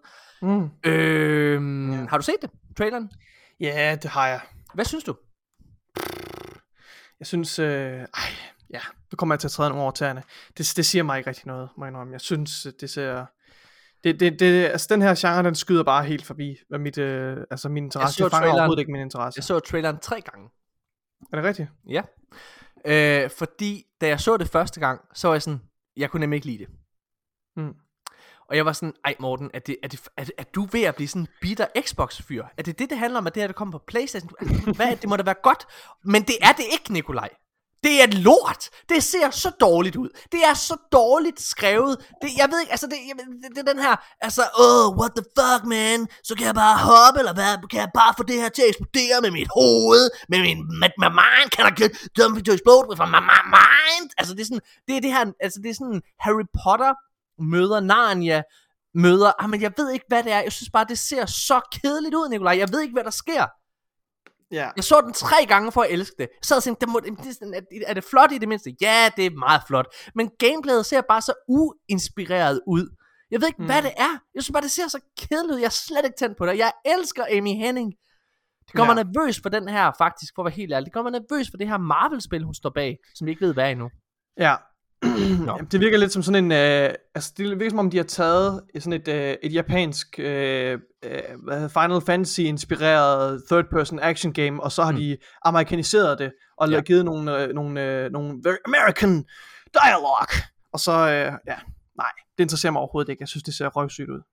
Har du set det? Traileren? Ja, det har jeg. Hvad synes du? Jeg synes, det kommer jeg til at træde nogle over tæerne. Det siger mig ikke rigtig noget, må jeg indrømme. Jeg synes, det ser... altså den her genre, den skyder bare helt forbi, hvad min interesse. Det fanger overhovedet ikke min interesse. Jeg så traileren 3 gange. Er det rigtigt? Ja. Fordi, da jeg så det første gang, så var jeg sådan, jeg kunne nemlig ikke lide det. Og jeg var sådan, ej Morten, er du ved at blive sådan en bitter Xbox-fyr? Er det handler om, at det her, der kommer på PlayStation? Hvad? Det må da være godt. Men det er det ikke, Nikolaj. Det er lort. Det ser så dårligt ud. Det er så dårligt skrevet. Jeg ved ikke, altså det er den her, altså, what the fuck, man? Så kan jeg bare hoppe, eller hvad? Kan jeg bare få det her til at eksplodere med mit hoved? Med my mind? Can I get something to explode with my mind? Altså det er sådan, det her, altså det er sådan Harry Potter møder Narnia, men jeg ved ikke, hvad det er. Jeg synes bare, det ser så kedeligt ud, Nikolaj. Jeg ved ikke, hvad der sker. Ja. Jeg så den 3 gange for at elske det. Så jeg tænkte, er det flot i det mindste? Ja, det er meget flot. Men gameplayet ser bare så uinspireret ud. Jeg ved ikke, hvad det er. Jeg synes bare, det ser så kedeligt ud. Jeg er slet ikke tændt på det. Jeg elsker Amy Henning. Det gør mig nervøs for den her, faktisk, for at være helt ærlig. Det gør mig nervøs for det her Marvel-spil, hun står bag, som vi ikke ved, hvad er endnu. Ja. Det virker lidt som sådan en altså det virker som om de har taget sådan et japansk Final Fantasy inspireret third person action game, og så har de amerikaniseret det og givet nogle very American dialogue, og så nej, det interesserer mig overhovedet ikke. Jeg synes det ser røvsygt ud.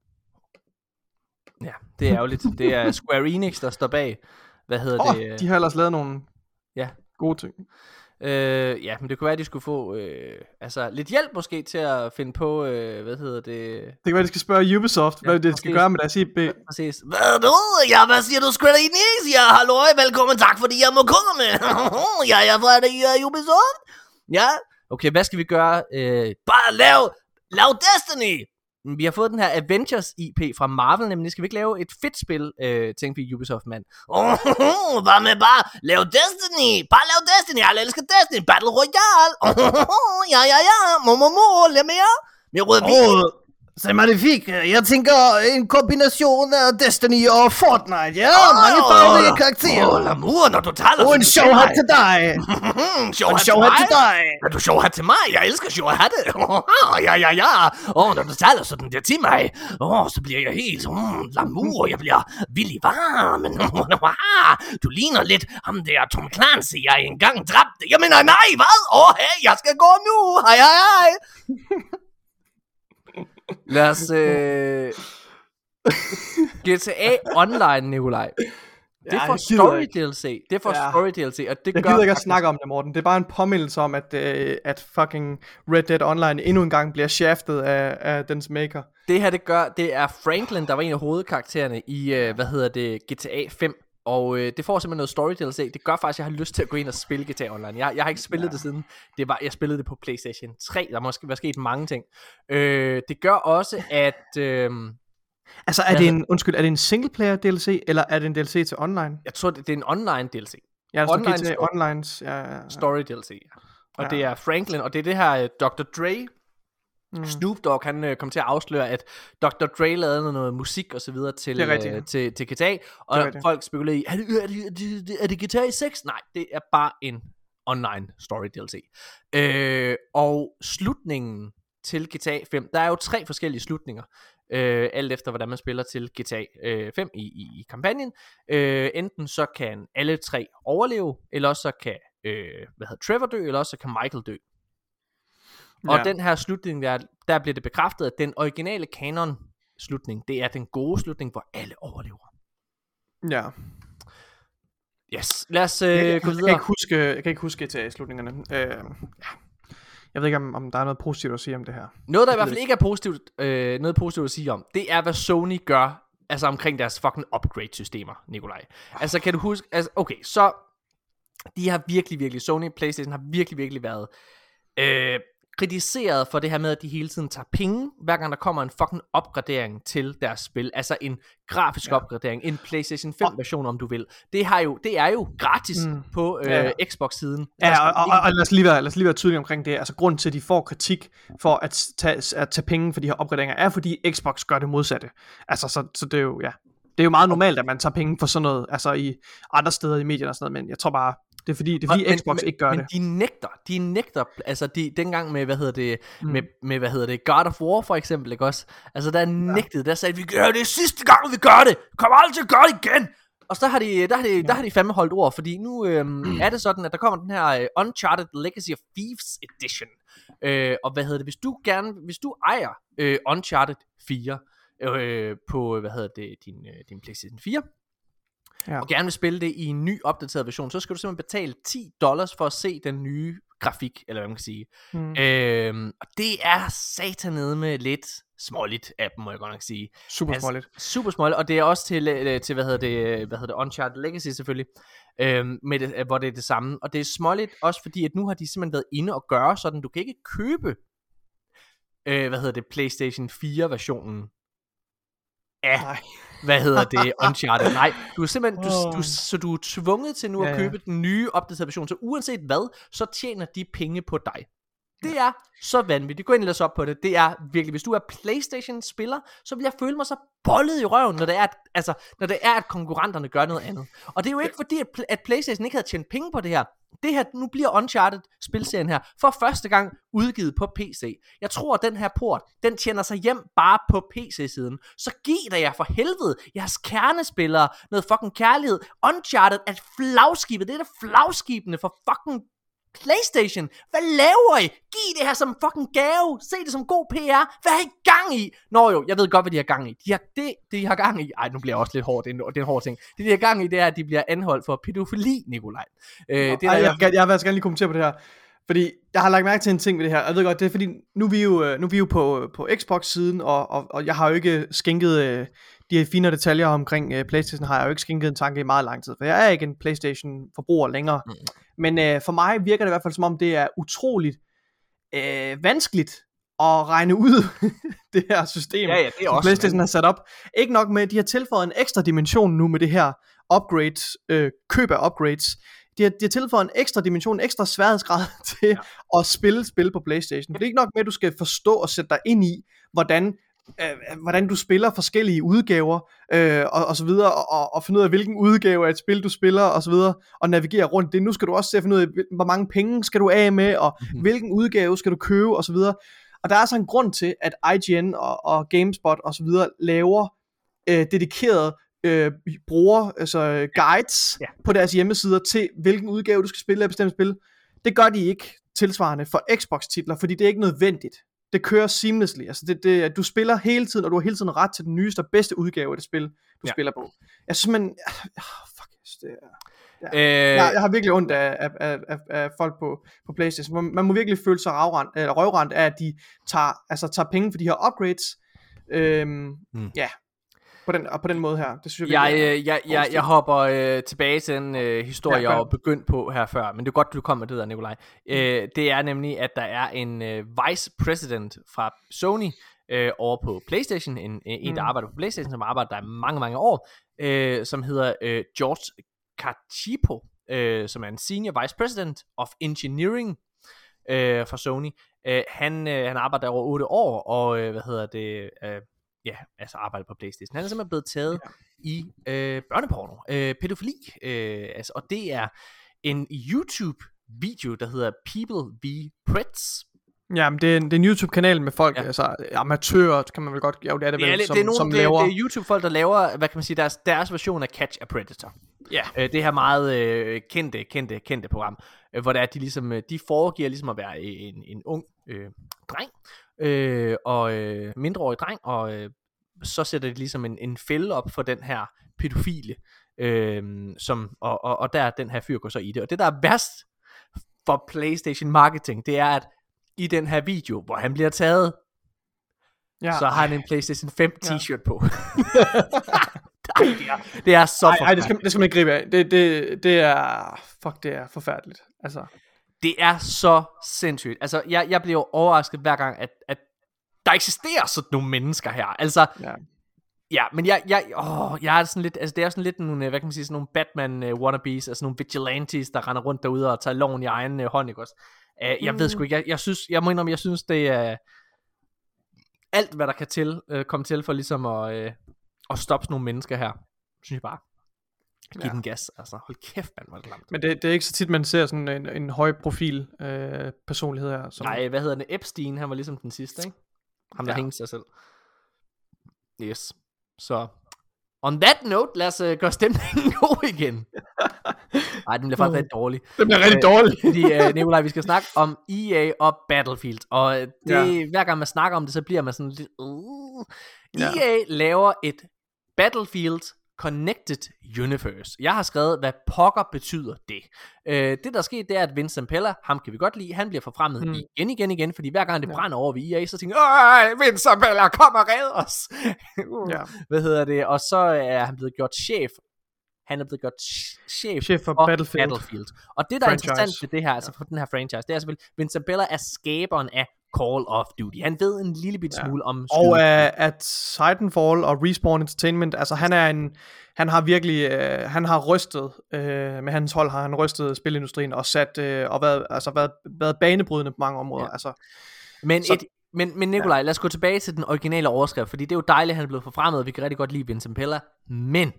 Ja, det er ærgerligt. Det er Square Enix, der står bag. Hvad hedder det? De har ellers lavet nogle gode ting. Ja, men det kunne være, at de skulle få lidt hjælp måske til at finde på, hvad hedder det? Det kan være, de skal spørge Ubisoft, hvad det skal gøre med deres IP. Præcis. Hvad siger du, Square Enix? Ja, halløj, velkommen, tak fordi jeg må komme. Jeg er fra det Ubisoft. Ja, okay, hvad skal vi gøre? Bare lav Destiny. Vi har fået den her Avengers IP fra Marvel, nemlig skal vi ikke lave et fedt spil, tænkte vi Ubisoft, mand. Hvad med bare lave Destiny? Bare lave Destiny, jeg elsker Destiny, Battle Royale. Ja, lidt mere rødvin. C'est magnifique. Jeg tænker en kombination af Destiny og Fortnite. Ja, mange farlige karakterer. L'amour, når du taler. En showhat til dig. Showhat til dig. Er du showhat til mig? Jeg elsker showhatte. Ja. Når du taler sådan der til mig, så bliver jeg helt l'amour. Jeg bliver vildt varm. Du ligner lidt ham der Tom Clancy, jeg engang dræbte. Jeg mener, nej, hvad? Hey, jeg skal gå nu. Hej. Lad os GTA Online, Nikolaj. Det er for jeg gider story ikke. DLC. Det er for Ja. story DLC, og det Jeg gør gider ikke at faktisk- snakke om det, Morten. Det er bare en påmindelse om, at fucking Red Dead Online endnu en gang bliver shaftet af dens maker. Det her, det er Franklin, der var en af hovedkaraktererne i, GTA 5. Og det får simpelthen noget story DLC. Det gør faktisk, at jeg har lyst til at gå ind og spille GTA Online. Jeg har ikke spillet det siden. Jeg spillede det på PlayStation 3. Der måske var sket mange ting. Det gør også, at... Altså, er det en single player DLC, eller er det en DLC til online? jeg tror, det er en online DLC. Ja, der står Online GTA story. Onlines. Ja. Story DLC. Ja. Og Ja. det er Franklin, og det er det her Dr. Dre. Snoop Dogg, han kom til at afsløre, at Dr. Dre lavede noget musik og så videre Det er rigtigt. til GTA, og Det er rigtigt. folk spekulerer i, er det GTA 6? Nej, det er bare en online story DLC. Og slutningen til GTA 5, der er jo 3 forskellige slutninger, alt efter hvordan man spiller til GTA 5 i kampagnen. Enten så kan alle 3 overleve, eller også så kan Trevor dø, eller også så kan Michael dø. Og Ja. den her slutning, der bliver det bekræftet, at den originale kanon slutning, det er den gode slutning, hvor alle overlever. Ja. Yes, lad os Jeg gå kan videre. ikke huske GTA-slutningerne. Jeg ved ikke, om der er noget positivt at sige om det her. Noget, der i hvert fald ikke er positivt, noget positivt at sige om, det er, hvad Sony gør, altså omkring deres fucking upgrade-systemer, Nikolaj. Altså, kan du huske, altså, okay, så de har virkelig, Sony PlayStation har virkelig været kritiseret for det her med, at de hele tiden tager penge, hver gang der kommer en fucking opgradering til deres spil. Altså en grafisk opgradering, en PlayStation 5 version, om du vil. Det er jo gratis på Xbox-siden. Ja, og lad os lige være tydelige omkring det. Altså, grunden til, at de får kritik for at tage penge for de her opgraderinger, er fordi Xbox gør det modsatte. Altså, så det er jo, ja. Det er jo meget normalt, at man tager penge for sådan noget, altså i andre steder i medierne og sådan noget, men jeg tror bare, det er fordi Xbox ikke gør det. Men de nægter, altså dengang med, med God of War for eksempel, ikke også? Altså der nægtede, der sagde, vi gør det sidste gang, vi gør det, kom aldrig til at gøre det igen! Og så har de fandme holdt ord, fordi nu er det sådan, at der kommer den her Uncharted Legacy of Thieves Edition. Og hvis du ejer Uncharted 4 på, din PlayStation 4, og gerne vil spille det i en ny opdateret version, så skal du simpelthen betale $10 for at se den nye grafik, eller hvad man kan sige. Og det er satanede med lidt småligt af dem, må jeg godt nok sige. Super småligt. Super småligt, og det er også til Uncharted Legacy selvfølgelig, hvor det er det samme. Og det er småligt også fordi, at nu har de simpelthen været inde og gøre sådan, du kan ikke købe PlayStation 4 versionen af Uncharted. Nej, du er simpelthen du er tvunget til nu at købe den nye opdaterede version. Så uanset hvad, så tjener de penge på dig. Det er så vanvittigt. Gå ind og læs op på det. Det er virkelig, hvis du er PlayStation-spiller, så vil jeg føle mig så bollet i røven, når det er, at konkurrenterne gør noget andet. Og det er jo ikke fordi, at PlayStation ikke havde tjent penge på det her. Det her, nu bliver Uncharted-spilserien her for første gang udgivet på PC. Jeg tror, at den her port, den tjener sig hjem bare på PC-siden. Så giv da jer for helvede jeres kernespillere noget fucking kærlighed. Uncharted er flagskibet. Det er da flagskibene for fucking PlayStation. Hvad laver I? Giv det her som fucking gave. Se det som god PR. Hvad har I gang i? Nå jo, jeg ved godt, hvad de har gang i. De har gang i. Ej, nu bliver jeg også lidt hårdt. Det er en hård ting. Det de har gang i, det er, at de bliver anholdt for pædofili, Nikolaj. Jeg vil gerne lige kommentere på det her. Fordi jeg har lagt mærke til en ting ved det her. Jeg ved godt, det er fordi, nu er vi jo på Xbox-siden, og jeg har jo ikke skænket de her fine detaljer omkring PlayStation, har jeg jo ikke skænket en tanke i meget lang tid. For jeg er ikke en PlayStation-forbruger længere. Men for mig virker det i hvert fald som om, det er utroligt vanskeligt at regne ud det her system, det er som også PlayStation har sat op. Ikke nok med, at de har tilføjet en ekstra dimension nu med det her upgrades, køb af upgrades. De har tilføjet en ekstra dimension, en ekstra sværhedsgrad til at spille spil på PlayStation. Det er ikke nok med, at du skal forstå og sætte dig ind i, hvordan du spiller forskellige udgaver, og så videre, og finde ud af, hvilken udgave af et spil du spiller, og så videre, og navigere rundt det. Nu skal du også se at finde ud af, hvor mange penge skal du af med, og hvilken udgave skal du købe, og så videre. Og der er så en grund til, at IGN og GameSpot og så videre laver dedikerede guides på deres hjemmesider til, hvilken udgave du skal spille af bestemte spil. Det gør de ikke tilsvarende for Xbox-titler, fordi det er ikke nødvendigt. Det kører seamlessly. Altså du spiller hele tiden, og du har hele tiden ret til den nyeste og bedste udgave af det spil, du spiller på. Jeg synes, Det er, jeg har virkelig ondt af folk på PlayStation. Man må virkelig føle sig røvrendt af, at de tager penge for de her upgrades. Ja, på den måde her. Det synes jeg hopper tilbage til den historie, jeg var begyndt på her før. Men det er godt, du kom med det der, Nikolaj. Det er nemlig, at der er en vice president fra Sony over på PlayStation. En der arbejder på PlayStation, som arbejder der mange, mange år. Som hedder George Cacipo, som er en senior vice president of engineering fra Sony. Han arbejder der over 8 år, og arbejder på PlayStation. Han er simpelthen blevet taget i børneporno, pædofili, og det er en YouTube-video, der hedder People v. Preds. Ja, men det er en YouTube-kanal med folk, altså amatører, kan man vel godt, det er det vel, som laver. Det er YouTube-folk, der laver, hvad kan man sige, deres version af Catch a Predator. Ja. Det her meget kendte program, hvor der er de ligesom, de foregiver ligesom at være en ung dreng, og mindreårig dreng, og så sætter de ligesom en fælde op for den her pædofile, og der den her fyr går så i det. Og det der er værst for PlayStation marketing, det er, at i den her video, hvor han bliver taget, så har han en PlayStation 5 t-shirt på. det er så nej, det skal man ikke gribe af. Det er forfærdeligt. Altså. Det er så sindssygt. Altså, jeg bliver overrasket hver gang, at der eksisterer sådan nogle mennesker her. Altså, ja, men jeg er sådan lidt, altså det er sådan lidt nogle, hvad kan man sige, sådan nogle Batman wannabes, altså nogle vigilantes, der render rundt derude og tager loven i egen hånd, ikke også? Jeg ved sgu ikke, jeg må indrømme, jeg synes det er alt, hvad der kan komme til for ligesom at stoppe sådan nogle mennesker her, synes jeg bare. Giv den gas, altså hold kæft, man, hvor det langt. Men det er ikke så tit, man ser sådan en høj profil personlighed her. Som... Nej, hvad hedder det? Epstein, han var ligesom den sidste, ikke? Ham der hængte sig selv. Yes. Så on that note, lad os gøre stemningen god igen. Nej, den bliver faktisk rigtig dårlig. Den bliver rigtig dårlig. Fordi, Nikolaj, vi skal snakke om EA og Battlefield. Og hver gang man snakker om det, så bliver man sådan lidt... EA laver et Battlefield Connected Universe. Jeg har skrevet, hvad pokker betyder det. Det der sker, det er, at Vincent Zampella, ham kan vi godt lide, han bliver forfremmet igen, fordi hver gang det brænder over ved EA, så tænker jeg, Vincent Zampella, kom og red os. Hvad hedder det? Og så er han blevet gjort chef. Han er blevet gjort chef for Battlefield. Og det der er interessant ved det her, altså for den her franchise, det er selvfølgelig, Vincent Zampella er skaberen af Call of Duty. Han ved en lille bit smule om skydning. Og at Titanfall og Respawn Entertainment, altså han har virkelig han har rystet med hans hold har han rystet spilindustrien og sat og været banebrydende på mange områder. Altså men Nikolaj, lad os gå tilbage til den originale overskrift, fordi det er jo dejligt, at han er blevet forfremmet, og vi kan rigtig godt lide Vincent Zampella, men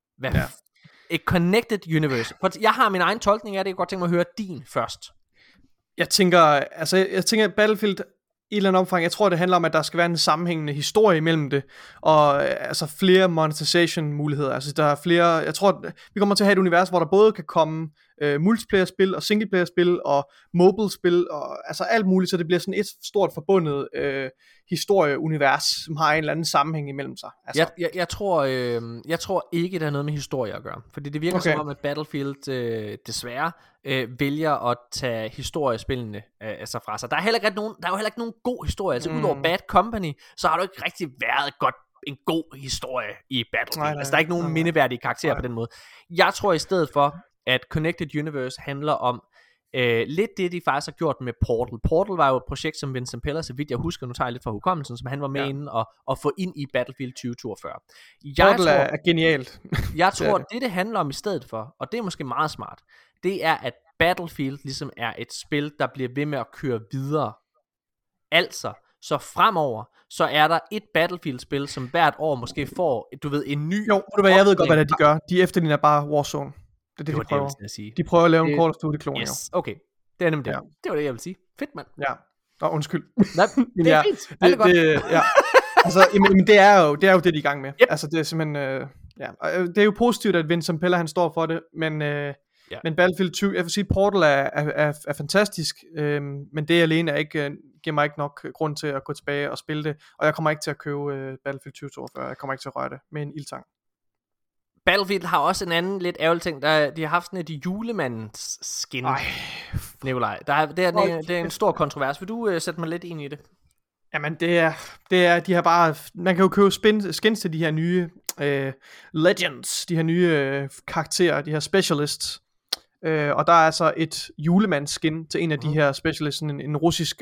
et Connected Universe. For jeg har min egen tolkning af det, jeg kan godt tænke mig at høre din først. Jeg tænker Battlefield i et eller andet omfang, jeg tror det handler om, at der skal være en sammenhængende historie imellem det, og altså flere monetization muligheder, altså der er flere, jeg tror vi kommer til at have et univers, hvor der både kan komme multiplayer-spil og singleplayer-spil og mobile-spil og altså alt muligt, så det bliver sådan et stort forbundet historieunivers, som har en eller anden sammenhæng imellem sig. Altså. Jeg tror ikke, det har noget med historie at gøre, fordi det virker som om, at Battlefield desværre vælger at tage historiespillene altså fra sig. Der er jo heller ikke nogen god historie, altså udover Bad Company, så har du ikke rigtig været en god historie i Battlefield. Altså der er ikke nogen mindeværdige karakterer på den måde. Jeg tror i stedet for, at Connected Universe handler om lidt det, de faktisk har gjort med Portal. Portal var jo et projekt, som Vincent Zampella, så vidt jeg husker, nu tager jeg lidt fra hukommelsen, som han var med inde og få ind i Battlefield 2042. Portal er genialt. Jeg tror, det handler om i stedet for, og det er måske meget smart, det er, at Battlefield ligesom er et spil, der bliver ved med at køre videre. Altså, så fremover, så er der et Battlefield-spil, som hvert år måske får, du ved, en ny... Jo, jeg ved godt, hvad det de gør. De efterligner bare Warzone. Det er det, de prøver. De prøver at lave en Call of Duty-klon. Yes, okay. Det er nemlig det. Ja. Det var det, jeg ville sige. Fedt, mand. Ja. Undskyld. Nej, det er fint. Alt er godt. Altså, men det er jo det, de er i gang med. Yep. Altså, det er simpelthen... det er jo positivt, at Vincent Zampella, han står for det, men Battlefield 20, jeg vil sige, Portal er fantastisk, men det alene er ikke, giver mig ikke nok grund til at gå tilbage og spille det, og jeg kommer ikke til at købe Battlefield 2042, jeg kommer ikke til at røre det med en ildtang. Battlefield har også en anden lidt ærgerlig ting. De har haft sådan et julemandens skin. Nikolaj, det er en stor kontrovers. Vil du sætte mig lidt ind i det? Jamen det er de har bare, man kan jo købe skins til de her nye legends, de her nye karakterer, de her specialists. Og der er altså et julemandsskin til en af de her specialists, en russisk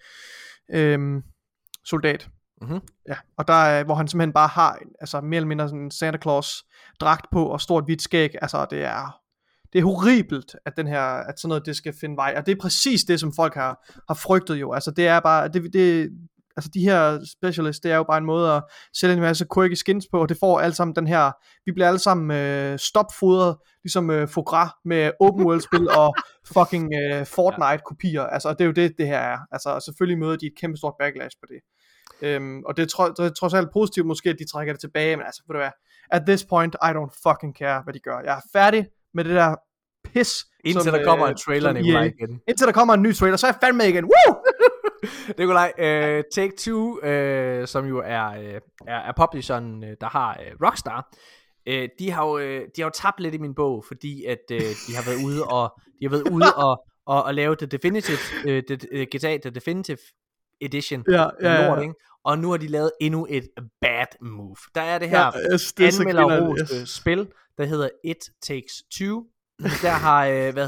soldat. Ja, og der er, hvor han simpelthen bare har altså mere eller mindre sådan en Santa Claus dragt på og stort hvidt skæg. Altså det er horribelt at at sådan noget det skal finde vej. Og det er præcis det som folk har frygtet jo. Altså det er bare altså de her specialists, det er jo bare en måde at sælge en masse quirky skins på, og det får alle sammen den her, vi bliver alle sammen stopfodret, ligesom foie gras med open world spil og fucking Fortnite kopier, altså det er jo det her er, altså selvfølgelig møder de et kæmpe stort backlash på det, og det er trods alt positivt måske, at de trækker det tilbage, men altså, ved du hvad, at this point, I don't fucking care, hvad de gør, jeg er færdig med det der pis, indtil der kommer en trailer, Nikolaj, igen. Indtil der kommer en ny trailer, så er jeg fandme med igen, woo! Nikolaj, Take-Two, som jo er publisheren, der har Rockstar, de har jo tabt lidt i min bog, fordi at de har været ude og lave det Definitive GTA The Definitive Edition, lort, ikke? Og nu har de lavet endnu et bad move. Der er det her anmelderroste spil, der hedder It Takes Two. Der har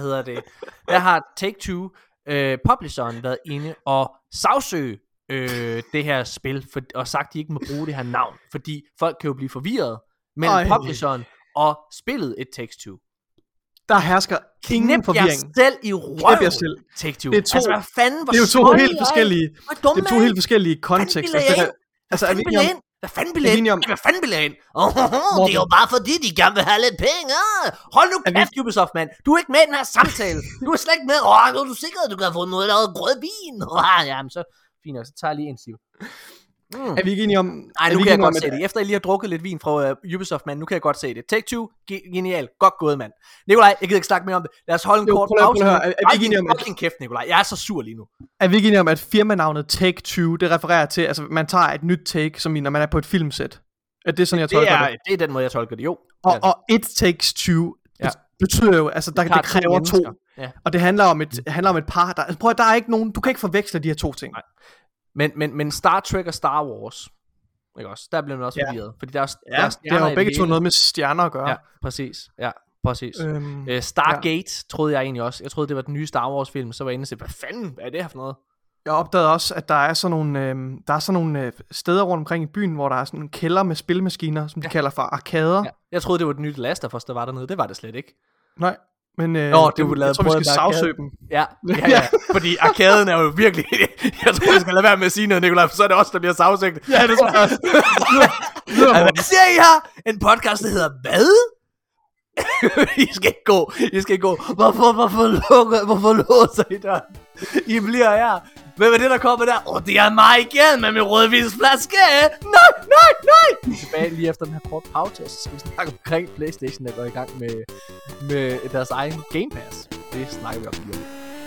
der har Take-Two publisheren været inde og sagsøge det her spil og sagt, at de ikke må bruge det her navn, fordi folk kan jo blive forvirret mellem publisheren og spillet It Takes Two. Der hersker ingen forvirring. Knip jer selv i røven, Take-Two. Det er hvad fanden, det er jo to helt forskellige. Det er to helt forskellige kontekster. Altså, hvad fanden bilder ind? Hvad fanden bilder ind? Det er jo bare fordi, de gerne vil have lidt penge. Hold nu kæft, Ubisoft, mand. Du er ikke med i den her samtale. Du er slet ikke med. Nu er du sikker, at du kan få noget lavet grødvin. Jamen, så fint, så tager jeg lige en stiv. Er vi ikke enige om... Nej, nu kan jeg godt se det. Efter jeg lige har drukket lidt vin fra Ubisoft, mand, nu kan jeg godt se det. Take-Two, genial. Godt gået, mand. Nikolaj, jeg gider ikke snakke mere om det. Lad os holde en kort pause. Er vi ikke enige om... Fucking kæft, Nikolaj. Jeg er så sur lige nu. Er vi ikke enige om, at firmanavnet Take-Two, det refererer til, altså man tager et nyt take, som når man er på et filmsæt? Er det sådan, jeg tolker det? Det er den måde, jeg tolker det, jo. Og It Takes Two, betyder jo, altså det kræver to. Ja. Og det handler om et par, der er ikke nogen, du kan ikke forveksle de her to ting. Nej. Men Star Trek og Star Wars, ikke også? Der bliver man også forvirret, fordi der er stjerner. Det har jo begge to noget med stjerner at gøre. Ja, præcis. Stargate troede jeg egentlig også. Jeg troede det var den nye Star Wars film. Så var jeg inde og sagde, hvad fanden er det her for noget? Jeg opdagede også, at der er sådan nogle steder rundt omkring i byen, hvor der er sådan en kælder med spilmaskiner, som de kalder for arkader. Ja. Jeg troede det var det nye Last of Us, der var dernede. Det var det slet ikke. Nej. Men jeg tror vi skal sagsøge dem. Ja. Fordi arkaden er jo virkelig... Jeg tror vi skal lade være med at sige noget, Nikolaj, for så er det også der bliver sagsøgt. Ja, det tror jeg også. Hvad siger I her? En podcast, der hedder hvad? I skal ikke gå. Hvorfor låser I der? I bliver her. Hvem er det, der kommer der? Det er mig igen med min rødvinsflaske. Nej. Tilbage lige efter den her kort pause, så skal vi snakke omkring PlayStation, der går i gang med deres egen Game Pass. Det snakker vi om lige.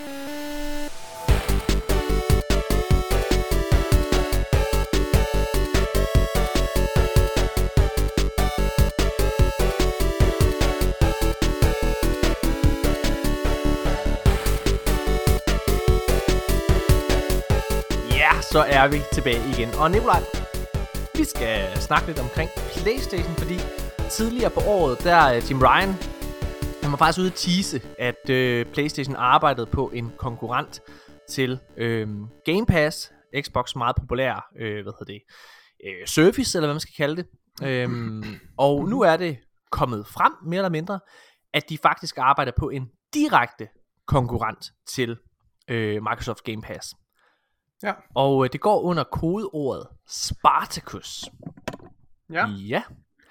Så er vi tilbage igen. Og Nikolaj, vi skal snakke lidt omkring PlayStation, fordi tidligere på året, der Jim Ryan, han var faktisk ude at tease, at PlayStation arbejdede på en konkurrent til Game Pass, Xbox meget populær, service, eller hvad man skal kalde det. Og nu er det kommet frem, mere eller mindre, at de faktisk arbejder på en direkte konkurrent til Microsoft Game Pass. Ja. Og det går under kodeordet Spartacus. Ja.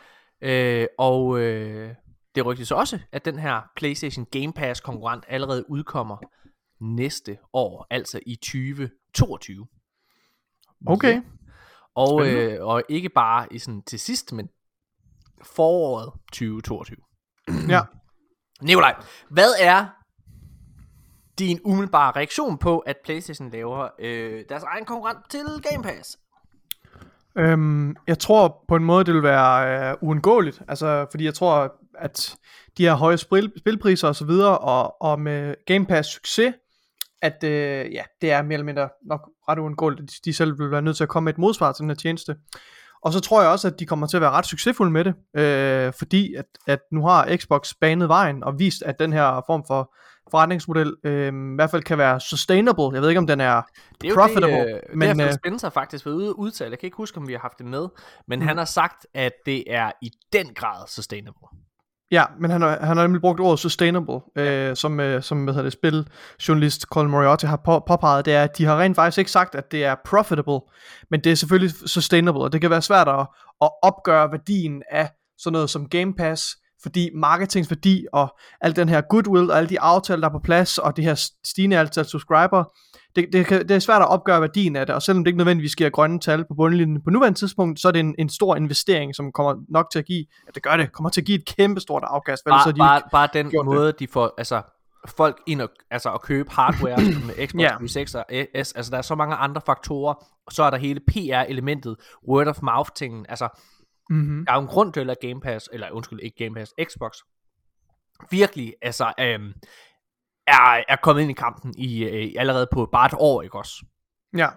Det rygtes også, at den her PlayStation Game Pass konkurrent allerede udkommer næste år, altså i 2022. Okay. Ja. Og ikke bare i sådan til sidst, men foråret 2022. Ja. Nikolaj, hvad er din umiddelbare reaktion på, at PlayStation laver deres egen konkurrent til Game Pass? Jeg tror på en måde, det vil være uundgåeligt. Altså, fordi jeg tror, at de her høje spilpriser og så videre, og med Game Pass succes, at det er mere eller mindre nok ret uundgåeligt, at de selv vil være nødt til at komme med et modsvar til den her tjeneste. Og så tror jeg også, at de kommer til at være ret succesfulde med det, fordi at nu har Xbox banet vejen og vist, at den her form for forretningsmodel i hvert fald kan være sustainable. Jeg ved ikke, om den er profitable. Men det Spencer faktisk været ude udtale. Jeg kan ikke huske, om vi har haft det med, men han har sagt, at det er i den grad sustainable. Ja, men han har nemlig brugt ordet sustainable, som spiljournalist Colin Moriarty har påpeget, det er, at de har rent faktisk ikke sagt, at det er profitable, men det er selvfølgelig sustainable, og det kan være svært at opgøre værdien af sådan noget som Game Pass, fordi marketingsværdi og al den her goodwill og alle de aftaler, der er på plads, og det her stigende antal subscriber, det er svært at opgøre værdien af det, og selvom det ikke nødvendigvis giver grønne tal på bundlinjen på nuværende tidspunkt, så er det en stor investering, som kommer nok til at give, kommer til at give et kæmpe stort afkast. Bare den måde, de får folk ind og købe hardware med Xbox Series X og S, altså der er så mange andre faktorer, og så er der hele PR-elementet, word of mouth-tingen, altså der er jo en grund til, at Game Pass, eller undskyld, ikke Game Pass, Xbox, virkelig, altså, er kommet ind i kampen allerede på bare et år, ikke også? Ja.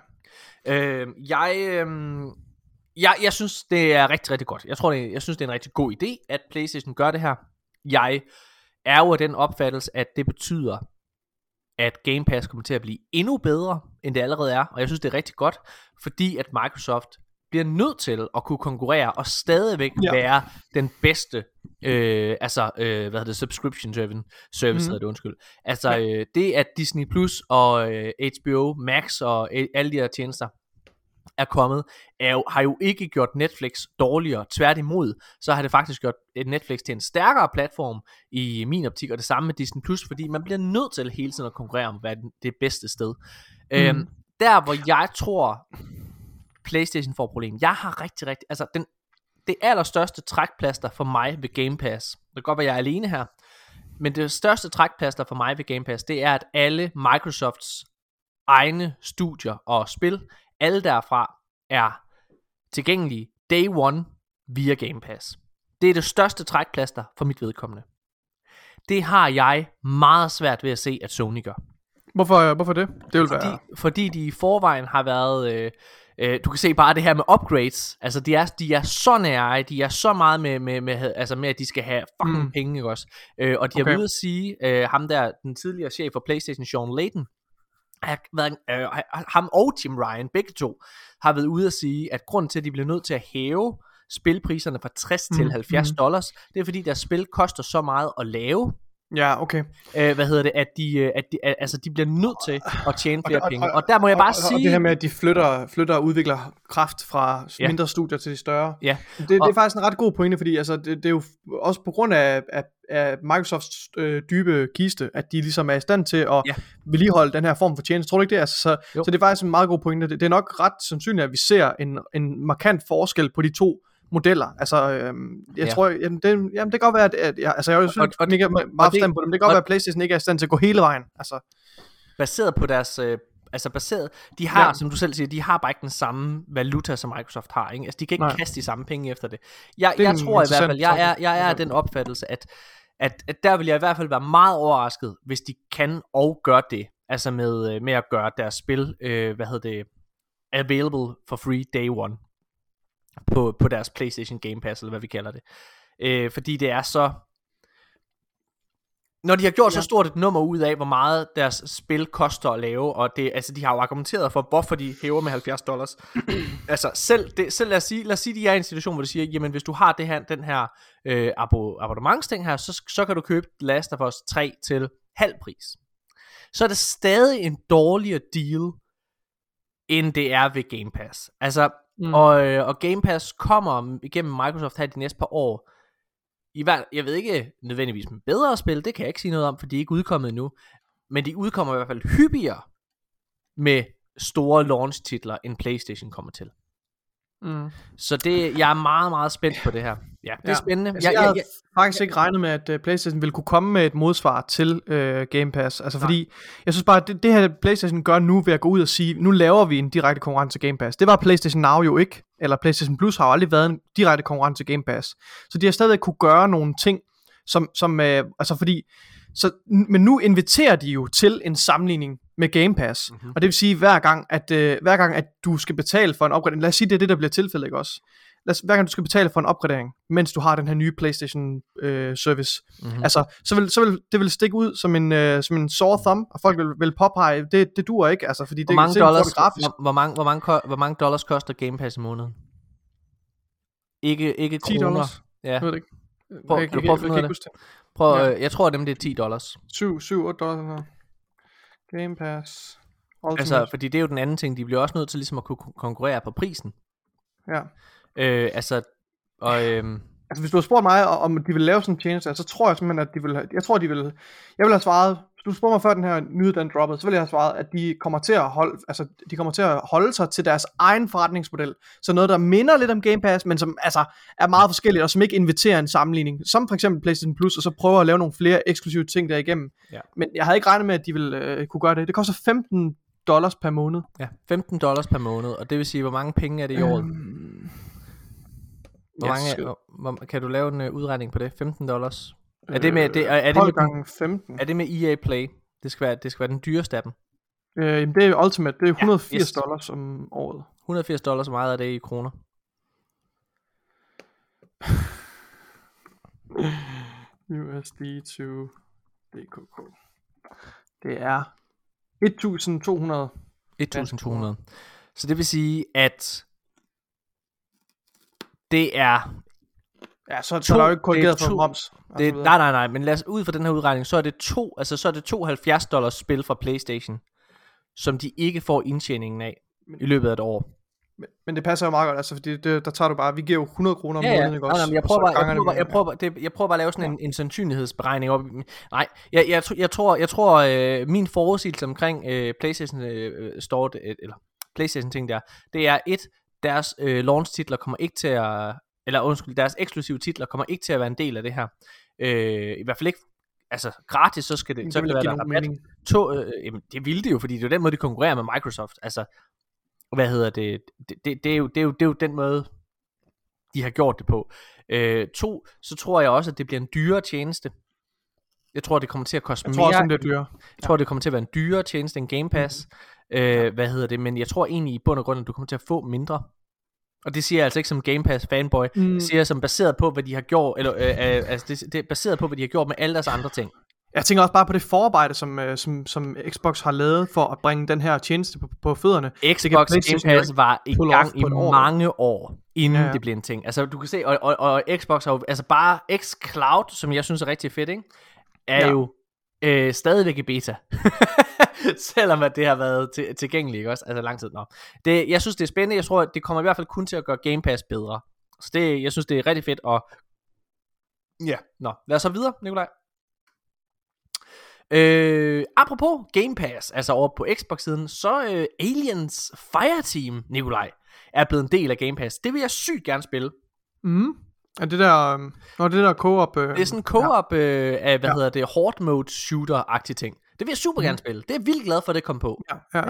Jeg synes, det er rigtig, rigtig godt. Jeg synes, det er en rigtig god idé, at PlayStation gør det her. Jeg er jo af den opfattelse, at det betyder, at Game Pass kommer til at blive endnu bedre, end det allerede er. Og jeg synes, det er rigtig godt, fordi at Microsoft bliver nødt til at kunne konkurrere og stadigvæk være den bedste subscription service hedder det, undskyld. Altså det at Disney Plus og HBO Max og alle de her tjenester er kommet, har jo ikke gjort Netflix dårligere. Tværtimod, så har det faktisk gjort Netflix til en stærkere platform i min optik, og det samme med Disney Plus, fordi man bliver nødt til hele tiden at konkurrere om, hvad det bedste sted. Der hvor jeg tror PlayStation får problem. Jeg har rigtig, altså det allerstørste trækplaster for mig ved Game Pass, det kan godt være, jeg er alene her, men det største trækplaster for mig ved Game Pass, det er, at alle Microsofts egne studier og spil, alle derfra er tilgængelige day one via Game Pass. Det er det største trækplaster for mit vedkommende. Det har jeg meget svært ved at se, at Sony gør. Hvorfor det? Det vil være... Fordi de i forvejen har været... du kan se bare det her med upgrades. Altså de er så nære, de er så meget med at de skal have fucking penge, ikke også? Og de har været ude at sige, ham der, den tidligere chef for PlayStation, Sean Layden, ham og Jim Ryan, begge to, har været ude at sige, at grunden til, at de bliver nødt til at hæve spilpriserne fra 60 til $70, det er fordi deres spil koster så meget at lave. Ja, okay. At de bliver nødt til at tjene flere penge. Og der må jeg bare sige... Og det her med, at de flytter og udvikler kraft fra mindre studier til de større. Ja. Det er faktisk en ret god pointe, fordi altså, det er jo også på grund af Microsofts dybe kiste, at de ligesom er i stand til at vedligeholde den her form for tjeneste. Tror du ikke det? Altså, så det er faktisk en meget god pointe. Det er nok ret sandsynligt, at vi ser en markant forskel på de to modeller. Altså, jeg tror, det kan godt være, at jeg er jo selvfølgelig ikke meget forstand på dem. Det kan godt være, at PlayStation ikke er i stand til at gå hele vejen. Altså. Baseret på deres... de har, som du selv siger, de har bare ikke den samme valuta, som Microsoft har, ikke? Altså, de kan ikke kaste de samme penge efter det. Jeg tror i hvert fald, jeg er af den opfattelse, at der vil jeg i hvert fald være meget overrasket, hvis de kan og gør det. Altså med at gøre deres spil, available for free day one. På deres PlayStation Game Pass, eller hvad vi kalder det. Fordi det er så... Når de har gjort så stort et nummer ud af, hvor meget deres spil koster at lave, og det, altså de har jo argumenteret for, hvorfor de hæver med $70. Altså selv lad os sige, de er i en situation, hvor de siger, jamen hvis du har den her abonnementsting her, så kan du købe Last of Us 3 til halv pris. Så er det stadig en dårligere deal, end det er ved Game Pass. Altså, og Game Pass kommer igennem Microsoft her de næste par år. Jeg ved ikke nødvendigvis med bedre spil, det kan jeg ikke sige noget om, for de er ikke udkommet endnu. Men de udkommer i hvert fald hyppigere med store launch-titler, end PlayStation kommer til. Så jeg er meget, meget spændt på det her. Ja, det er spændende. Altså, jeg havde faktisk ikke regnet med, at PlayStation ville kunne komme med et modsvar til Game Pass. Altså fordi, jeg synes bare, at det her PlayStation gør nu ved at gå ud og sige, nu laver vi en direkte konkurrence til Game Pass. Det var PlayStation Now jo ikke, eller PlayStation Plus har jo aldrig været en direkte konkurrence til Game Pass. Så de har stadig kunne gøre nogle ting, altså fordi, men nu inviterer de jo til en sammenligning med Game Pass. Og det vil sige, hver gang at du skal betale for en opgradering, lad os sige, det er det, der bliver tilfældet, ikke også? Hver gang du skal betale for en opgradering, mens du har den her nye PlayStation service, altså, så vil det vil stikke ud som en sore thumb, og folk vil påpege, det duer ikke, altså, fordi det hvor mange dollars koster Game Pass i måneden? Ikke kroner. $10. Ja. Jeg ved det ikke. Prøv at finde ud af det. Jeg tror nemlig det er $10. $7-8. Game Pass Ultimate. Altså, fordi det er jo den anden ting, de bliver også nødt til ligesom at kunne konkurrere på prisen. Ja. Altså, hvis du har spurgt mig, om de vil lave sådan en tjeneste, så tror jeg simpelthen, at jeg vil have svaret, hvis du spurgte mig før den her nyhed, den droppede, så vil jeg have svaret, at de kommer til at holde sig til deres egen forretningsmodel, så noget, der minder lidt om Game Pass, men som altså er meget forskelligt, og som ikke inviterer en sammenligning, som for eksempel PlayStation Plus, og så prøver at lave nogle flere eksklusive ting derigennem. Ja. Men jeg havde ikke regnet med, at de ville kunne gøre det. Det koster $15 per måned. Ja, $15 per måned, og det vil sige, hvor mange penge er det i året? Kan du lave en udregning på det? $15? Er det med gange 15? Er det med EA Play? Det skal være den dyreste af dem. Det er Ultimate. Det er $180 om året. $180, så meget er det i kroner. USD to DKK. Det er 1.200. 1.200. Så det vil sige, at det er... Ja, så er der jo ikke korrigeret for moms. Nej, men lad os ud fra den her udregning, så er det to $70 spil fra PlayStation, som de ikke får indtjeningen af i løbet af et år. Men det passer jo meget godt, altså, fordi der tager du bare, vi giver jo 100 kroner om måneden, ikke også? Jeg prøver bare at lave sådan en sandsynlighedsberegning op. Nej, jeg tror min forudsigelse omkring PlayStation Store, eller PlayStation ting der, det er deres launch titler kommer ikke til at, deres eksklusive titler kommer ikke til at være en del af det her. I hvert fald ikke, altså gratis, så kan det være der rabat. Jamen, det ville det jo, fordi det er jo den måde, de konkurrerer med Microsoft. Altså, hvad hedder det? Det er jo den måde, de har gjort det på. Så tror jeg også, at det bliver en dyrere tjeneste. Jeg tror, det kommer til at koste mere. Jeg tror også, det er dyrere. Jeg tror, det kommer til at være en dyrere tjeneste end Game Pass. Men jeg tror egentlig i bund og grund, at du kommer til at få mindre. Og det siger jeg altså ikke som Game Pass fanboy. Det siger jeg som baseret på, hvad de har gjort, eller det er baseret på, hvad de har gjort med alle deres andre ting. Jeg tænker også bare på det forarbejde, som Xbox har lavet for at bringe den her tjeneste på fødderne. Xbox Game Pass var i gang i mange år, inden det blev en ting. Altså du kan se, og Xbox har jo, altså bare xCloud, som jeg synes er rigtig fedt, ikke? Er jo stadigvæk i beta. Selvom at det har været tilgængeligt, ikke også? Altså lang tid. Jeg synes det er spændende. Jeg tror at det kommer i hvert fald kun til at gøre Game Pass bedre. Så jeg synes det er rigtig fedt. Og lad os så videre, Nikolaj. Apropos Game Pass, altså over på Xbox siden, så Aliens Fireteam, Nikolaj, er blevet en del af Game Pass. Det vil jeg sygt gerne spille. Er det der co-op? Det er sådan en co-op af, hedder det, horde mode shooter-agtig ting. Det vil jeg super gerne spille. Det er jeg vildt glad for, at det kom på.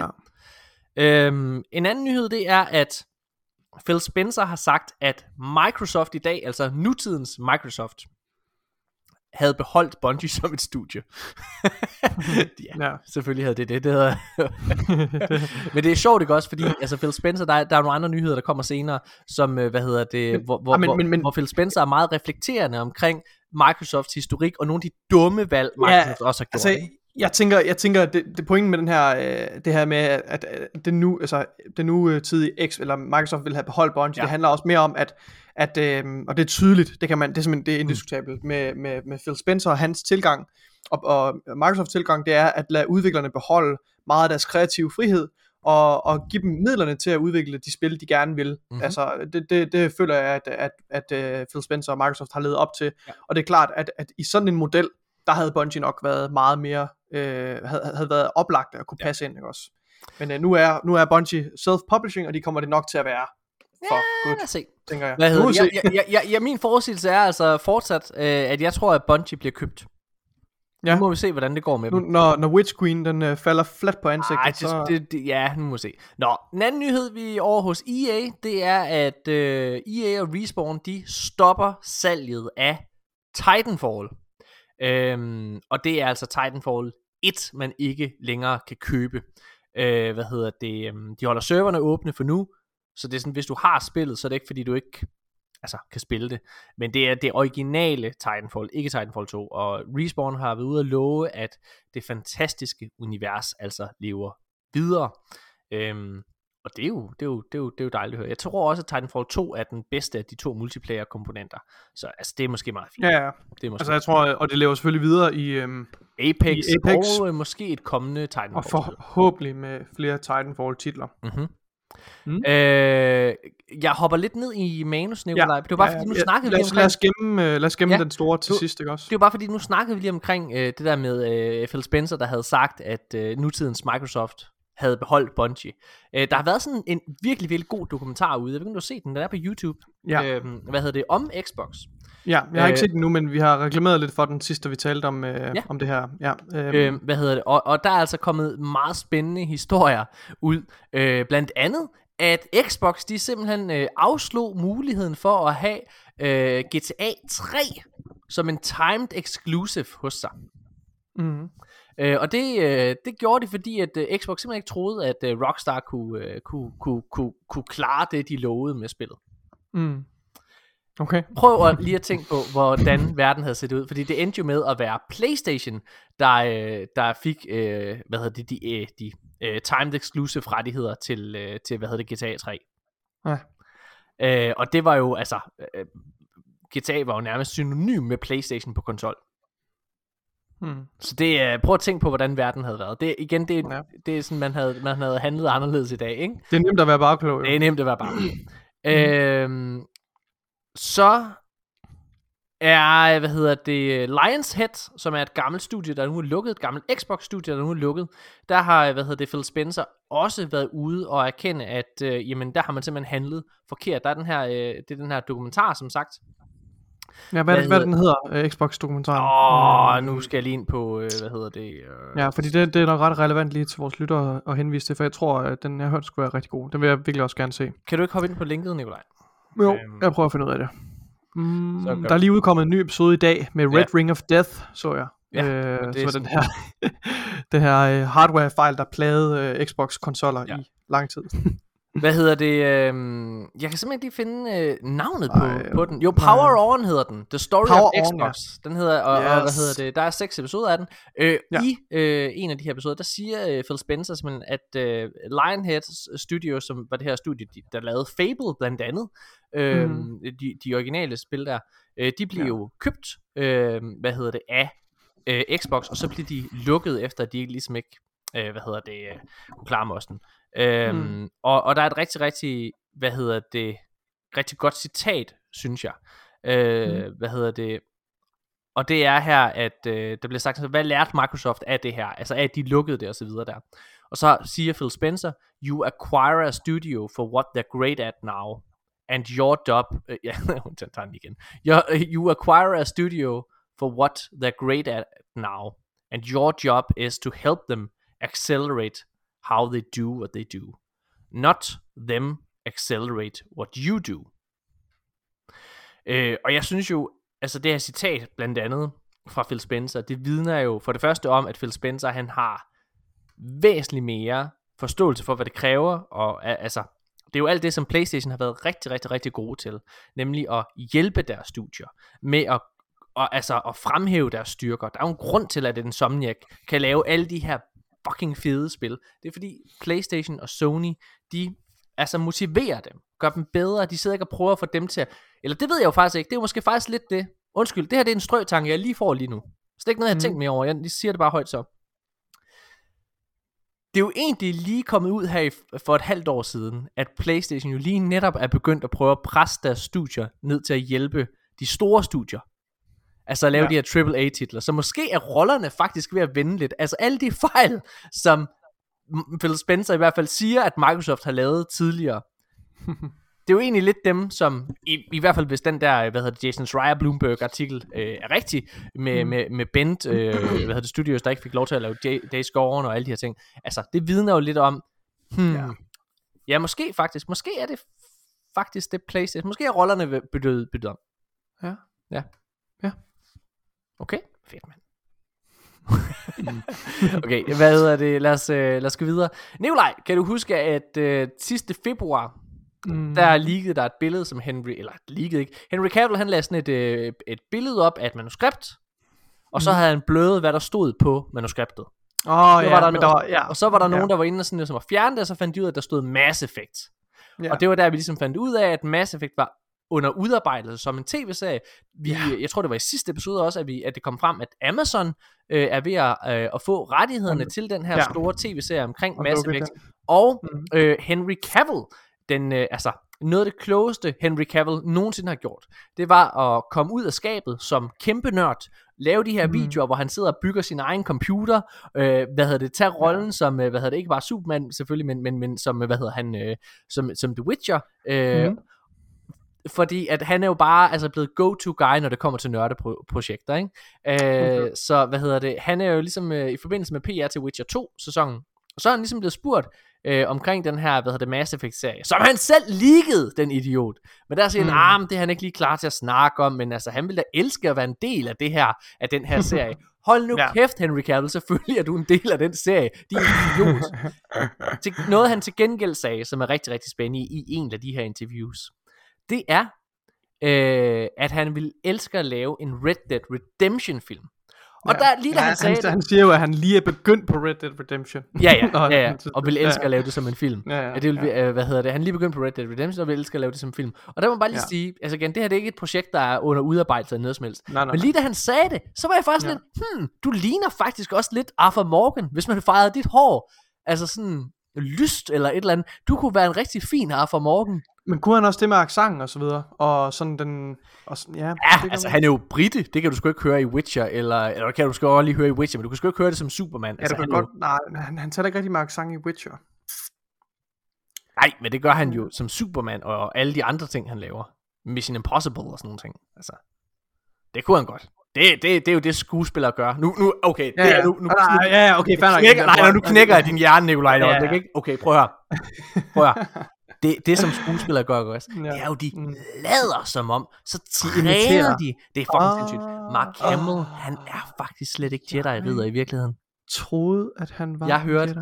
En anden nyhed, det er, at Phil Spencer har sagt, at Microsoft i dag, altså nutidens Microsoft, havde beholdt Bungie som et studie. Selvfølgelig havde det hedder. Men det er sjovt, ikke også? Fordi altså Phil Spencer, der er nogle andre nyheder, der kommer senere, som, hvor Phil Spencer er meget reflekterende omkring Microsofts historik, og nogle af de dumme valg, Microsoft også har gjort. Altså, jeg tænker det pointen med den her, det her med, at den nu tidige eller Microsoft vil have beholdt Bungie, det handler også mere om, at og det er tydeligt, det er simpelthen det er indiskutabelt med Phil Spencer og hans tilgang og Microsofts tilgang, det er at lade udviklerne beholde meget af deres kreative frihed og give dem midlerne til at udvikle de spil de gerne vil. Altså det føler jeg at Phil Spencer og Microsoft har levet op til, og det er klart at i sådan en model, der havde Bungie nok været meget mere havde været oplagt at kunne passe ind, ikke også? Men nu er Bungie self-publishing, og de kommer det nok til at være good, lad os se. tænker jeg. Hvad Nu må vi se. hedder min forudsigelse er altså fortsat, at jeg tror, at Bungie bliver købt. Ja. Nu må vi se, hvordan det går med Nu, dem. når Witch Queen den falder fladt på ansigtet, Ej, så... ja, nu må vi se. Nå, en anden nyhed, vi er over hos EA, det er, at EA og Respawn, de stopper salget af Titanfall. Og det er altså Titanfall 1, man ikke længere kan købe. De holder serverne åbne for nu, så det er sådan, hvis du har spillet, så er det ikke fordi du ikke kan spille det, men det er det originale Titanfall, ikke Titanfall 2, og Respawn har været ude at love, at det fantastiske univers altså lever videre, og det er jo dejligt at høre. Jeg tror også, at Titanfall 2 er den bedste af de 2 multiplayer komponenter, så altså, det er måske meget fint. Ja. Det er måske Altså jeg tror, og det lever selvfølgelig videre i Apex Apex. og måske et kommende Titanfall. Og forhåbentlig med flere Titanfall titler. Mm-hmm. Jeg hopper lidt ned i manus, Nikolaj. Det var bare fordi nu snakkede vi omkring... Lad os gemme den store til sidst, ikke også? Det var bare fordi nu snakkede vi lige omkring det der med Phil Spencer, der havde sagt, at nutidens Microsoft havde beholdt Bungie. Der har været sådan en virkelig, virkelig god dokumentar ude. Jeg ved ikke, om du har set den. Den er på YouTube. Ja. Om Xbox. Ja, jeg har ikke set den nu, men vi har reklameret lidt for den sidste, vi talte om, om det her. Ja, Og der er altså kommet meget spændende historier ud. Blandt andet, at Xbox, de simpelthen afslog muligheden for at have GTA 3 som en timed exclusive hos sig. Mm-hmm. Og det gjorde de, fordi at Xbox simpelthen ikke troede, at Rockstar kunne klare det, de lovede med spillet. Mm. Okay. Prøv lige at tænke på, hvordan verden havde set ud, fordi det endte jo med at være PlayStation, der fik de timed exclusive rettigheder til GTA 3. Ja. Og det var jo GTA var jo nærmest synonym med PlayStation på konsol. Så det prøv at tænke på, hvordan verden havde været. Det igen, det er sådan, man havde handlet anderledes i dag, ikke? Det er nemt at være bagklog. Jo. Det er nemt at være bagklog. Så er Lionshead, som er et gammelt studie, der nu er lukket, et gammelt Xbox-studie, der nu er lukket. Der har Phil Spencer også været ude og erkende, at der har man simpelthen handlet forkert. Der er det er den her dokumentar, som sagt. Ja, hvad den hedder, Xbox-dokumentaren? Nu skal jeg lige ind på, Ja, fordi det er nok ret relevant lige til vores lyttere at henvise til, for jeg tror, at den jeg har hørt skulle være rigtig god. Den vil jeg virkelig også gerne se. Kan du ikke hoppe ind på linket, Nikolaj? Jo, jeg prøver at finde ud af det. Der er lige udkommet en ny episode i dag med Red Ring of Death, så jeg. Ja, så den her hardware-fejl, der plagede Xbox-konsoller i lang tid. Jeg kan simpelthen ikke lige finde navnet på den. Jo, Power On hedder den. The Story of Xbox. Den hedder, der er 6 episoder af den. I en af de her episoder, der siger Phil Spencer simpelthen, at Lionhead Studio, som var det her studie, der lavede Fable blandt andet, de originale spil der, de blev jo købt, af Xbox, og så blev de lukket efter, at de ligesom ikke, kunne klare mosten. Og der er et rigtig, rigtig, rigtig godt citat, synes jeg. Og det er her, at der bliver sagt, hvad lærte Microsoft af det her? Altså at de lukkede det og så videre der. Og så siger Phil Spencer, you acquire a studio for what they're great at now. And your job, tager den igen. You acquire a studio for what they're great at now. And your job is to help them accelerate how they do what they do. Not them accelerate what you do. Og jeg synes jo, altså det her citat blandt andet fra Phil Spencer, det vidner jo for det første om, at Phil Spencer han har væsentligt mere forståelse for, hvad det kræver, og altså det er jo alt det, som PlayStation har været rigtig, rigtig, rigtig gode til, nemlig at hjælpe deres studier med at fremhæve deres styrker. Der er jo en grund til, at Insomniac kan lave alle de her fucking fede spil. Det er fordi PlayStation og Sony, de motiverer dem, gør dem bedre, de sidder ikke og prøver at få dem til eller det ved jeg jo faktisk ikke, det er jo måske faktisk lidt det. Undskyld, det her det er en strøtanke, jeg lige får lige nu. Så det er ikke noget, jeg har tænkt mere over, jeg siger det bare højt så. Det er jo egentlig lige kommet ud her for et halvt år siden, at PlayStation jo lige netop er begyndt at prøve at presse deres studier ned til at hjælpe de store studier. Altså at lave de her AAA-titler. Så måske er rollerne faktisk ved at vende lidt. Altså alle de fejl, som Phil Spencer i hvert fald siger, at Microsoft har lavet tidligere. Det jo egentlig lidt dem, som i hvert fald hvis den der, Jason Schreier Bloomberg artikel er rigtig, med Bent, Studios, der ikke fik lov til at lave Days Gone og alle de her ting. Altså, det vidner jo lidt om, ja, måske er det faktisk det PlayStation, måske er rollerne byttet om. Ja. Okay, fedt, mand. Okay, hvad hedder det? Lad os gå videre. Nikolaj, kan du huske, at sidste februar, der leakede der et billede, som Henry Cavill, han lagde sådan et billede op af et manuskript, og så havde han blødet, hvad der stod på manuskriptet. Og så var der nogen, der var inde og sådan, som var fjernet, og så fandt de ud af, at der stod Mass Effect. Og det var der, vi ligesom fandt ud af, at Mass Effect var under udarbejdelse som en tv-serie. Jeg tror det var i sidste episode også, at det kom frem, at Amazon er ved at få rettighederne til den her store tv-serie omkring Mass Effect. Og Henry Cavill, noget af det klogeste Henry Cavill nogensinde har gjort, det var at komme ud af skabet som kæmpe nørd, lave de her videoer, hvor han sidder og bygger sin egen computer, tage rollen som, ikke bare Superman selvfølgelig, men som, som The Witcher, fordi at han er jo bare blevet go-to-guy, når det kommer til nørdeprojekter, ikke? Så han er jo ligesom i forbindelse med PR til Witcher 2 sæsonen, og så er han ligesom blevet spurgt omkring den her, Mass Effect-serie, som han selv leakede, den idiot. Men der siger han, det er han ikke lige klar til at snakke om, men han vil da elske at være en del af af den her serie. Hold nu kæft, Henry Cavill, selvfølgelig er du en del af den serie. De er idiot. Noget han til gengæld sagde, som er rigtig, rigtig spændende i en af de her interviews, det er, at han vil elske at lave en Red Dead Redemption film. Og der lige da han sagde det, han siger jo, at han lige er begyndt på Red Dead Redemption. Ja, og vil elske at lave det som en film. Det vil, han lige begyndt på Red Dead Redemption og vil elske at lave det som en film. Og der må man bare lige sige, igen, det her det er ikke et projekt, der er under udarbejdelse eller noget som helst. Men lige da han sagde det, så var jeg faktisk lidt, du ligner faktisk også lidt Arthur Morgan, hvis man fejrede dit hår. Altså sådan lyst eller et eller andet. Du kunne være en rigtig fin Arthur Morgan. Men kunne han også det med accenten og så videre? Og sådan den... han er jo brite. Det kan du sgu ikke høre i Witcher. Eller kan du sgu også lige høre i Witcher, men du kan sgu ikke høre det som Superman. Ja, han tager ikke rigtig med accent i Witcher. Nej, men det gør han jo som Superman og alle de andre ting, han laver. Mission Impossible og sådan nogle ting. Altså, det kunne han godt. Det er jo det skuespillere gør. Nu okay. Okay, fair nok. Nu knækker jeg din hjerne, Nikolaj. Okay, prøv at høre. Det som skuespillere gør også, det er jo, de lader som om, så træner de. Det er fucking sindssygt. Mark Hamill, han er faktisk slet ikke Jedi-ridder i virkeligheden. Troede, at han var Jeg hørte,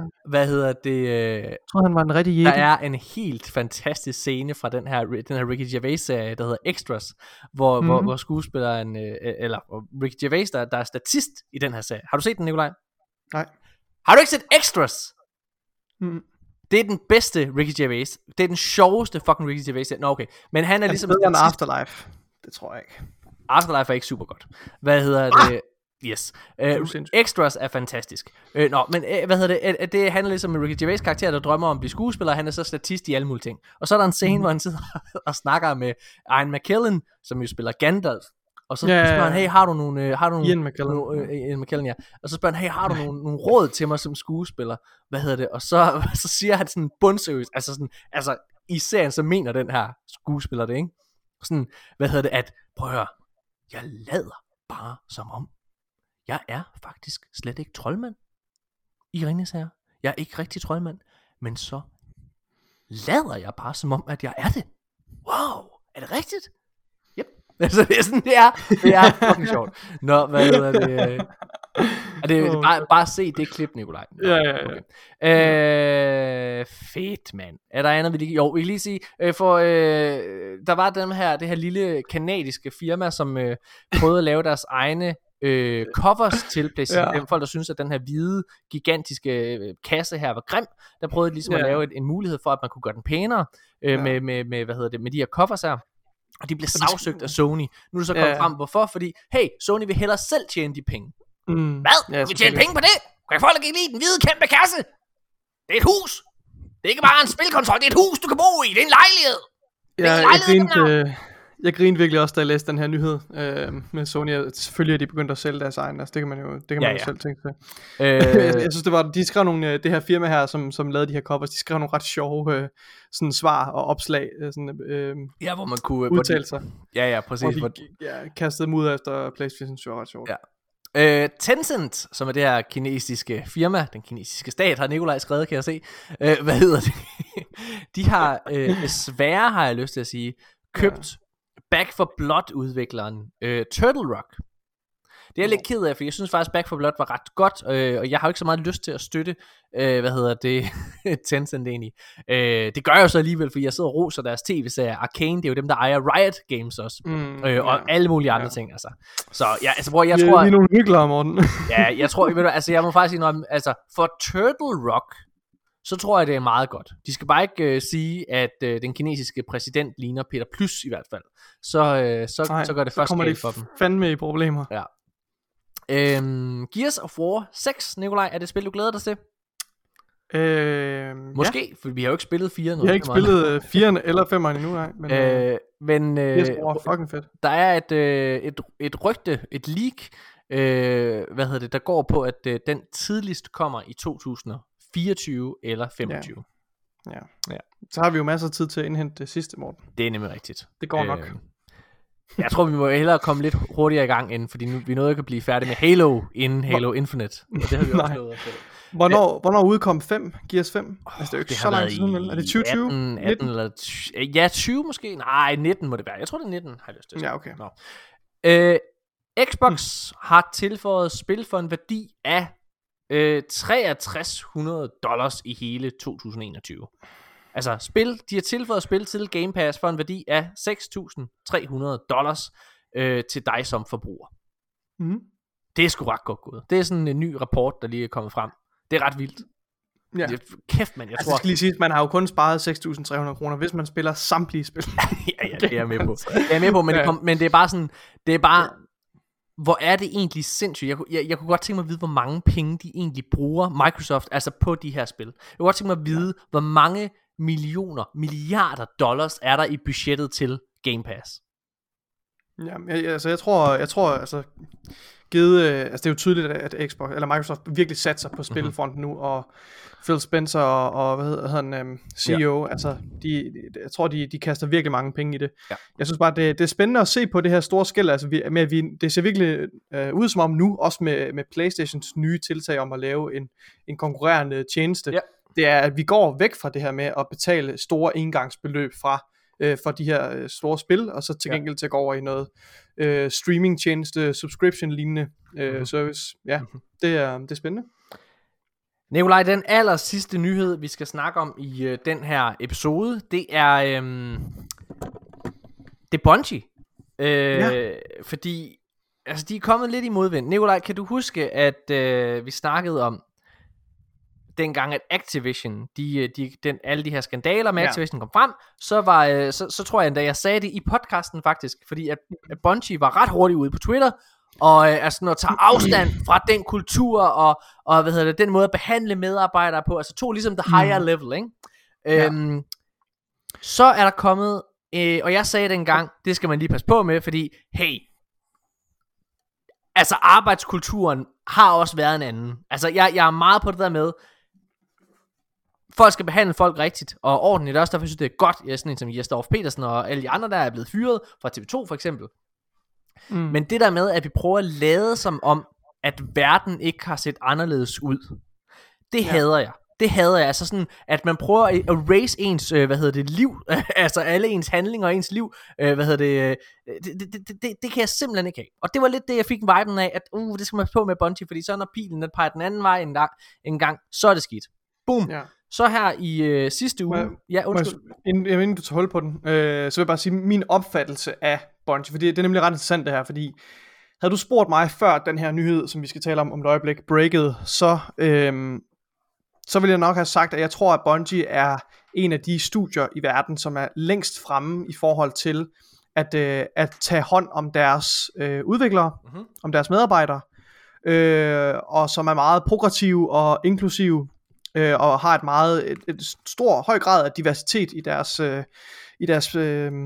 Jeg troede, han var en rigtig Jedi. Der er en helt fantastisk scene fra den her Ricky Gervais-serie, der hedder Extras, hvor skuespilleren, eller Ricky Gervais, der er statist i den her serie. Har du set den, Nikolaj? Nej. Har du ikke set Extras? Det er den bedste Ricky Gervais. Det er den sjoveste fucking Ricky Gervais. Nå, okay. Men han er ligesom bedre end Afterlife. Det tror jeg ikke. Afterlife er ikke super godt. Det? Yes. Extras er fantastisk. Det handler ligesom om Ricky Gervais karakter, der drømmer om at blive skuespiller. Han er så statist i alle mulige ting. Og så er der en scene, hvor han sidder og snakker med Ian McKellen, som jo spiller Gandalf. Og så spørger han, hey, har du nogle Ian McKellen. Ian McKellen, ja. Og så spørger han, hey, har du nogle råd til mig som skuespiller? Og så siger han sådan bundseriøst, altså i serien, så mener den her skuespiller det, ikke? Sådan, at, prøv at høre, jeg lader bare som om, jeg er faktisk slet ikke troldmand i Ringenes Herre. Jeg er ikke rigtig troldmand, men så lader jeg bare som om, at jeg er det. Wow, er det rigtigt? Altså det er sådan, det er fucking sjovt. Nå, hvad hedder det? Det er bare se det klip, Nikolaj. Ja. Okay. Fedt, mand. Er der andet, vi kan lige sige, der var det her lille kanadiske firma, som prøvede at lave deres egne covers til PlayStation 5. Folk, der synes, at den her hvide, gigantiske kasse her var grim, der prøvede ligesom at lave en mulighed for, at man kunne gøre den pænere med de her covers her. Og de blev sagsøgt af Sony. Nu er det så kommet frem, hvorfor? Fordi, hey, Sony vil hellere selv tjene de penge. Hvad? Du vil tjene penge på det? Kan folk ikke lide den hvide kæmpe kasse? Det er et hus. Det er ikke bare en spilkonsol, det er et hus, du kan bo i. Det er en lejlighed. Jeg grinede virkelig også, da jeg læste den her nyhed med Sony. Selvfølgelig er de begyndt at sælge deres egen. Altså, det kan man jo selv tænke sig. Jeg synes, de skrev nogle, det her firma her, som lavede de her covers, de skrev nogle ret sjove sådan svar og opslag, hvor man kunne udtale sig. Ja, præcis. Hvor de kastede dem ud efter PlayStation, så var ret sjovt. Ja. Tencent, som er det her kinesiske firma, den kinesiske stat, har Nikolaj skrevet, kan jeg se. Hvad hedder det? De har desværre, har jeg lyst til at sige, købt Back 4 Blood udvikleren Turtle Rock. Det er jeg lidt ked af, for jeg synes faktisk Back 4 Blood var ret godt, og jeg har jo ikke så meget lyst til at støtte Tencent egentlig. Det gør jeg jo så alligevel, fordi jeg sidder og roser deres tv-serie Arcane. Det er jo dem, der ejer Riot Games også, og alle mulige andre ting. Altså. Så ja, altså hvor jeg tror, vi er nogle hyggelere, Morten. Ja, jeg tror, altså jeg må faktisk sige noget, altså for Turtle Rock, så tror jeg det er meget godt. De skal bare ikke sige, at den kinesiske præsident ligner Peter Plys i hvert fald. Så gør det først galt for dem. Fandme i problemer. Ja. Gears of War 6, Nikolaj, er det spil, du glæder dig til? Måske, for vi har jo ikke spillet 4 nu. Vi har ikke spillet 4 eller 5'eren endnu, nej. Men Gears of War er fucking fedt. Der er et rygte, et leak, der går på, at den tidligst kommer i 2024 eller 25. Ja. Så har vi jo masser af tid til at indhente det sidste, Morten. Det er nemlig rigtigt. Det går nok. Jeg tror, vi må hellere komme lidt hurtigere i gang, inden, fordi vi nåede ikke at blive færdige med Halo inden Halo Infinite. Og det har vi også lovet os. Hvornår udkom 5? Gears 5? Altså, det er jo ikke så lang tid siden, vel? Er det 2020? 18 eller 20 måske? Nej, 19 må det være. Jeg tror, det er 19, har jeg lyst til at sige. Ja, okay. Xbox har tilføjet spil for en værdi af $6300 i hele 2021. Altså de har tilføjet spil til Game Pass for en værdi af $6.300 til dig som forbruger. Det er sgu ret godt gået. Det er sådan en ny rapport, der lige er kommet frem. Det er ret vildt. Ja. Kæft, man, jeg tror... Jeg skal lige sige, man har jo kun sparet 6.300 kroner, hvis man spiller samtlige spil. ja, det er jeg med på. Jeg er med på, men det er bare sådan... Det er bare... Hvor er det egentlig sindssygt? Jeg kunne godt tænke mig at vide, hvor mange penge de egentlig bruger, Microsoft, altså på de her spil. Jeg kunne godt tænke mig at vide, hvor mange milliarder dollars er der i budgettet til Game Pass. Ja, altså jeg tror altså givet, altså det er jo tydeligt, at Xbox eller Microsoft virkelig satser på spilfronten nu, og Phil Spencer og hvad hedder han, CEO, altså jeg tror de kaster virkelig mange penge i det. Ja. Jeg synes bare det er spændende at se på det her store skel, altså det ser virkelig ud som om nu, også med PlayStations nye tiltag om at lave en konkurrerende tjeneste. Ja. Det er, at vi går væk fra det her med at betale store engangsbeløb for de her store spil, og så til gengæld til at gå over i noget streaming-tjeneste, subscription-lignende service. Ja, det er spændende. Nikolaj, den aller sidste nyhed, vi skal snakke om i den her episode, det er Bungie. Fordi altså, de er kommet lidt i modvind. Nikolaj, kan du huske, at vi snakkede om dengang, at Activision, alle de her skandaler med Activision kom frem, så tror jeg endda, jeg sagde det i podcasten faktisk, fordi at Bungie var ret hurtigt ude på Twitter, og altså at tage afstand fra den kultur, og den måde at behandle medarbejdere på, altså tog ligesom the higher level, ikke? Så er der kommet, og jeg sagde dengang, det skal man lige passe på med, fordi, hey, altså arbejdskulturen har også været en anden. Altså jeg er meget på det der med, folk skal behandle folk rigtigt og ordentligt. Også derfor synes det er godt, jeg er sådan en som Jesper Dorf Petersen og alle de andre, der er blevet fyret fra TV2 for eksempel. Men det der med, at vi prøver at lade som om, at verden ikke har set anderledes ud, det hader jeg. Det hader jeg. Altså sådan, at man prøver at erase ens, liv, altså alle ens handlinger og ens liv, det kan jeg simpelthen ikke have. Og det var lidt det, jeg fik viben af, at det skal man på med Bungie, fordi så når pilen den peger den anden vej en gang, så er det skidt. Boom. Ja. Så her i sidste uge... Inden du tager hul på den, så vil jeg bare sige min opfattelse af Bungie, fordi det er nemlig ret interessant det her, fordi havde du spurgt mig før den her nyhed, som vi skal tale om et øjeblik, breaket, så ville jeg nok have sagt, at jeg tror, at Bungie er en af de studier i verden, som er længst fremme i forhold til at tage hånd om deres udviklere, om deres medarbejdere, og som er meget progressive og inklusive, og har et stor høj grad af diversitet i deres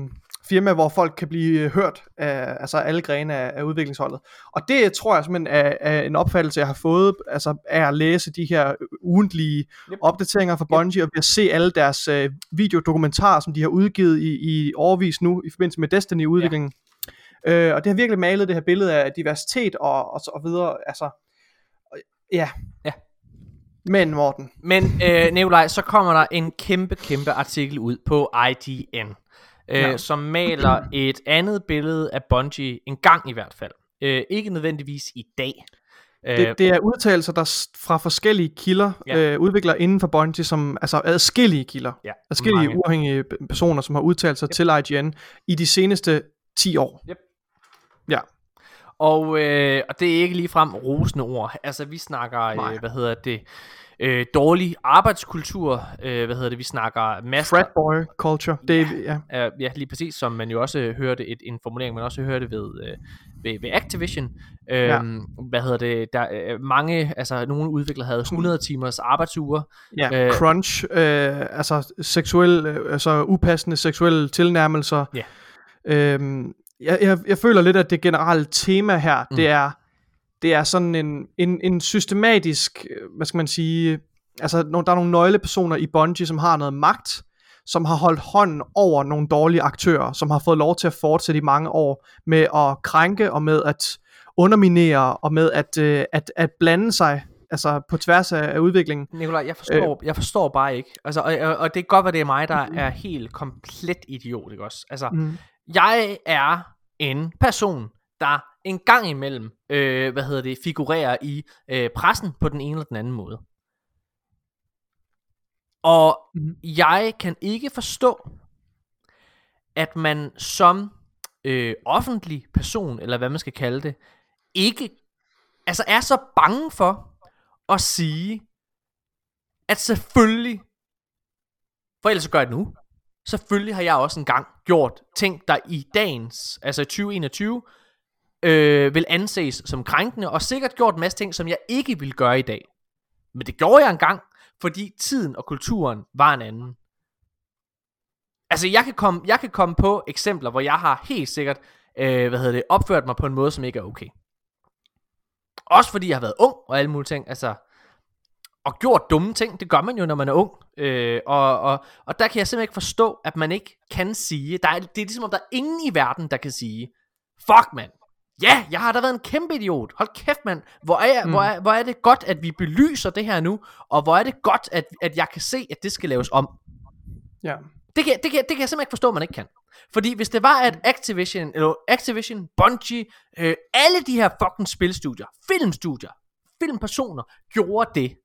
firma, hvor folk kan blive hørt af altså alle grene af udviklingsholdet. Og det tror jeg simpelthen er en opfattelse, jeg har fået, altså af at læse de her ugentlige opdateringer fra Bungie, og ved at se alle deres videodokumentarer, som de har udgivet i årevis nu, i forbindelse med Destiny-udviklingen. Og det har virkelig malet det her billede af diversitet og videre, altså, ja. Men Morten. Men Nikolaj, så kommer der en kæmpe artikel ud på IGN, som maler et andet billede af Bungie, en gang i hvert fald. Ikke nødvendigvis i dag. Det er udtalelser der fra forskellige kilder, udviklere inden for Bungie, som altså adskillige kilder, adskillige uafhængige personer, som har udtalt sig til IGN i de seneste 10 år. Ja. Og det er ikke ligefrem rosende ord. Altså vi snakker, dårlig arbejdskultur, vi snakker masser. Frat boy culture. Ja, lige præcis, som man jo også hørte en formulering, man også hørte ved Activision. Der er mange, altså nogle udviklere havde 100 timers arbejdsuger. Ja, crunch, altså seksuel, altså upassende seksuelle tilnærmelser. Ja. Jeg føler lidt, at det generelle tema her, det er sådan en systematisk, hvad skal man sige, altså der er nogle nøglepersoner i Bungie, som har noget magt, som har holdt hånden over nogle dårlige aktører, som har fået lov til at fortsætte i mange år med at krænke og med at underminere og med at blande sig, altså på tværs af udviklingen. Nikolaj, jeg forstår bare ikke. Altså, og det er godt, at det er mig, der er helt komplet idiot, ikke også? Altså, jeg er en person, der en gang imellem, figurerer i pressen på den ene eller den anden måde. Og jeg kan ikke forstå, at man som offentlig person, eller hvad man skal kalde det, ikke, altså er så bange for at sige, at selvfølgelig, for ellers så gør jeg det nu, selvfølgelig har jeg også engang gjort ting, der i dagens, altså 2021, vil anses som krænkende, og sikkert gjort en masse ting, som jeg ikke vil gøre i dag. Men det gjorde jeg engang, fordi tiden og kulturen var en anden. Altså jeg kan komme på eksempler, hvor jeg har helt sikkert opført mig på en måde, som ikke er okay. Også fordi jeg har været ung og alle mulige ting, altså, og gjort dumme ting. Det gør man jo, når man er ung. Og der kan jeg simpelthen ikke forstå, at man ikke kan sige, det er ligesom om der er ingen i verden, der kan sige, fuck mand, ja, jeg har da været en kæmpe idiot. Hold kæft mand, hvor er det godt, at vi belyser det her nu, og hvor er det godt, at jeg kan se, at det skal laves om. Ja. Det kan jeg simpelthen ikke forstå, at man ikke kan. Fordi hvis det var, at Activision, Bungie, alle de her fucking spilstudier, filmpersoner gjorde det,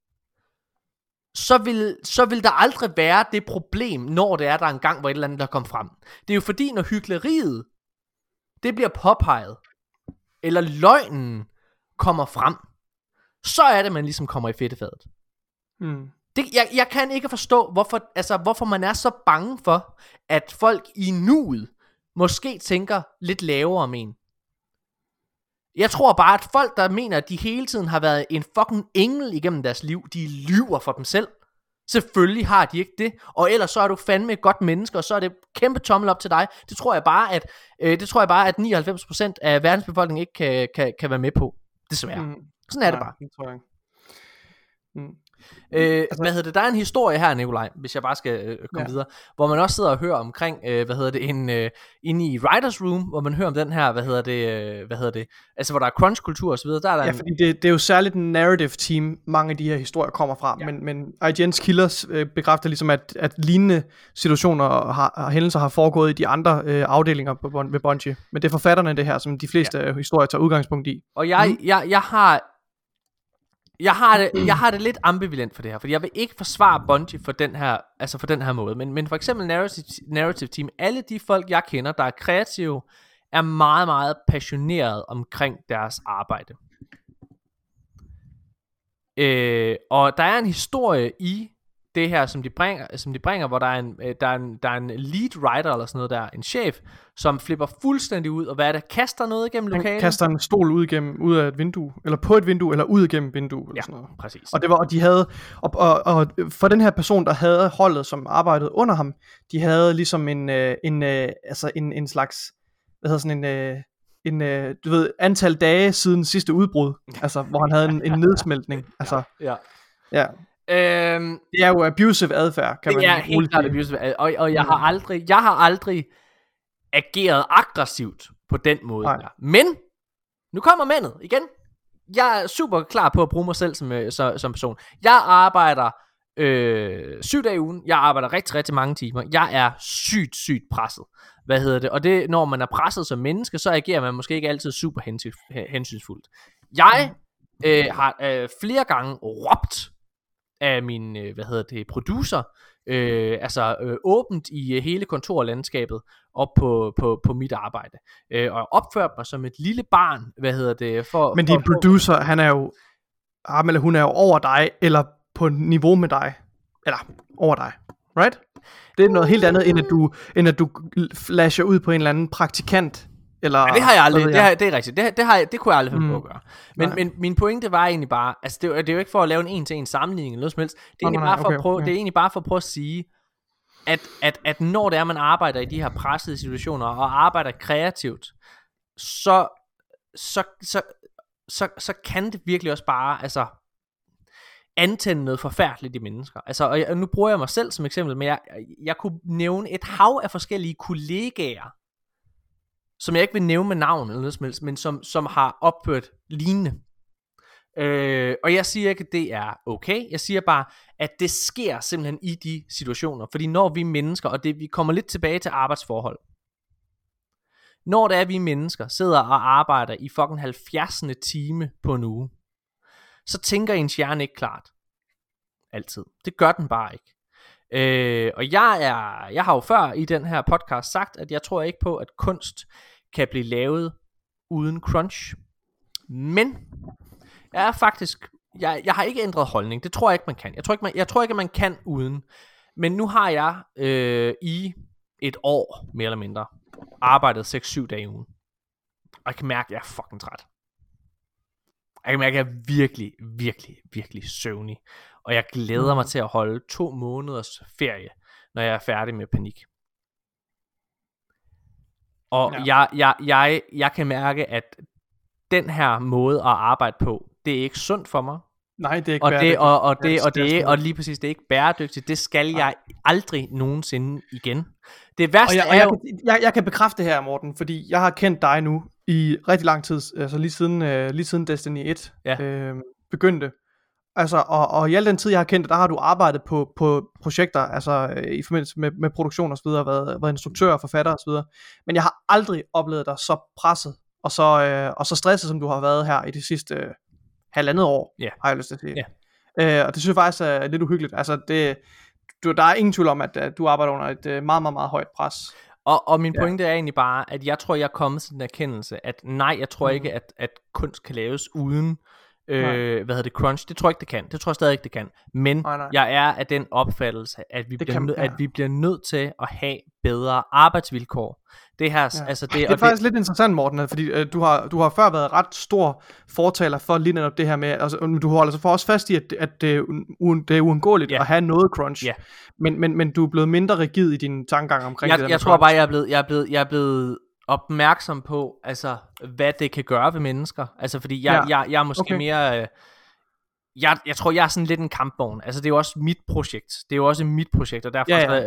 så vil der aldrig være det problem, når det er, der engang hvor et eller andet, der kom frem. Det er jo fordi, når hykleriet, det bliver påpeget, eller løgnen kommer frem, så er det, man ligesom kommer i fedtefadet. Jeg kan ikke forstå, hvorfor man er så bange for, at folk i nuet måske tænker lidt lavere om en. Jeg tror bare, at folk, der mener, at de hele tiden har været en fucking engel igennem deres liv, de lyver for dem selv. Selvfølgelig har de ikke det, og ellers så er du fandme et godt menneske, og så er det kæmpe tommel op til dig. Det tror jeg bare, at 99% af verdens befolkning ikke kan være med på. Desværre. Sådan er det bare. Det tror jeg. Der er en historie her, Nikolaj, hvis jeg bare skal komme videre, hvor man også sidder og hører omkring, inde i Writers Room, hvor man hører om den her, altså hvor der er crunch-kultur og så videre. Der er der fordi det er jo særligt en narrative team, mange af de her historier kommer fra, men IGN's killers bekræfter ligesom, at lignende situationer og hændelser har foregået i de andre afdelinger ved Bungie, men det er forfatterne det her, som de fleste historier tager udgangspunkt i. Og jeg har det lidt ambivalent for det her, fordi jeg vil ikke forsvare Bungie for den her måde, men for eksempel narrative team, alle de folk jeg kender, der er kreative, er meget, meget passioneret omkring deres arbejde. Og der er en historie i det her, som de bringer, hvor der er en lead writer eller sådan noget der, en chef, som flipper fuldstændig ud, og hvad er det, kaster noget igennem lokalet? Han kaster en stol ud af et vindue, eller på et vindue, eller ud igennem vindue, eller sådan noget. Præcis. Og de havde, og for den her person, der havde holdet, som arbejdede under ham, de havde ligesom en slags, hvad hedder sådan du ved, antal dage siden sidste udbrud, altså, hvor han havde en nedsmeltning, altså. Ja. Det er jo abusive adfærd, kan man sige. Det er helt klart abusive, og jeg har aldrig ageret aggressivt på den måde. Men nu kommer mændet igen. Jeg er super klar på at bruge mig selv som person. Jeg arbejder 7 dage i ugen. Jeg arbejder rigtig, rigtig mange timer. Jeg er sygt presset. Og det, når man er presset som menneske, så agerer man måske ikke altid super hensynsfuldt. Jeg har flere gange råbt af min, producer, åbent i hele kontorlandskabet op på mit arbejde, og opført mig som et lille barn, Men din producer, han er jo, eller hun er jo over dig, eller på niveau med dig, eller over dig, right? Det er noget helt andet, end at du flasher ud på en eller anden praktikant. Eller, ja, det har jeg aldrig, det er rigtigt, det kunne jeg aldrig finde på at gøre. Men min pointe var egentlig bare, altså det er jo ikke for at lave en en-til-en sammenligning eller noget som helst, det er egentlig bare for at prøve, det er egentlig bare for at prøve at sige, at når det er, man arbejder i de her pressede situationer, og arbejder kreativt, så kan det virkelig også bare, altså, antænde noget forfærdeligt i mennesker. Altså, og nu bruger jeg mig selv som eksempel, men jeg kunne nævne et hav af forskellige kollegaer, som jeg ikke vil nævne med navn eller noget som helst, men som har opført lignende. Og jeg siger ikke, at det er okay. Jeg siger bare, at det sker simpelthen i de situationer. Fordi når vi mennesker, og vi kommer lidt tilbage til arbejdsforhold. Når det er, vi mennesker sidder og arbejder i fucking 70. time på en uge, så tænker ens hjerne ikke klart. Altid. Det gør den bare ikke. Og jeg har jo før i den her podcast sagt, at jeg tror ikke på, at kunst kan blive lavet uden crunch. Men jeg er faktisk, jeg har ikke ændret holdning. Det tror jeg ikke man kan. Jeg tror ikke man kan uden. Men nu har jeg i et år mere eller mindre arbejdet 6-7 dage i ugen. Og jeg kan mærke, at jeg er fucking træt. Jeg kan mærke, at jeg er virkelig, virkelig, virkelig søvnig. Og jeg glæder mig til at holde 2 måneders ferie, når jeg er færdig med panik. Og jeg kan mærke, at den her måde at arbejde på, det er ikke sundt for mig. Nej, det er ikke bæredygtigt. Og lige præcis, det er ikke bæredygtigt. Det skal jeg aldrig nogensinde igen. Det værste jeg kan bekræfte det her, Morten, fordi jeg har kendt dig nu i rigtig lang tid, altså lige siden Destiny 1 begyndte. Altså, og i al den tid, jeg har kendt dig, der har du arbejdet på projekter, altså i forbindelse med produktion og så videre, været instruktør og forfatter og så videre. Men jeg har aldrig oplevet dig så presset og så stresset, som du har været her i de sidste 1,5 år, har jeg lyst til at sige. Og det synes jeg faktisk er lidt uhyggeligt. Altså, der er ingen tvivl om, at du arbejder under et meget, meget, meget højt pres. Og min pointe er egentlig bare, at jeg tror, jeg er kommet til den erkendelse, at nej, jeg tror ikke, at kunst kan laves uden crunch. Det tror jeg ikke, det kan. Det tror jeg stadig ikke, det kan. Men jeg er af den opfattelse, at vi bliver nødt til at have bedre arbejdsvilkår. Det her, altså det er faktisk lidt interessant, Morten, fordi du har før været ret stor fortaler for lige netop det her med, altså du holder så for også fast i, at det er uundgåeligt at have noget crunch. Men du er blevet mindre rigid i din tankegang omkring det. Jeg tror bare, jeg er blevet opmærksom på, altså hvad det kan gøre ved mennesker. Altså fordi jeg er måske mere jeg tror jeg er sådan lidt en kampvogn. Altså det er jo også mit projekt. Det er jo også mit projekt, og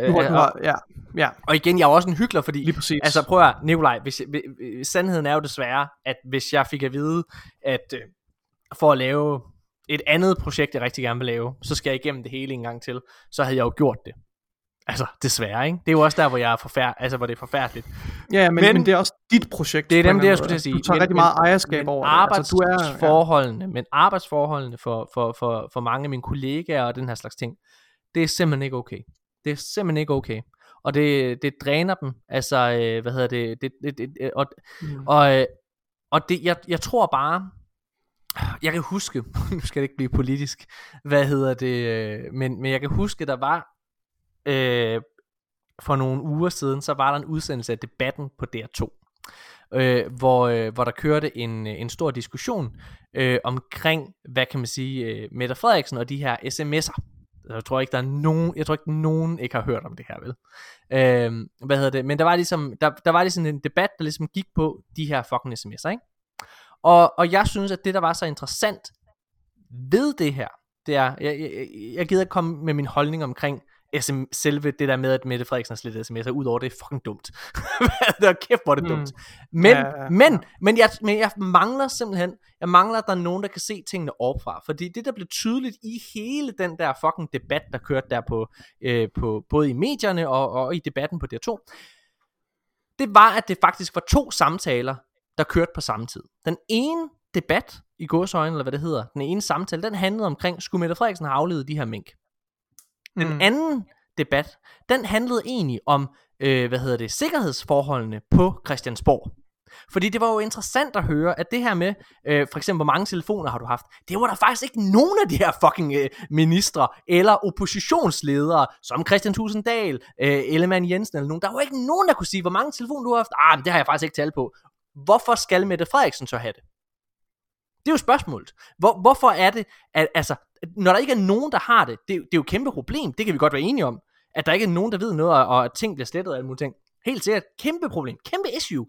derfor og igen, jeg er også en hykler, fordi altså prøv at Nikolaj, sandheden er jo desværre, at hvis jeg fik at vide, at for at lave et andet projekt, jeg rigtig gerne vil lave, så skal jeg igennem det hele en gang til, så havde jeg jo gjort det. Altså, desværre, ikke? Det er jo også der, hvor jeg er hvor det er forfærdeligt. Ja, men det er også dit projekt. Det er det, jeg skulle til at sige. Du tager rigtig meget ejerskab over arbejdsforholdene, men arbejdsforholdene for mange af mine kollegaer og den her slags ting, det er simpelthen ikke okay. Det er simpelthen ikke okay. Og det dræner dem. Altså, jeg tror bare, jeg kan huske, nu skal det ikke blive politisk, men jeg kan huske, der var for nogle uger siden, så var der en udsendelse af Debatten på DR2, hvor der kørte en stor diskussion omkring, hvad kan man sige, Mette Frederiksen og de her sms'er. Jeg tror ikke nogen ikke har hørt om det her, vel? Men der var ligesom en debat, der ligesom gik på de her fucking sms'er, ikke? Og jeg synes, at det der var så interessant ved det her, det er, jeg gider ikke komme med min holdning omkring selve det der med, at Mette Frederiksen har slettet sms'er, udover det er fucking dumt. Det er kæft, hvor det er dumt. Men jeg mangler simpelthen, at der er nogen, der kan se tingene opfra. Fordi det, der blev tydeligt i hele den der fucking debat, der kørte der på både i medierne og i debatten på DR2, det var, at det faktisk var 2 samtaler, der kørte på samme tid. Den ene debat, i gåseøjne, eller hvad det hedder, den ene samtale, den handlede omkring, skulle Mette Frederiksen have aflevet de her mink? Den anden debat, den handlede egentlig om, sikkerhedsforholdene på Christiansborg. Fordi det var jo interessant at høre, at det her med, for eksempel, hvor mange telefoner har du haft, det var der faktisk ikke nogen af de her fucking ministre, eller oppositionsledere, som Christian Tusinddal, Ellemann Jensen, eller nogen. Der var ikke nogen, der kunne sige, hvor mange telefoner du har haft. Men det har jeg faktisk ikke talt på. Hvorfor skal Mette Frederiksen så have det? Det er jo spørgsmålet. Hvorfor er det, at, altså, når der ikke er nogen, der har det, det er jo et kæmpe problem, det kan vi godt være enige om, at der ikke er nogen, der ved noget, og at ting bliver slettet og alle mulige ting. Helt sikkert, kæmpe problem, kæmpe issue.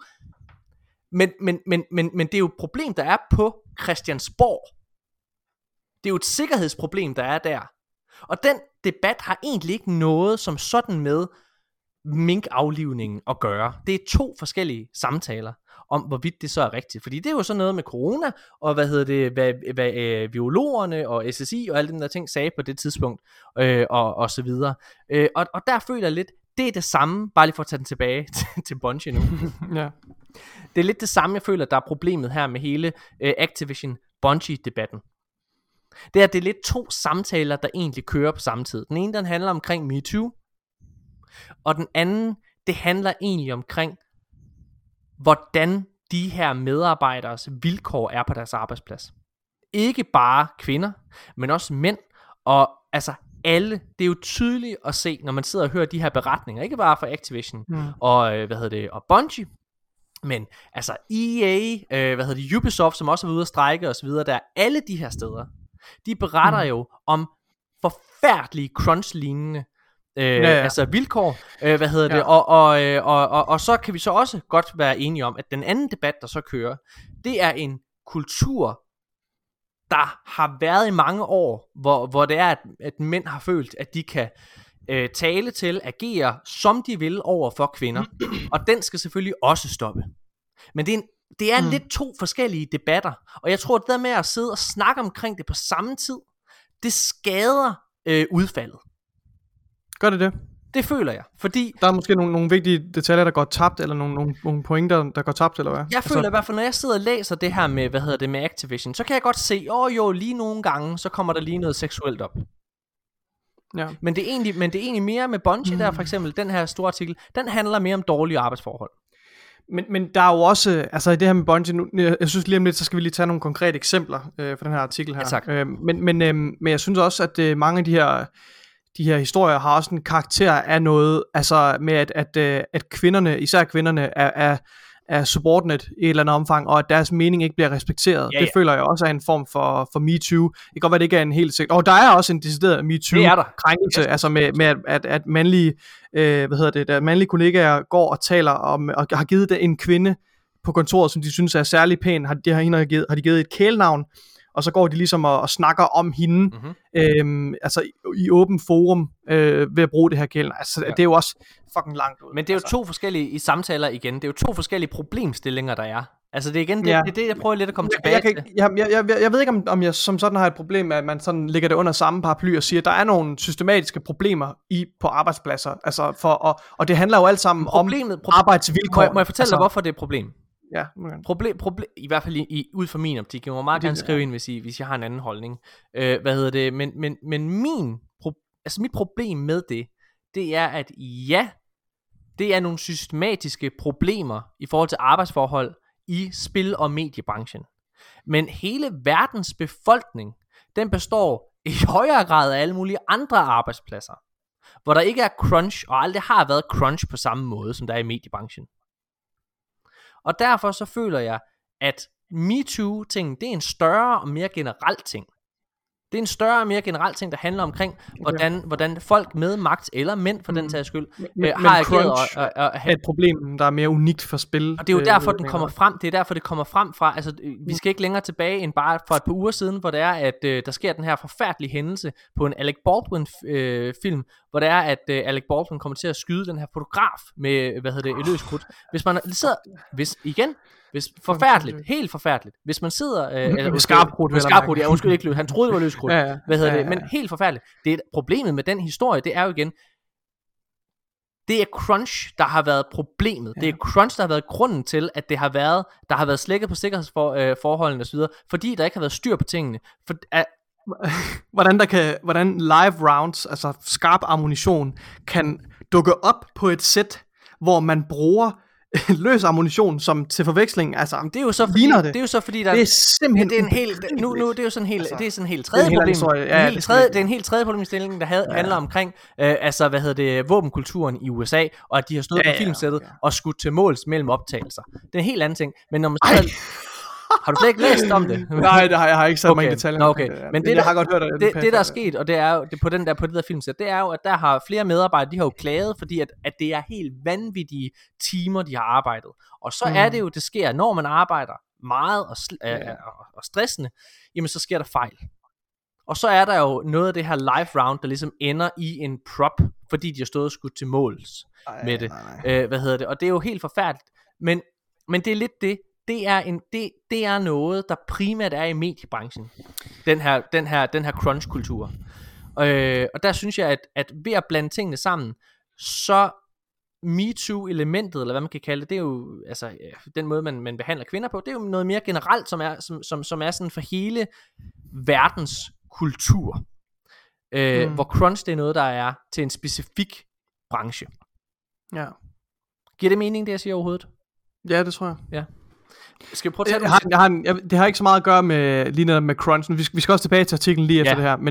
Men det er jo et problem, der er på Christiansborg. Det er jo et sikkerhedsproblem, der er der. Og den debat har egentlig ikke noget som sådan med minkaflivningen at gøre. Det er 2 forskellige samtaler om, hvorvidt det så er rigtigt. Fordi det er jo sådan noget med corona, og hvad biologerne og SSI og alle de der ting sagde på det tidspunkt, og så videre. Og der føler jeg lidt, det er det samme, bare lige for at tage den tilbage til Bungie nu. Ja. Det er lidt det samme, jeg føler, der er problemet her med hele Activision-Bungie-debatten. Det er lidt 2 samtaler, der egentlig kører på samme tid. Den ene, den handler omkring MeToo, og den anden, det handler egentlig omkring, hvordan de her medarbejderes vilkår er på deres arbejdsplads. Ikke bare kvinder, men også mænd, og altså alle. Det er jo tydeligt at se, når man sidder og hører de her beretninger, ikke bare fra Activision og Bungie, men altså EA, Ubisoft, som også er ude at strejke og så videre, der er alle de her steder. De beretter jo om forfærdelige crunch-lignende altså vilkår, og så kan vi så også godt være enige om, at den anden debat, der så kører, det er en kultur, der har været i mange år, hvor det er, at mænd har følt, at de kan tale til, agere, som de vil over for kvinder, og den skal selvfølgelig også stoppe. Men det er lidt 2 forskellige debatter, og jeg tror, at det der med at sidde og snakke omkring det på samme tid, det skader udfaldet. Gør det? Det føler jeg, fordi der er måske nogle vigtige detaljer, der går tabt, eller nogle pointer, der går tabt, eller hvad? Jeg føler i hvert fald, når jeg sidder og læser det her med, med Activision, så kan jeg godt se, lige nogle gange, så kommer der lige noget seksuelt op. Ja. Men det er egentlig mere med Bungie, der for eksempel, den her store artikel, den handler mere om dårlige arbejdsforhold. Men der er jo også, altså i det her med Bungie, nu, jeg synes lige om lidt, så skal vi lige tage nogle konkrete eksempler for den her artikel her. Ja, tak. Men jeg synes også, at mange af de her historier har også en karakter af noget, altså med at kvinderne, især kvinderne, er subordinate i et eller andet omfang, og at deres mening ikke bliver respekteret. Ja. Det føler jeg også er en form for MeToo. Det kan godt være, det ikke er en helt sikkert. Og der er også en decideret MeToo-krænkelse, altså med at mandlige, mandlige kollegaer går og taler om, og har givet det en kvinde på kontoret, som de synes er særlig pæn, har de givet et kælenavn, og så går de ligesom og snakker om hende, altså i åben forum, ved at bruge det her kælenavn. Altså, det er jo også fucking langt ud. Men det er jo 2 forskellige i samtaler igen. Det er jo 2 forskellige problemstillinger, der er. Altså det er igen, det er det, jeg prøver lidt at komme tilbage til. Jeg ved ikke, om jeg som sådan har et problem med, at man sådan lægger det under samme paraply og siger, at der er nogle systematiske problemer på arbejdspladser. Altså og det handler jo alt sammen om arbejdsvilkår. Må jeg fortælle dig, hvorfor det er et problem? Ja, problem, i hvert fald ud fra min optik. Jeg må meget gerne skrive ind, hvis jeg har en anden holdning. Men mit problem med det er, at ja, det er nogle systematiske problemer i forhold til arbejdsforhold i spil- og mediebranchen. Men hele verdens befolkning, den består i højere grad af alle mulige andre arbejdspladser, hvor der ikke er crunch, og aldrig har været crunch på samme måde, som der er i mediebranchen. Og derfor så føler jeg, at MeToo-ting, det er en større og mere generel ting. Det er en større og mere generel ting, der handler omkring, hvordan folk med magt, eller mænd for den sags skyld, har ageret. Er et problem, der er mere unikt for spil. Og det er jo derfor, den kommer frem. Det er derfor, det kommer frem fra. Altså, vi skal ikke længere tilbage end bare for et par uger siden, hvor det er, at der sker den her forfærdelige hændelse på en Alec Baldwin-film, hvor det er, at Alec Baldwin kommer til at skyde den her fotograf med, løs krudt. Hvis man sidder... Forfærdeligt, helt forfærdeligt. Hvis man sidder med skarpkrudt, ja, undskyld ikke løs. Han troede det var løs krudt. Men helt forfærdeligt. Det er problemet med den historie, det er jo igen, det er crunch, der har været problemet. Det er crunch, der har været grunden til, at der har været slækket på sikkerhedsforholdene og så videre, fordi der ikke har været styr på tingene. Hvordan live rounds, altså skarp ammunition, kan dukke op på et sæt, hvor man bruger løs ammunition som til forveksling, altså det er jo så fordi, det er jo så fordi der det er simpelthen det er en helt det er jo sådan helt altså, det er sådan en helt tredje problem. Det er en helt tredje problemstilling, der handler omkring våbenkulturen i USA, og at de har stået på filmsættet og skudt til måls mellem optagelser. Det er en helt anden ting, men når man har du slet ikke læst om det? Nej, det har jeg ikke sat mig i detaljer. Okay. Men det, jeg har godt hørt det der er sket, og det er jo på det der filmsæt, det er jo, at der har flere medarbejdere, de har jo klaget, fordi at det er helt vanvittige timer, de har arbejdet. Og så er det jo, det sker, når man arbejder meget og stressende, jamen så sker der fejl. Og så er der jo noget af det her live round, der ligesom ender i en prop, fordi de har stået og skudt til måls med det. Og det er jo helt forfærdeligt. Men det er lidt det. Det er noget, der primært er i mediebranchen. Den her crunch-kultur. Og der synes jeg, at ved at blande tingene sammen, så MeToo-elementet, eller hvad man kan kalde det, det er jo altså den måde, man behandler kvinder på, det er jo noget mere generelt, som er sådan for hele verdens kultur. Hvor crunch, det er noget, der er til en specifik branche. Ja. Giver det mening, det jeg siger overhovedet? Ja, det tror jeg. Ja. Skal vi prøve at tage det har ikke så meget at gøre med lige noget med crunch. Vi skal også tilbage til artiklen lige efter det her.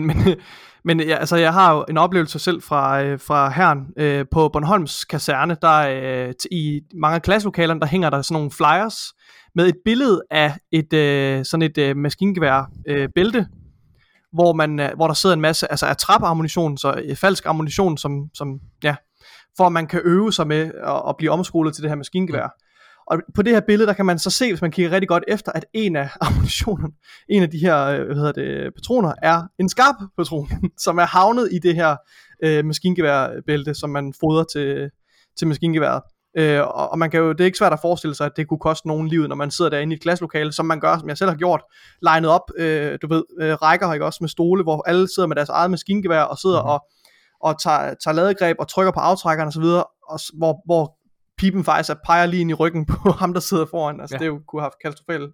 Men altså, jeg har jo en oplevelse selv fra hæren på Bornholms kaserne. Der i mange af klasselokalerne, der hænger der sådan nogle flyers med et billede af sådan et maskingevær bælte, hvor der sidder en masse altså attrap-ammunition, så falsk ammunition, som for at man kan øve sig med at blive omskolet til det her maskingevær. Og på det her billede, der kan man så se, hvis man kigger rigtig godt efter, at en af ammunitionen, en af de her patroner, er en skarp patron, som er havnet i det her maskingeværbælte, som man fodrer til maskingeværet. Og man kan jo, det er ikke svært at forestille sig, at det kunne koste nogen livet, når man sidder derinde i et klasselokale, som man gør, som jeg selv har gjort, legnet op, rækker, ikke også, med stole, hvor alle sidder med deres eget maskingevær og sidder og tager ladegreb og trykker på aftrækkeren og så videre, og hvor pipen faktisk peger lige ind i ryggen på ham, der sidder foran. Altså, det kunne have haft katastrofalt.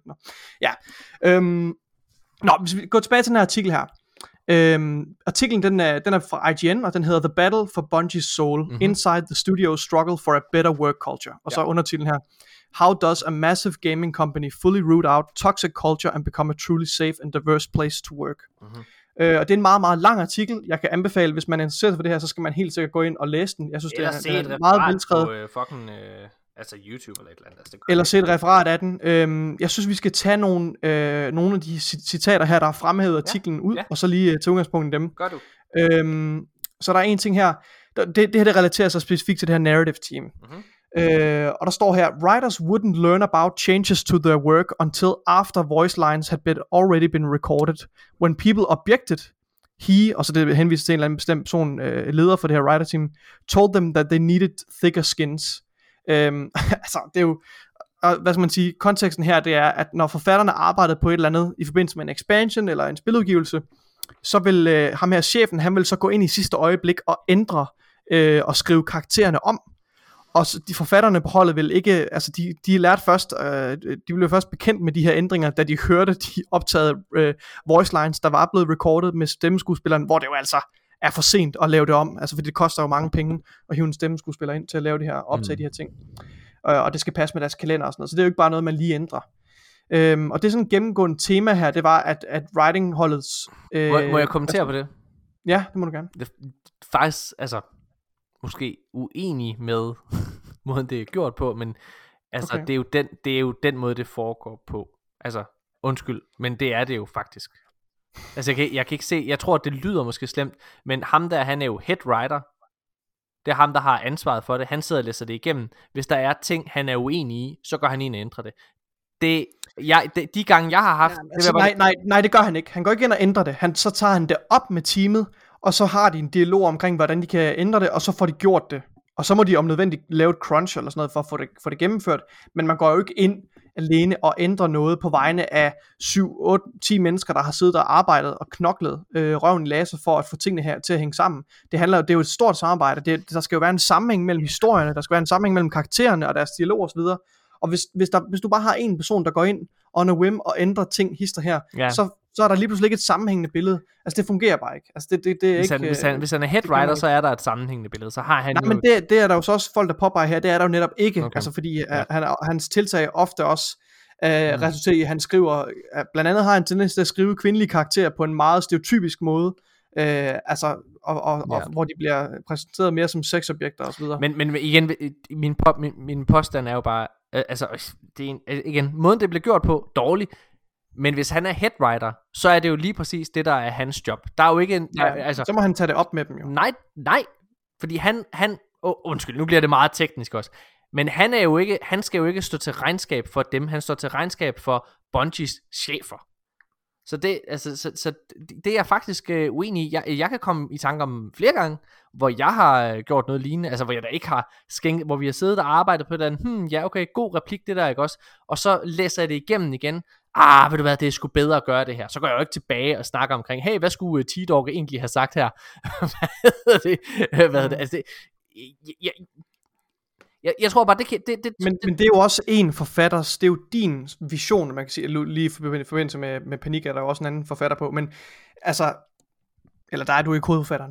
Hvis vi går tilbage til den her artikel her. Artiklen, den er fra IGN, og den hedder The Battle for Bungie's Soul, Inside the Studio's Struggle for a Better Work Culture. Og så undertitlen her, How does a massive gaming company fully root out toxic culture and become a truly safe and diverse place to work? Og det er en meget, meget lang artikel. Jeg kan anbefale, hvis man er interesseret for det her, så skal man helt sikkert gå ind og læse den. Jeg synes, det er meget velskrevet. Altså YouTube eller et eller andet. Altså, eller se et referat af den. Jeg synes, vi skal tage nogle af de citater her, der er fremhævet artiklen ud, og så lige tage udgangspunkt i dem. Gør du. Så der er en ting her. Det her, det relaterer sig specifikt til det her narrative team. Og der står her, writers wouldn't learn about changes to their work until after voice lines had already been recorded. When people objected, og så det henviser til en eller anden bestemt person, leder for det her writer team, told them that they needed thicker skins. Altså, det er jo, hvad skal man sige, konteksten her, det er, at når forfatterne arbejdede på et eller andet i forbindelse med en expansion eller en spiludgivelse, så vil ham her chefen, han vil så gå ind i sidste øjeblik og ændre og skrive karaktererne om. Og de forfatterne på holdet vil ikke, altså de lærte først, de blev først bekendt med de her ændringer, da de hørte de optagede voice lines, der var blevet recorded med stemmeskuespilleren, hvor det jo altså er for sent at lave det om, altså fordi det koster jo mange penge at hive en stemmeskuespiller ind til at lave det her, optage de her ting, og det skal passe med deres kalender og sådan noget, så det er jo ikke bare noget, man lige ændrer. Og det er sådan et gennemgående tema her, det var, at writing-holdets... Må jeg kommentere på det? Ja, det må du gerne. Det er faktisk, altså, måske uenig med måden, det er gjort på, men altså, Okay. det er jo den måde, det foregår på. Altså, undskyld, men det er det jo faktisk. Altså, jeg kan ikke se, jeg tror, det lyder måske slemt, men ham der, han er jo head writer. Det er ham, der har ansvaret for det. Han sidder og læser det igennem. Hvis der er ting, han er uenig i, så går han ind og ændrer det. De gange, jeg har haft... Nej, det gør han ikke. Han går ikke ind og ændrer det. Så tager han det op med teamet, og så har de en dialog omkring, hvordan de kan ændre det, og så får de gjort det. Og så må de om nødvendigt lave et crunch eller sådan noget, for at få det gennemført. Men man går jo ikke ind alene og ændrer noget på vegne af 7, 8, 10 mennesker, der har siddet og arbejdet og knoklet røven i laser for at få tingene her til at hænge sammen. Det er jo et stort samarbejde. Der skal jo være en sammenhæng mellem historierne, der skal være en sammenhæng mellem karaktererne og deres dialog osv. Og hvis du bare har en person, der går ind on a whim og ændrer ting hister her, Ja. så er der lige pludselig ikke et sammenhængende billede. Altså det fungerer bare ikke. Altså det er Hvis han er head writer, så er der et sammenhængende billede. Så har han Nej, men det er der jo så også folk, der påpeger her, det er der jo netop ikke. Okay. Altså fordi hans tiltag ofte også resulterer i, at han skriver, blandt andet har han tendens til at skrive kvindelige karakterer på en meget stereotypisk måde, hvor de bliver præsenteret mere som sexobjekter osv. Men igen, min påstand er jo bare, det er igen, måden det bliver gjort på, dårligt. Men hvis han er head writer, så er det jo lige præcis det, der er hans job. Der er jo ikke så må han tage det op med dem jo. Nej, fordi undskyld, nu bliver det meget teknisk også. Men han skal jo ikke stå til regnskab for dem, han står til regnskab for Bungies chefer. Så det, det er jeg faktisk uenig i. Jeg kan komme i tanke om flere gange, hvor jeg har gjort noget lignende, altså hvor jeg da ikke har skænket, hvor vi har siddet og arbejdet på den, ja okay, god replik det der, ikke også? Og så læser jeg det igennem igen. Ved du hvad, det er sgu bedre at gøre det her. Så går jeg jo ikke tilbage og snakker omkring, hey, hvad skulle T-Dog egentlig have sagt her? Hvad hedder det? Altså, jeg tror bare, Men det er jo også en forfatters, det er jo din vision, man kan sige, lige i forbindelse med Panik er der jo også en anden forfatter på, men altså, eller der er du ikke hovedforfatteren,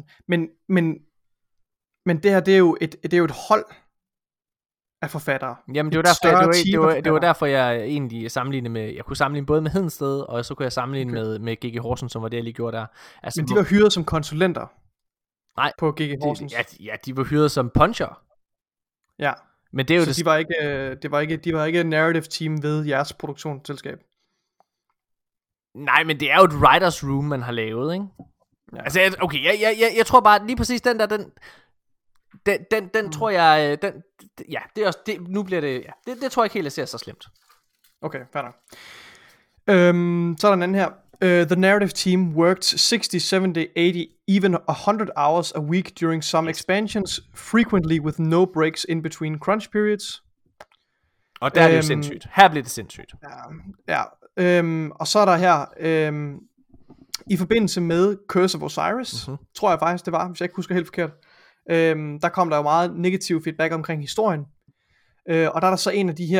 men det her, det er jo et hold af forfattere. Jamen det var derfor jeg egentlig sammenlignede med, jeg kunne sammenligne både med Hedensted, og så kunne jeg sammenligne med G.G. Horsens, som var det jeg lige gjorde der. Altså, men de var hyret som konsulenter. Nej, på G.G. Horsens. Ja, de var hyret som puncher. Ja. Men det er jo så de var ikke narrative team ved jeres produktionsselskab. Nej, men det er jo et writers room man har lavet, ikke? Ja. Altså okay, jeg tror bare lige præcis den der den tror jeg det er også det, nu bliver det det tror jeg ikke helt jeg ser så slemt. Okay, fair nok. Så er der en anden her. The narrative team worked 60, 70, 80, even 100 hours a week during some expansions, frequently with no breaks in between crunch periods. Og der er det jo sindssygt. Her bliver det sindssygt. Ja. Og så er der her, i forbindelse med Curse of Osiris, tror jeg faktisk det var, hvis jeg ikke husker helt forkert, der kom der jo meget negativ feedback omkring historien. Og der er der så en af de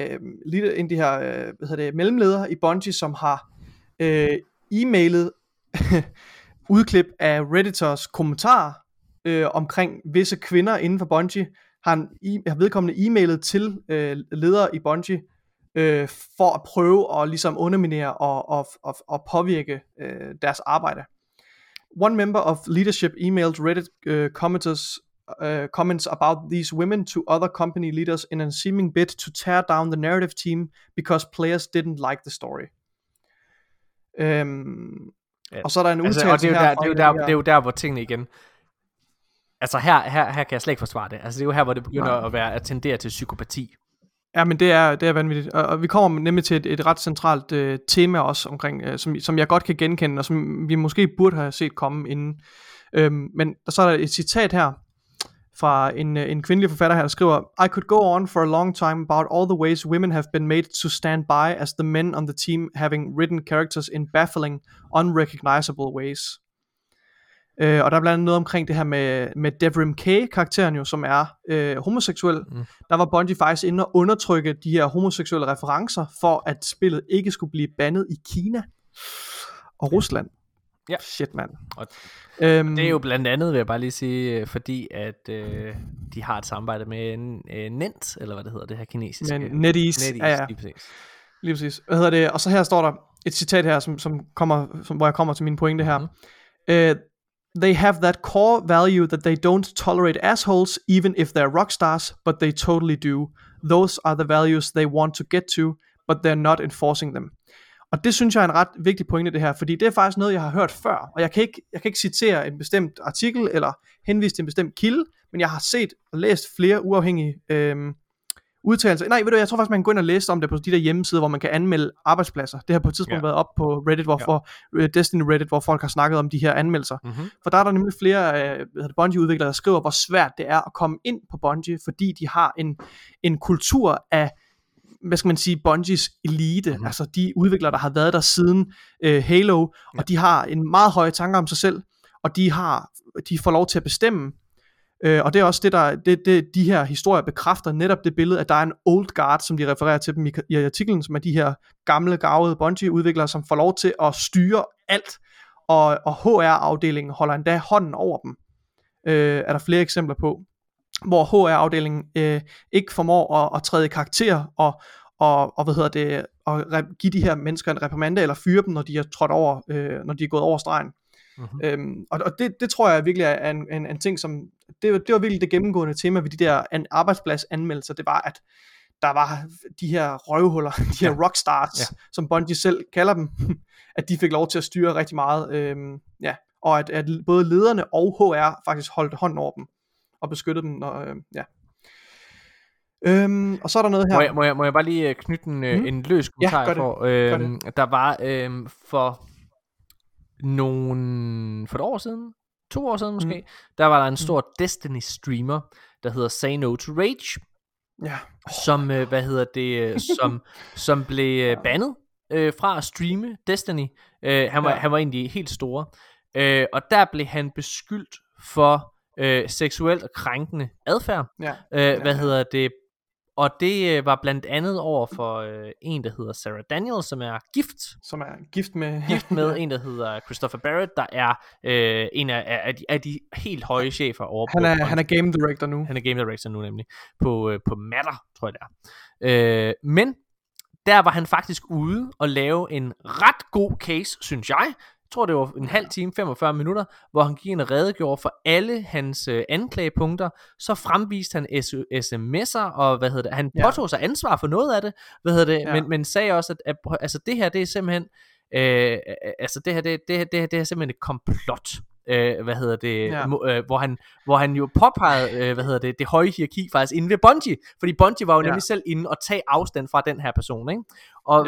her, mellemledere i Bungie, som har e-mailet udklip af Redditors kommentarer omkring visse kvinder inden for Bungie, har vedkommende e-mailet til ledere i Bungie for at prøve at ligesom underminere og påvirke deres arbejde. One member of leadership emailed Reddit comments about these women to other company leaders in a seeming bid to tear down the narrative team because players didn't like the story. Og så er der en udtalelse her. Det er jo der hvor tingene igen. Altså her kan jeg slet ikke forsvare det. Altså det er jo her hvor det begynder at tendere til psykopati. Ja, men det er vanvittigt. Og vi kommer nemlig til et ret centralt tema også omkring, som jeg godt kan genkende, og som vi måske burde have set komme inden. Men så er der et citat her fra en kvindelig forfatter her, der skriver: I could go on for a long time about all the ways women have been made to stand by as the men on the team having written characters in baffling, unrecognizable ways. Og der er blandt andet noget omkring det her med Devrim K, karakteren jo, som er homoseksuel. Der var Bungie faktisk inde og undertrykke de her homoseksuelle referencer, for at spillet ikke skulle blive bandet i Kina og Rusland. Ja. Shit, mand. Det er jo blandt andet, vil jeg bare lige sige, fordi at de har et samarbejde med Nent, eller hvad det hedder, det her kinesiske. NetEase. Ja. Lige præcis. Hvad hedder det? Og så her står der et citat her, hvor jeg kommer til mine pointe her. They have that core value that they don't tolerate assholes, even if they're rockstars, but they totally do. Those are the values they want to get to, but they're not enforcing them. Og det synes jeg er en ret vigtig pointe det her, fordi det er faktisk noget, jeg har hørt før, og jeg kan ikke citere en bestemt artikel, eller henvise til en bestemt kilde, men jeg har set og læst flere uafhængige udtalelser. Nej, ved du, jeg tror faktisk, man kan gå ind og læse om det på de der hjemmesider, hvor man kan anmelde arbejdspladser. Det har på et tidspunkt været op på Reddit, Destiny Reddit, hvor folk har snakket om de her anmeldelser. For der er der nemlig flere Bungie-udviklere, der skriver, hvor svært det er at komme ind på Bungie, fordi de har en kultur af, hvad skal man sige, Bungies elite, altså de udviklere, der har været der siden Halo, og de har en meget høj tanke om sig selv, og de får lov til at bestemme. Og det er også det de her historier bekræfter netop det billede, at der er en old guard, som de refererer til dem i artiklen, som er de her gamle, garvede Bungie-udviklere, som får lov til at styre alt, og HR-afdelingen holder endda hånden over dem. Er der flere eksempler på, hvor HR-afdelingen ikke formår at træde i karakter, og give de her mennesker en reprimande, eller fyre dem, når de er trådt over, når de er gået over stregen. Og det tror jeg virkelig er en ting, som det var virkelig det gennemgående tema ved de der arbejdspladsanmeldelser. Det var, at der var de her røvhuller, de her rockstars, som Bungie selv kalder dem, at de fik lov til at styre rigtig meget, og at både lederne og HR faktisk holdt hånden over dem og beskyttede dem, og så er der noget her. Må jeg bare lige knytte en løs kommentar der var for et år siden, 2 år siden måske, der var der en stor Destiny streamer, der hedder Say No to Rage, som blev bandet fra at streame Destiny. Han var egentlig helt store, og der blev han beskyldt for seksuelt og krænkende adfærd. Og det var blandt andet over for en, der hedder Sarah Daniels, som er gift med en, der hedder Christopher Barrett, der er en af de helt høje chefer over han er game director nu. Han er game director nu nemlig på Matter, tror jeg det er. Men der var han faktisk ude og lave en ret god case, synes jeg. Jeg tror det var en halv time, 45 minutter, hvor han gik ind og redegjorde for alle hans anklagepunkter. Så fremviste han sms'er, og han påtog sig ansvar for noget af det, men sagde også, at altså det her, det er simpelthen det er simpelthen et komplot. Hvor han jo påpegede det høje hierarki faktisk inde ved Bungie, fordi Bungie var jo nemlig selv inde og tage afstand fra den her person, ikke? Og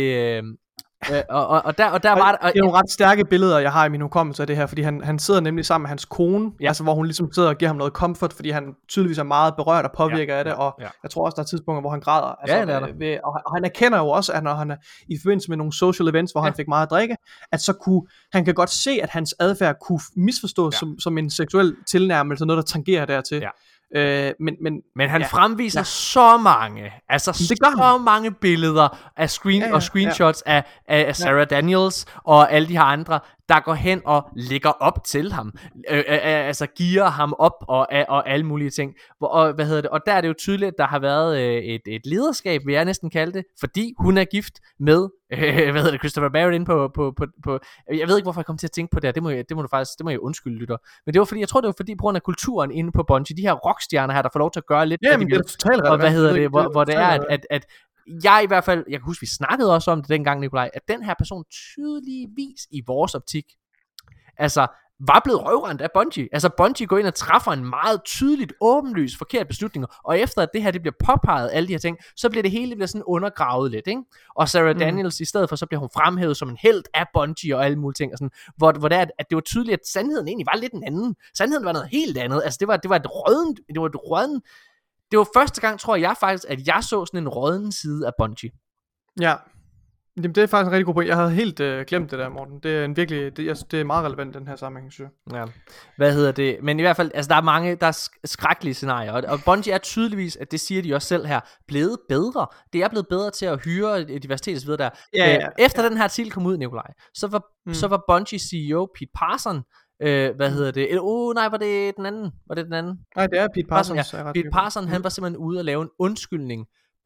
og der var det er nogle ret stærke billeder, jeg har i min hukommelse af det her, fordi han sidder nemlig sammen med hans kone, altså hvor hun ligesom sidder og giver ham noget comfort, fordi han tydeligvis er meget berørt og påvirket af det, og jeg tror også der er tidspunkter, hvor han græder, og han erkender jo også, at når han er i forbindelse med nogle social events, hvor han fik meget at drikke, at så han kan godt se, at hans adfærd kunne misforstås som en seksuel tilnærmelse, noget der tangerer dertil. Men han fremviser så mange, mange billeder af og screenshots af Sarah Daniels og alle de her andre, der går hen og lægger op til ham, altså gearer ham op og alle mulige ting. Og der er det jo tydeligt, at der har været et lederskab, vil jeg næsten kalde det, fordi hun er gift med Christopher Barrett inde på jeg ved ikke hvorfor jeg kom til at tænke på det. Det må jeg undskylde, lytter. Men det var fordi, jeg tror det var fordi på grund af kulturen inde på Bungie, de her rockstjerner her, der får lov til at gøre lidt. Ja, men det er totalt relevant. Og hvor det er at jeg i hvert fald, jeg kan huske, vi snakkede også om det dengang, Nikolaj, at den her person tydeligvis i vores optik, altså, var blevet røvrendt af Bungie. Altså, Bungie går ind og træffer en meget tydeligt, åbenlyst forkert beslutning, og efter at det her, det bliver påpeget, alle de her ting, så bliver det hele sådan undergravet lidt, ikke? Og Sarah Daniels, i stedet for, så bliver hun fremhævet som en helt af Bungie og alle mulige ting, og sådan, hvor det er, at det var tydeligt, at sandheden egentlig var lidt en anden. Sandheden var noget helt andet. Altså, det var et rødden. Det var første gang, tror jeg faktisk, at jeg så sådan en rådden side af Bungie. Ja, jamen, det er faktisk en rigtig god point. Jeg havde helt glemt det der, Morten. Det er det er meget relevant den her sammenhæng, synes jeg. Ja. Men i hvert fald, altså der er skrækkelige scenarier, og Bungie er tydeligvis, at det siger de også selv her, blevet bedre. Det er blevet bedre til at hyre diversitet og så videre der. Efter den her artikel kom ud, Nikolaj, så var Bungie CEO Pete Parson, var det den anden? Nej, det er Pete Parson. Pete Parson, han var simpelthen ude og lave en undskyldning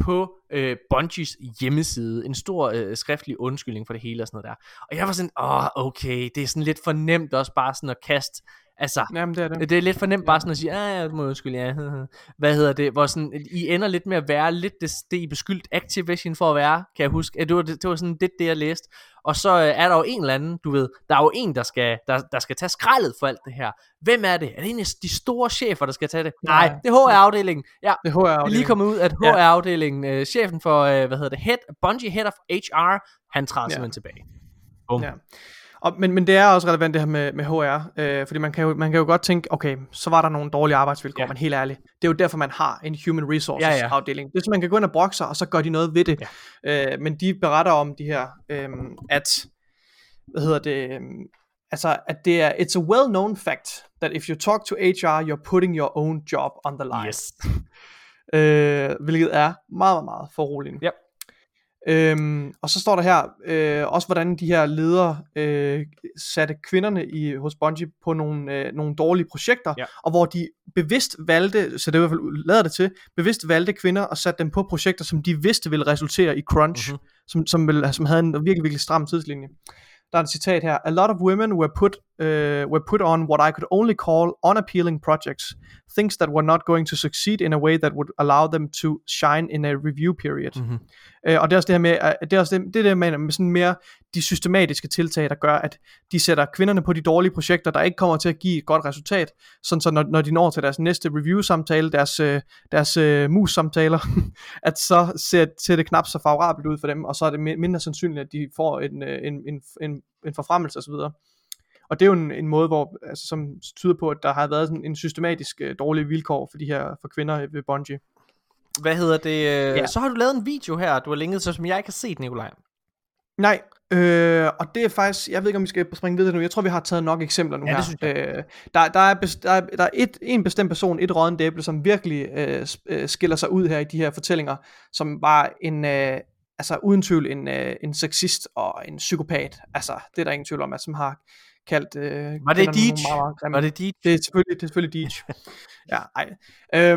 på Bungies hjemmeside. En stor skriftlig undskyldning for det hele og sådan noget der. Og jeg var sådan, okay, det er sådan lidt for nemt også bare sådan at kaste. Altså, Jamen, det er lidt for nemt bare sådan at sige, jeg må undskylde, ja. Hvad hedder det? Hvor sådan, I ender lidt med at være lidt det I beskyldt Activision for at være, kan jeg huske. Det var sådan lidt det, jeg læste. Og så er der jo en eller anden, du ved, der er jo en, der skal tage skraldet for alt det her. Hvem er det? Er det en af de store chefer, der skal tage det? Nej, det er HR-afdelingen. Ja, det er HR-afdelingen. Det er lige kommet ud, at HR-afdelingen, chefen for, Bungie Head of HR, han træder simpelthen tilbage. Ja. Men det er også relevant det her med HR, fordi man kan jo godt tænke, okay, så var der nogle dårlige arbejdsvilkår, men helt ærligt, det er jo derfor man har en human resources afdeling. Det er så man kan gå ind og brokke sig, og så gør de noget ved det. Men de beretter om de her, at altså at det er, it's a well-known fact that if you talk to HR, you're putting your own job on the line. Yes. Hvilket er meget, meget foruroligende. Yep. Og så står der her også hvordan de her ledere satte kvinderne hos Bungie på nogle dårlige projekter, og hvor de bevidst valgte, så det i hvert fald lader det til, bevidst valgte kvinder og satte dem på projekter, som de vidste ville resultere i crunch, som havde en virkelig, virkelig stram tidslinje. Der er et citat her. A lot of women were put on what I could only call unappealing projects, things that were not going to succeed in a way that would allow them to shine in a review period. Og det er også det her med, det er også det der med sådan mere de systematiske tiltag, der gør, at de sætter kvinderne på de dårlige projekter, der ikke kommer til at give et godt resultat, sådan så når de når til deres næste review-samtale, deres mus-samtaler, at så ser det knap så favorabelt ud for dem, og så er det mindre sandsynligt, at de får en forfremmelse osv. Og det er jo en måde, som tyder på, at der har været sådan en systematisk dårlige vilkår for kvinder ved Bungie. Hvad hedder det? Så har du lavet en video her, du har linket, så som jeg ikke har set, Nikolaj. Nej, og det er faktisk, jeg ved ikke om vi skal springe videre nu, jeg tror vi har taget nok eksempler nu her. Det synes jeg. Der er en bestemt person, et råddent æble, som virkelig skiller sig ud her i de her fortællinger, som var uden tvivl en sexist og en psykopat. Altså, det er der ingen tvivl om, som har kaldt var det Deej? Var det Deej? Det er selvfølgelig Deej.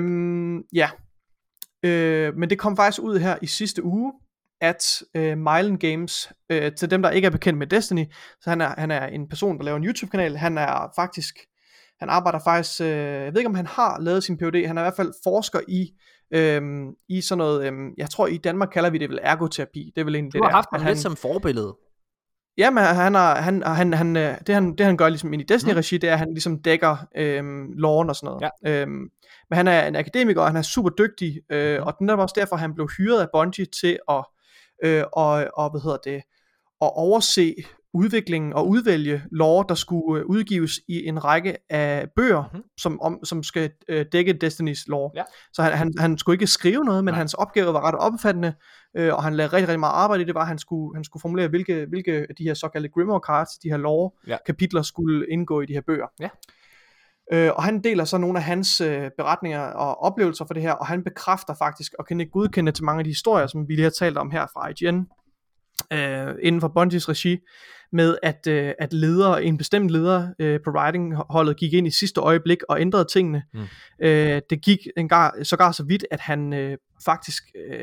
Men det kom faktisk ud her i sidste uge, at Mylan Games, til dem der ikke er bekendt med Destiny, så han er en person der laver en YouTube kanal. Han arbejder faktisk, jeg ved ikke om han har lavet sin PhD, han er i hvert fald forsker i sådan noget, jeg tror i Danmark kalder vi det vel ergoterapi. Det er vel egentlig du har haft ham lidt som forbillede. Ja, men det han gør ligesom ind i Destiny-regi, det er at han ligesom dækker loven og sådan noget. Men han er en akademiker, og han er super dygtig, og det er også derfor han blev hyret af Bungie til at overse udviklingen og udvælge lore, der skulle udgives i en række af bøger, som skal dække Destinys lore. Så han skulle ikke skrive noget, men hans opgave var ret omfattende, og han lavede rigtig, rigtig meget arbejde i det, var at han skulle formulere, hvilke af de her såkaldte Grimoire cards, de her lore kapitler, skulle indgå i de her bøger. Og han deler så nogle af hans beretninger og oplevelser for det her, og han bekræfter faktisk og kan ikke godkende til mange af de historier, som vi lige har talt om her fra IGN, inden for Bungies regi, med at en bestemt leder på writing-holdet gik ind i sidste øjeblik og ændrede tingene. Det gik sågar så vidt, at han faktisk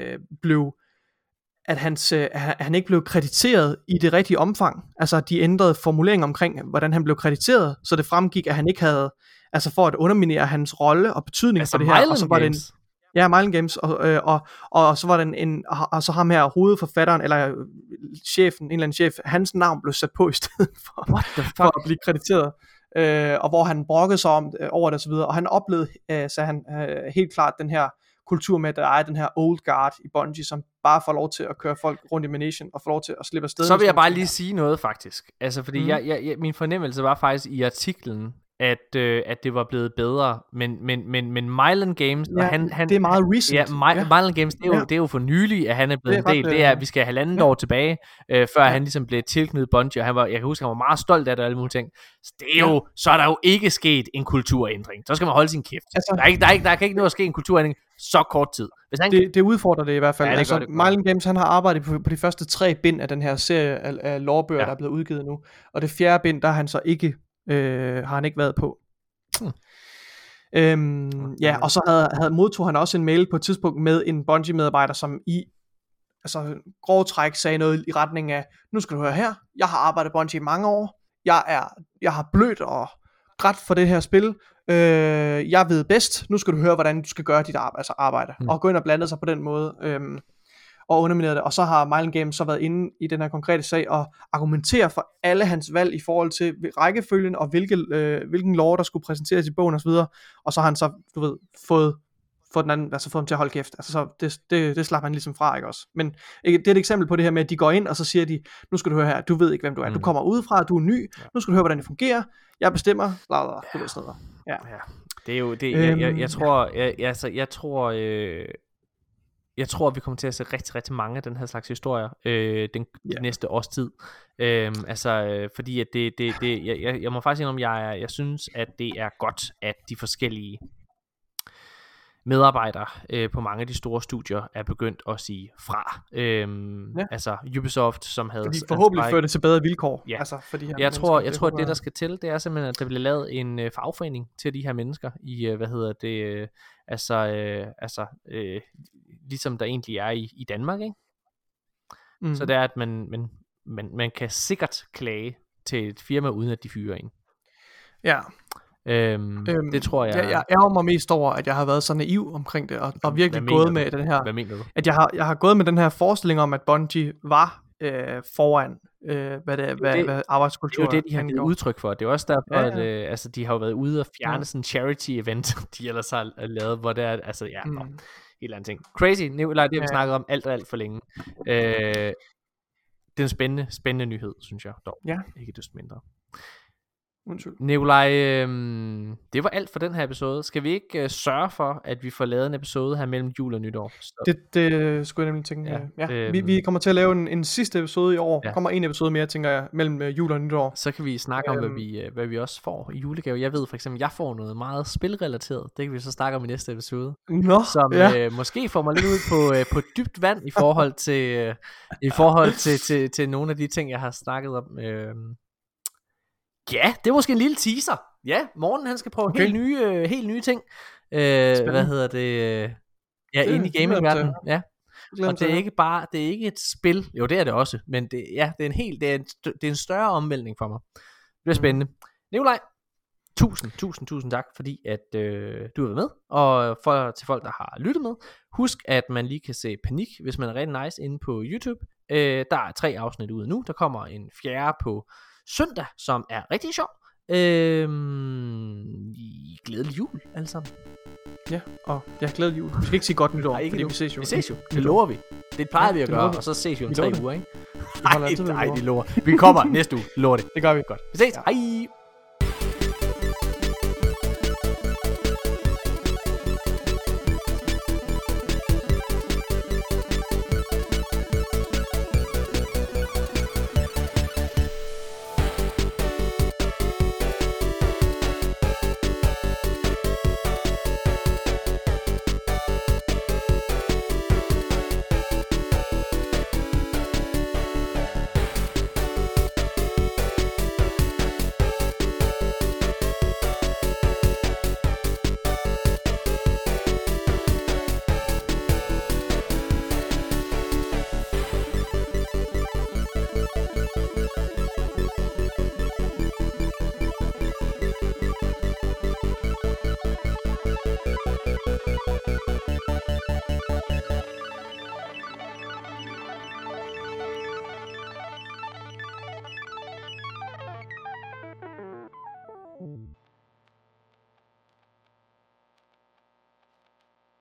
han ikke blev krediteret i det rigtige omfang. Altså de ændrede formuleringen omkring, hvordan han blev krediteret, så det fremgik, at han ikke havde, altså for at underminere hans rolle og betydning for det her. Og så var det Mylan Games, og så var den og så ham her hovedforfatteren, eller chefen, en eller anden chef, hans navn blev sat på i stedet for at blive krediteret. Og hvor han brokkede sig over det og så videre, og han oplevede, så han helt klart den her kultur med, at der er den her old guard i Bungie, som bare får lov til at køre folk rundt i Manation, og får lov til at slippe afsted. Så vil jeg bare lige sige noget faktisk. Altså, fordi min fornemmelse var faktisk i artiklen, at det var blevet bedre, men Mylan Games, han det er meget recent. Mylan Games, det er jo for nylig, at han er blevet en del. Det er, vi skal halvandet år tilbage, før han ligesom blev tilknyttet Bungie, og jeg kan huske, han var meget stolt af det og alle mulige ting. Så det er jo, så er der jo ikke sket en kulturændring. Så skal man holde sin kæft. Altså, der kan ikke nå at ske en kulturændring så kort tid. Hvis han det udfordrer det i hvert fald. Ja, altså, Mylan Games, han har arbejdet på de første 3 bind af den her serie af lorebøger, der er blevet udgivet nu. Og det 4. bind, der har han så ikke har han ikke været på. Ja, og så modtog han også en mail på et tidspunkt med en Bungie-medarbejder, som i grove træk sagde noget i retning af, nu skal du høre her, jeg har arbejdet Bungie i mange år, jeg har blødt og grædt for det her spil, jeg ved bedst, nu skal du høre, hvordan du skal gøre dit arbejde, og gå ind og blande sig på den måde, og underminere det, og så har Myelin Games så været inde i den her konkrete sag, og argumentere for alle hans valg i forhold til rækkefølgen, og hvilken lore, der skulle præsenteres i bogen osv., og så har han så, du ved, fået den anden, altså fået dem til at holde kæft, altså så det slapper han ligesom fra, ikke også, men det er et eksempel på det her med, at de går ind, og så siger de, nu skal du høre her, du ved ikke, hvem du er, du kommer udefra, du er ny, nu skal du høre, hvordan det fungerer, jeg bestemmer, bla bla, du ved sådan noget. Ja. Det er jo det, jeg tror, vi kommer til at se rigtig, rigtig mange af den her slags historier den næste års tid. Fordi at jeg må faktisk indrømme, jeg synes, at det er godt, at de forskellige medarbejdere på mange af de store studier er begyndt at sige fra. Altså Ubisoft, som havde... Fordi forhåbentlig fører det til bedre vilkår. Ja. Altså, for de her jeg tror, at det, der skal til, det er simpelthen, at der bliver lavet en fagforening til de her mennesker i, ligesom der egentlig er i Danmark, ikke? Så det er, at man kan sikkert klage til et firma, uden at de fyrer en. Ja. Det tror jeg. Jeg ærger mig mest over, at jeg har været så naiv omkring det, og virkelig gået med den her... Hvad mener du? At jeg har gået med den her forestilling om, at Bungie var foran, hvad arbejdskultur... Det er jo det, de har givet udtryk for. Det er også derfor, at de har jo været ude og fjerne sådan en charity-event, de ellers har lavet, hvor det er... Altså, helt anden ting. Crazy, Nikolaj, det har vi snakket om alt for længe. Det er en spændende nyhed, synes jeg dog. Ja. Ikke desto mindre. Undskyld. Nikolaj, det var alt for den her episode. Skal vi ikke sørge for, at vi får lavet en episode her mellem jul og nytår? Det skulle jeg nemlig tænke. Vi kommer til at lave en sidste episode i år. Der kommer en episode mere, tænker jeg, mellem jul og nytår. Så kan vi snakke om, hvad vi også får i julegave. Jeg ved for eksempel, jeg får noget meget spilrelateret. Det kan vi så snakke om i næste episode. Som måske får mig lidt ud på dybt vand i forhold til nogle af de ting, jeg har snakket om. Ja, det er måske en lille teaser. Ja, Morten han skal prøve helt nye ting. Hvad hedder det? Inde i gamingverdenen. Ja. Og det er ikke et spil. Jo, det er det også, men det er en større omvæltning for mig. Det bliver spændende. Nikolaj, tusind tak, fordi at du har været med, og til folk, der har lyttet med, husk, at man lige kan se Panik, hvis man er rigtig nice, inde på YouTube. Der er 3 afsnit ude nu. Der kommer en 4. på søndag, som er rigtig sjov. Glædelig jul, alle sammen. Ja, og glædelig jul. Vi skal ikke sige godt nytår, fordi vi ses jo. Det lover vi. Det plejer vi at gøre, og så ses vi om 3 uger, ikke? Nej, det lover. Vi kommer næste uge, lover det. Det gør vi. Godt. Vi ses. Hej.